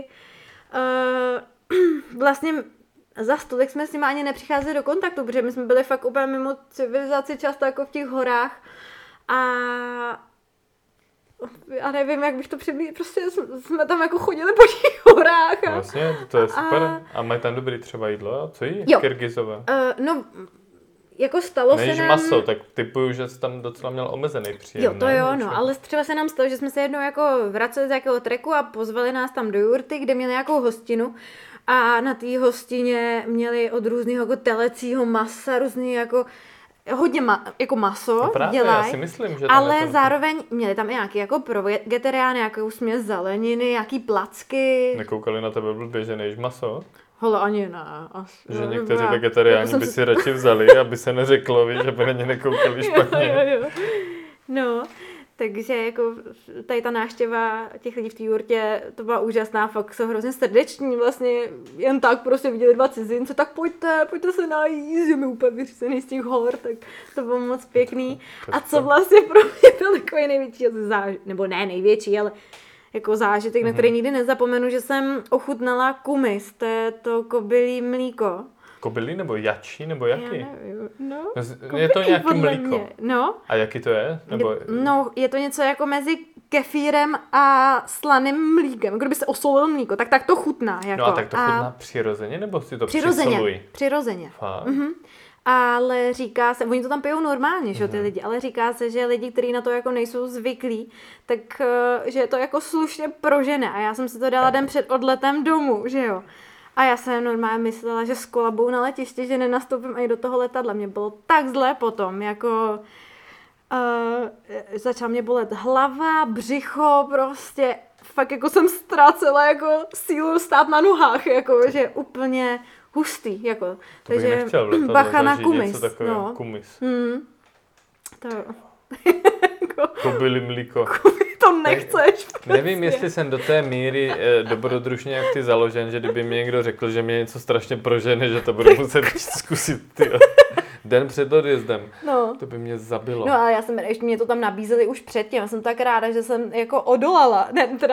Vlastně za stolik jsme s nimi ani nepřicházeli do kontaktu, protože my jsme byli fakt úplně mimo civilizaci, často jako v těch horách a já nevím, jak bych to přiblížila, prostě jsme tam jako chodili po těch horách. Vlastně, to je super. A mají tam dobrý třeba jídlo? Co jí Kyrgyzové? No, jako stalo se nám... maso, tak typuju, že jsi tam docela měl omezený příjem. Jo, to jo, no, ale třeba se nám stalo, že jsme se jednou jako vraceli z jakého treku a pozvali nás tam do jurty, kde měli nějakou hostinu. A na té hostině měli od různého jako telecího masa, různý jako hodně jako maso no právě, dělají, já si myslím, že tam ale je to... zároveň měli tam i nějaký jako pro vegetariány, nějakou směs zeleniny, nějaký placky. Nekoukali na tebe blbě, že nejíš maso? Hele, ani ne. Že někteří vegetariáni by si radši vzali, aby se neřeklo, víš, aby na ně nekoukali špatně. Jo. No, takže jako tady ta návštěva těch lidí v té jurtě, to byla úžasná, fakt jsou hrozně srdeční, vlastně jen tak prostě viděli 2 cizince, tak pojďte se najíst, že mi úplně vyřízený z těch hor, tak to bylo moc pěkný. A co vlastně pro mě byl takový největší zážitek, nebo ne největší, ale jako zážitek, na který nikdy nezapomenu, že jsem ochutnala kumis, to je to kobylí mlíko. Kobylí nebo jačí, nebo jaký? Já nevím, no. Je to nějaký mlíko? Mě. No. A jaký to je? Nebo... No, je to něco jako mezi kefírem a slaným mlíkem. Kdyby se osolil mlíko, tak to chutná. Jako. No a tak to chutná přirozeně, nebo si to přisolují? Přirozeně. Fakt? Ale říká se, oni to tam pijou normálně, že ty lidi, ale říká se, že lidi, kteří na to jako nejsou zvyklí, tak že je to jako slušně pro ženy. A já jsem si to dala den před odletem domů, že jo. A já jsem normálně myslela, že skolabou na letišti, že nenastoupím ani do toho letadla. Mě bylo tak zlé potom, jako začala mě bolet hlava, břicho, prostě fakt jako jsem ztrácela jako sílu stát na nohách, jako že úplně hustý, jako. To takže bych nechtěl v letadle bacha na zažít kumis. něco takové, No. kumis. To Kobylí mlíko. to nechceš. Nevím, jestli jsem do té míry dobrodružně jak ty založen, že kdyby mi někdo řekl, že mě něco strašně prožene, že to budu muset zkusit den před odjezdem. No. To by mě zabilo. No a já jsem ještě mě to tam nabízeli už předtím. Já jsem tak ráda, že jsem jako odolala.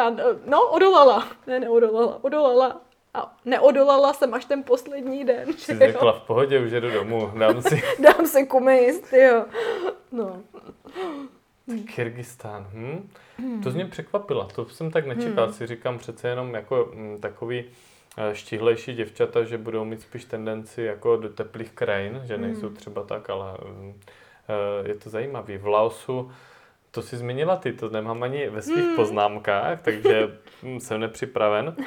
Odolala. A neodolala jsem až ten poslední den. Jsi řekla v pohodě, už jedu domů, dám si kumis, jo. No. Kyrgyzstán, To mě překvapila, to jsem tak nečekal, si říkám přece jenom jako takový štíhlejší děvčata, že budou mít spíš tendenci jako do teplých krajin, že nejsou třeba tak, ale je to zajímavý. V Laosu, to si zmínila ty, to nemám ani ve svých poznámkách, takže jsem nepřipraven.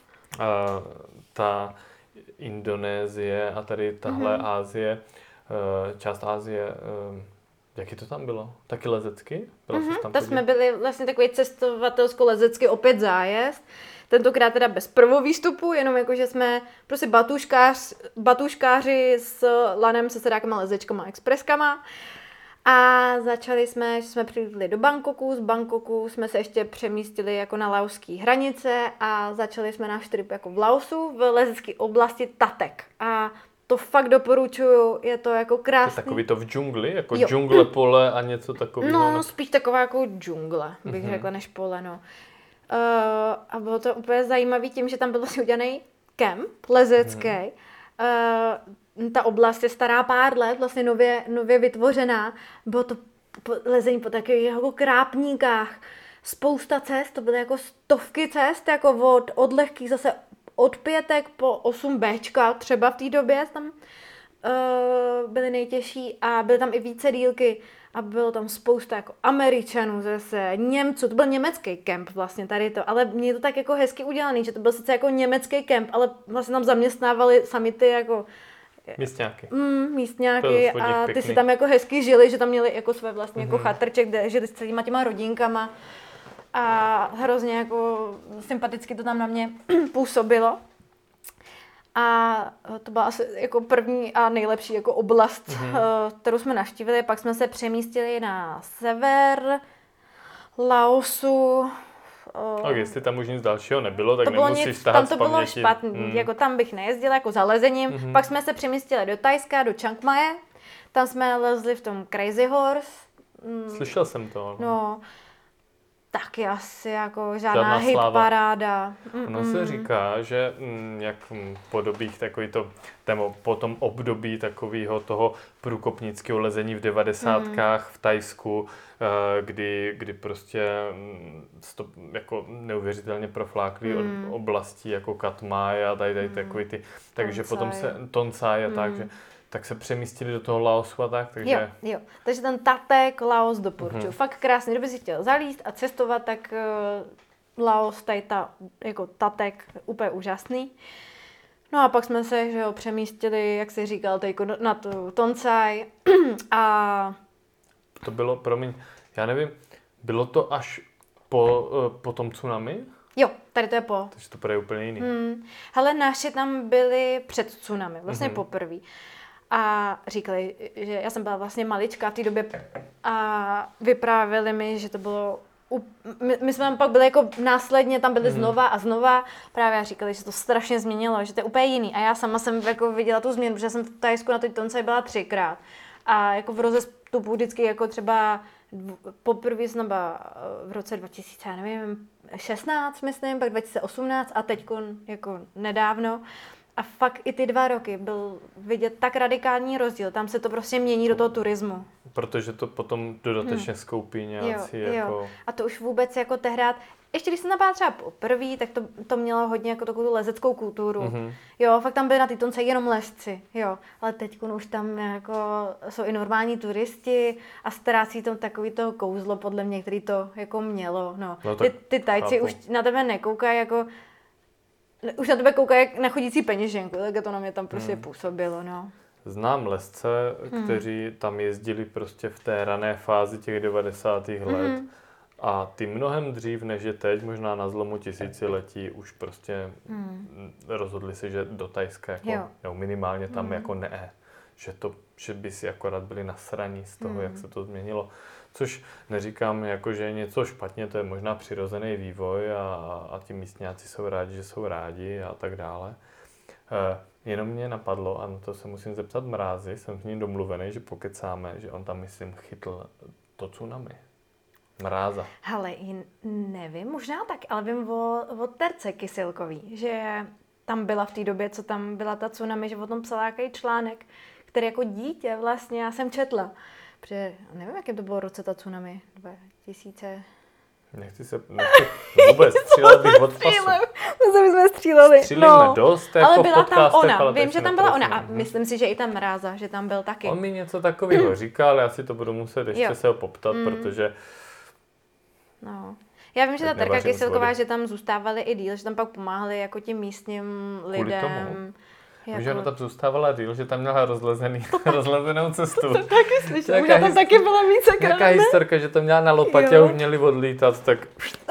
Ta Indonésie a tady tahle Asie, část Asie, Jaký to tam bylo? Taky lezecky? Byla jsi tam Tak jsme podívat? byli vlastně takový cestovatelsko-lezecký opět zájezd. Tentokrát teda bez prvovýstupu, jenom jako, že jsme prostě batuškáři s lanem, se sedákama, lezečkama, expreskama. A začali jsme, že jsme přijeli do Bangkoku, z Bangkoku jsme se ještě přemístili jako na laoské hranice a začali jsme náš trip jako v Laosu, v lezecké oblasti Tatek. A to fakt doporučuju, je to jako To je krásný. takový to v džungli? Jako Jo. džungle, pole a něco takového? No, spíš taková jako džungle, bych řekla, než pole, no. A bylo to úplně zajímavé tím, že tam byl vlastně udělaný kemp lezecký. Ta oblast je stará pár let, vlastně nově vytvořená. Bylo to lezení po takových jako krápníkách. Spousta cest, to byly jako stovky cest, jako od lehkých zase od 5 po 8 Bčka třeba v té době tam byly nejtěžší a byly tam i více dílky a bylo tam spousta jako Američanů zase, Němců, to byl německý kemp vlastně tady to, ale mě je to tak jako hezky udělaný, že to byl sice jako německý kemp, ale vlastně tam zaměstnávali sami ty jako Místňáky. To místňáky je od nich a ty pěkný. si tam jako hezky žili, že tam měli jako své vlastní jako chatrček, kde žili s těma rodinkama a hrozně jako sympaticky to tam na mě působilo. A to byla asi jako první a nejlepší jako oblast, kterou jsme navštívili. Pak jsme se přemístili na sever Laosu. Tak jestli tam už nic dalšího nebylo, tak To bylo nemusíš nic, tahat tam z to bylo paměti. špatný, jako tam bych nejezdila jako za lezením. Pak jsme se přemístili do Thajska, do Chiang Maje. Tam jsme lezli v tom Crazy Horse. Slyšel jsem to. No, taky asi jako žádná Žádná hit sláva. paráda. Ono se říká, že jak podobích takový to, nebo po tom období takového toho průkopnického lezení v 90kách v Thajsku, kdy prostě to jako neuvěřitelně profláklý oblastí jako Katmai a tady takový ty, takže potom se Tonsai a tak se přemístili do toho Laosu a tak, takže... Jo. Takže ten Tatek, Laos doporučuji. Fakt krásný, kdyby si chtěl zalíst a cestovat, tak Laos, tady jako Tatek, úplně úžasný. No a pak jsme se, že jo, přemístili, jak jsi říkal, na tu Tonsai a... To bylo, promiň, já nevím, bylo to až po tom tsunami? Jo, tady to je po. Takže to bude úplně jiný. Hele, naši tam byli před tsunami, vlastně poprvé. A říkali, že já jsem byla vlastně malička v té době a vyprávěli mi, že to bylo... My jsme tam pak byli jako následně, tam byli znova a znova, právě říkali, že to strašně změnilo, že to je úplně jiný. A já sama jsem jako viděla tu změnu, protože jsem v Thajsku na té Tonsai byla 3krát. A jako v rozestupu vždycky jako třeba poprvé jsem byla v roce 2000, nevím, 16, myslím, pak 2018 a teď jako nedávno. A fakt i ty 2 roky byl vidět tak radikální rozdíl. Tam se to prostě mění do toho turismu. Protože to potom dodatečně skoupí nějací jako... A to už vůbec jako tehrát... Ještě když jsem tam byla třeba poprvé, tak to mělo hodně jako takovou lezeckou kulturu. Jo, fakt tam byli na té Tonce jenom lezci, jo. Ale teď už tam jako jsou i normální turisti a ztrácí tam takový to kouzlo, podle mě, který to jako mělo. No. Ty Tajci už na tebe nekoukají jako... Už na tebe koukají jak na chodící peněženku, tak to na mě tam prostě působilo, no. Znám lezce, kteří tam jezdili prostě v té rané fázi těch 90. let a ty mnohem dřív, než je teď, možná na zlomu tisíciletí, už prostě rozhodli se, že do Thajska jako, jo, minimálně tam jako ne. Že by si akorát byli nasraní z toho, jak se to změnilo. Což neříkám, jako, že je něco špatně, to je možná přirozený vývoj a ti místňáci jsou rádi, že jsou rádi a tak dále. Jenom mě napadlo, a na to se musím zeptat Mrázy, jsem s ním domluvený, že pokecáme, že on tam, myslím, chytl to tsunami. Mráza. Hele, nevím, možná tak, ale vím o Terce Kysilkový, že tam byla v té době, co tam byla ta tsunami, že o tom psala nějaký článek, který jako dítě vlastně já jsem četla. Protože nevím, jakým to bylo roce ta tsunami, 2000... Nechci vůbec, střílet bych od pasu. My jsme stříleli. Střílíme dost, jako ale byla v podcastech, tam ona, vím, teď že tam byla ona neprosím. a myslím si, že i tam Mráza, že tam byl taky. On mi něco takového říkal, já si to budu muset ještě se ho poptat, protože... No. Já vím, že ta Teď Terka nevařím z Kysilková, vody. že tam zůstávali i díl, že tam pak pomáhali jako tím místním lidem. Tomu? Víš, že ona tam zůstávala díl, že tam měla rozlezenou cestu. To taky slyšela, že tam taky byla vícekrát. Nějaká historka, že to měla na lopatě a už měli odlítat, tak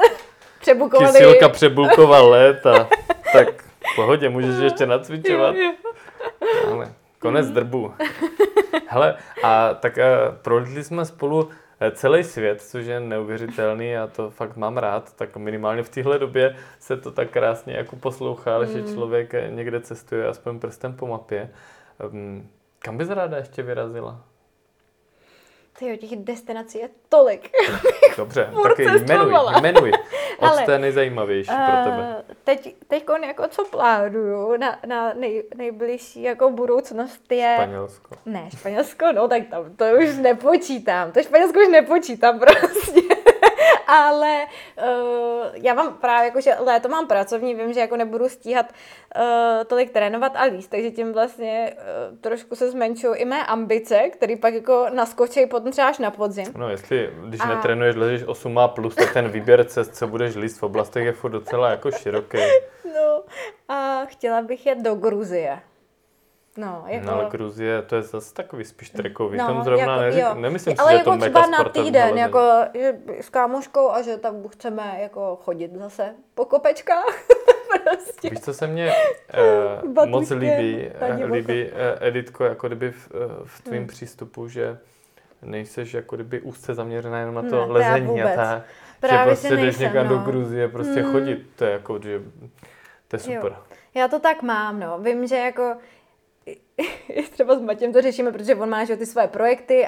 Kysilka přebulkoval let a tak v pohodě, můžeš ještě nacvičovat. Ale konec drbu. Hele, a tak prolítli jsme spolu celý svět, což je neuvěřitelný a to fakt mám rád, tak minimálně v téhle době se to tak krásně jako poslouchá, že člověk někde cestuje aspoň prstem po mapě. Kam bys ráda ještě vyrazila? Tyjo, těch destinací je tolik. Dobře, taky jmenuj. Od té nejzajímavější pro tebe. Teď jako co plánuju na nejbližší jako budoucnost je... Španělsko. Ne, Španělsko, no tak tam to už nepočítám. To Španělsko už nepočítám prostě. Ale já mám právě jako, že léto mám pracovní, vím, že jako nebudu stíhat tolik trénovat a líst, takže tím vlastně trošku se zmenšují i mé ambice, které pak jako naskočí potom třeba až na podzim. No když netrénuješ, ležíš 8+, tak ten výběr cest, co budeš líst v oblastech, je furt docela jako široký. No a chtěla bych jet do Gruzie. No, ale Gruzie, to je zase takový spíš trekový, no, tam zrovna jako, nemyslím si, ale že jako to mega třeba na sportem týden, založený. jako že s kámoškou a že tam chceme jako chodit zase po kopečkách. Prostě. Víš, co se mně moc líbí, Editko, jako kdyby v tvým přístupu, že nejseš jako kdyby úzce zaměřená jenom na to lezení a tak. Právě že prostě jdeš někam do Gruzie prostě chodit, to je jako, že to je super. Jo. Já to tak mám, no. Vím, že jako třeba s Matějem to řešíme, protože on má že, ty své projekty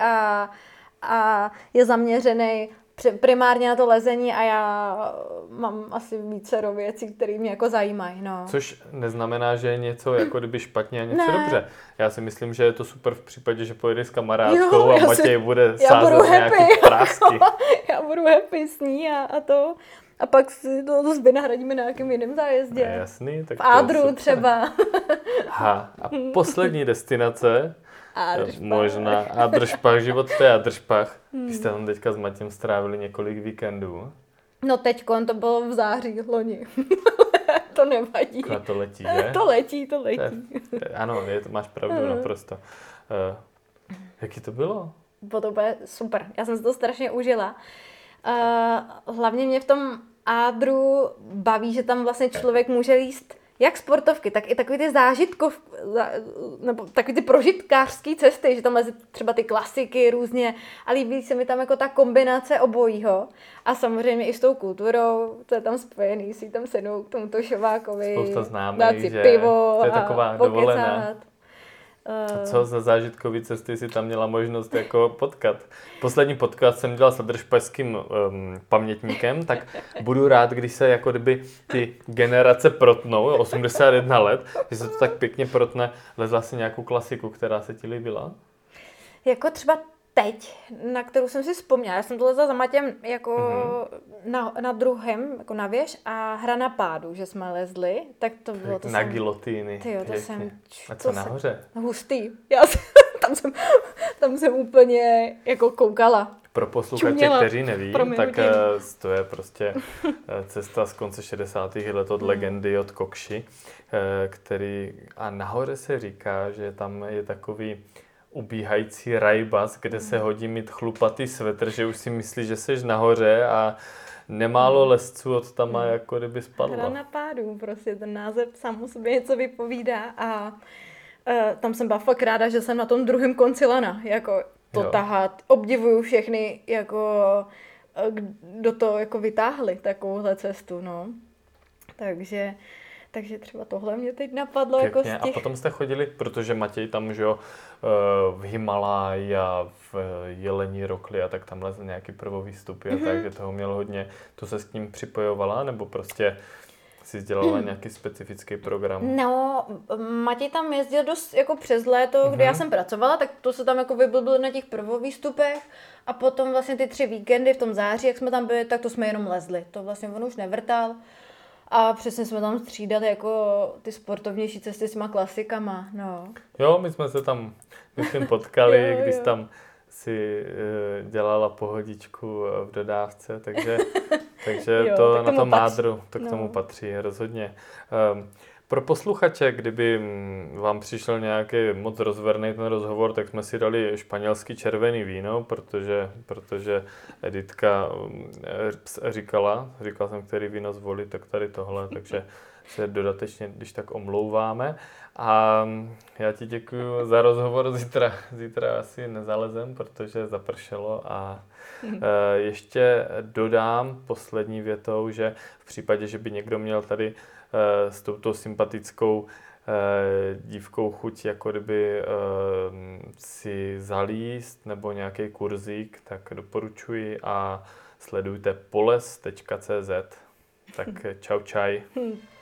a je zaměřený primárně na to lezení a já mám asi vícero věcí, které mě jako zajímají. No. Což neznamená, že je něco jako kdyby špatně a něco dobře. Já si myslím, že je to super v případě, že pojedeš s kamarádkou a Matěj bude sázet nějaký prásky. Já budu happy s ní a to. A pak si to vynahradíme na nějakém jiném zájezdě. Jasný, tak v Ádru třeba. A poslední destinace, Ádršpach. možná Ádršpach, život v té Ádršpach. Vy jste tam teďka s Matějem strávili několik víkendů. No teďkon, to bylo v září loni. To nevadí. To letí, že? To letí. Ano, máš pravdu naprosto. Jaký to bylo? Bylo to úplně super. Já jsem si to strašně užila. Hlavně mě v tom Ádru baví, že tam vlastně člověk může jíst jak sportovky, tak i takový ty nebo takový ty prožitkářský cesty, že tam leze třeba ty klasiky různě a líbí se mi tam jako ta kombinace obojího a samozřejmě i s tou kulturou, to je tam spojený, si tam sednou k tomuto šovákovi, spousta známých, dát si že pivo to je taková a dovolená. pokecat. Co za zážitkový cesty si tam měla možnost jako potkat? Poslední podcast jsem dělal s ádršpašským pamětníkem, tak budu rád, když se jako kdyby ty generace protnou, 81 let, že se to tak pěkně protne. Lezla si nějakou klasiku, která se ti líbila? Jako třeba teď, na kterou jsem si vzpomněla, já jsem to lezla za Matějem jako na druhém, jako na věž a hra na pádu, že jsme lezli, tak to bylo to na gilotýny. Tyjo, to jsem... A co nahoře? Hustý. Tam jsem úplně jako koukala. Pro posluchače, kteří neví, tak to je prostě cesta z konce 60. let od legendy, od Kokši, který, a nahoře se říká, že tam je takový ubíhající rajbas, kde se hodí mít chlupatý svetr, že už si myslíš, že seš nahoře a nemálo lezců od tam jako kdyby spadlo. Hra na pádu, prostě ten název sám o sobě něco vypovídá a tam jsem byla fakt ráda, že jsem na tom druhém konci lana, jako to tahat. Obdivuju všechny, jako kdo to jako vytáhli, takovouhle cestu, no. Takže třeba tohle mě teď napadlo. Pěkně. Jako z těch... A potom jste chodili, protože Matěj tam, že jo, v Himaláji a v Jelení rokli a tak tam lezl nějaký prvovýstupy a tak, že toho měl hodně. To se s ním připojovala, nebo prostě jsi dělala nějaký specifický program? No, Matěj tam jezdil dost jako přes léto, kdy já jsem pracovala, tak to se tam jako vyblbilo na těch prvovýstupech a potom vlastně ty 3 víkendy v tom září, jak jsme tam byli, tak to jsme jenom lezli. To vlastně on už nevrtal. A přesně jsme tam střídali jako ty sportovnější cesty s těma klasikama, no. Jo, my jsme se tam, myslím, potkali, když tam si dělala pohodičku v dodávce, takže jo, to na tom Ádru, to k tomu patří rozhodně. Pro posluchače, kdyby vám přišel nějaký moc rozverný ten rozhovor, tak jsme si dali španělský červený víno, protože Editka říkal jsem, který víno zvolit, tak tady tohle, takže se dodatečně, když tak omlouváme. A já ti děkuji za rozhovor, zítra asi nezalezem, protože zapršelo a ještě dodám poslední větou, že v případě, že by někdo měl tady s touto sympatickou dívkou chuť jako kdyby si zalíst nebo nějaký kurzík, tak doporučuji a sledujte poles.cz. Tak čau čaj.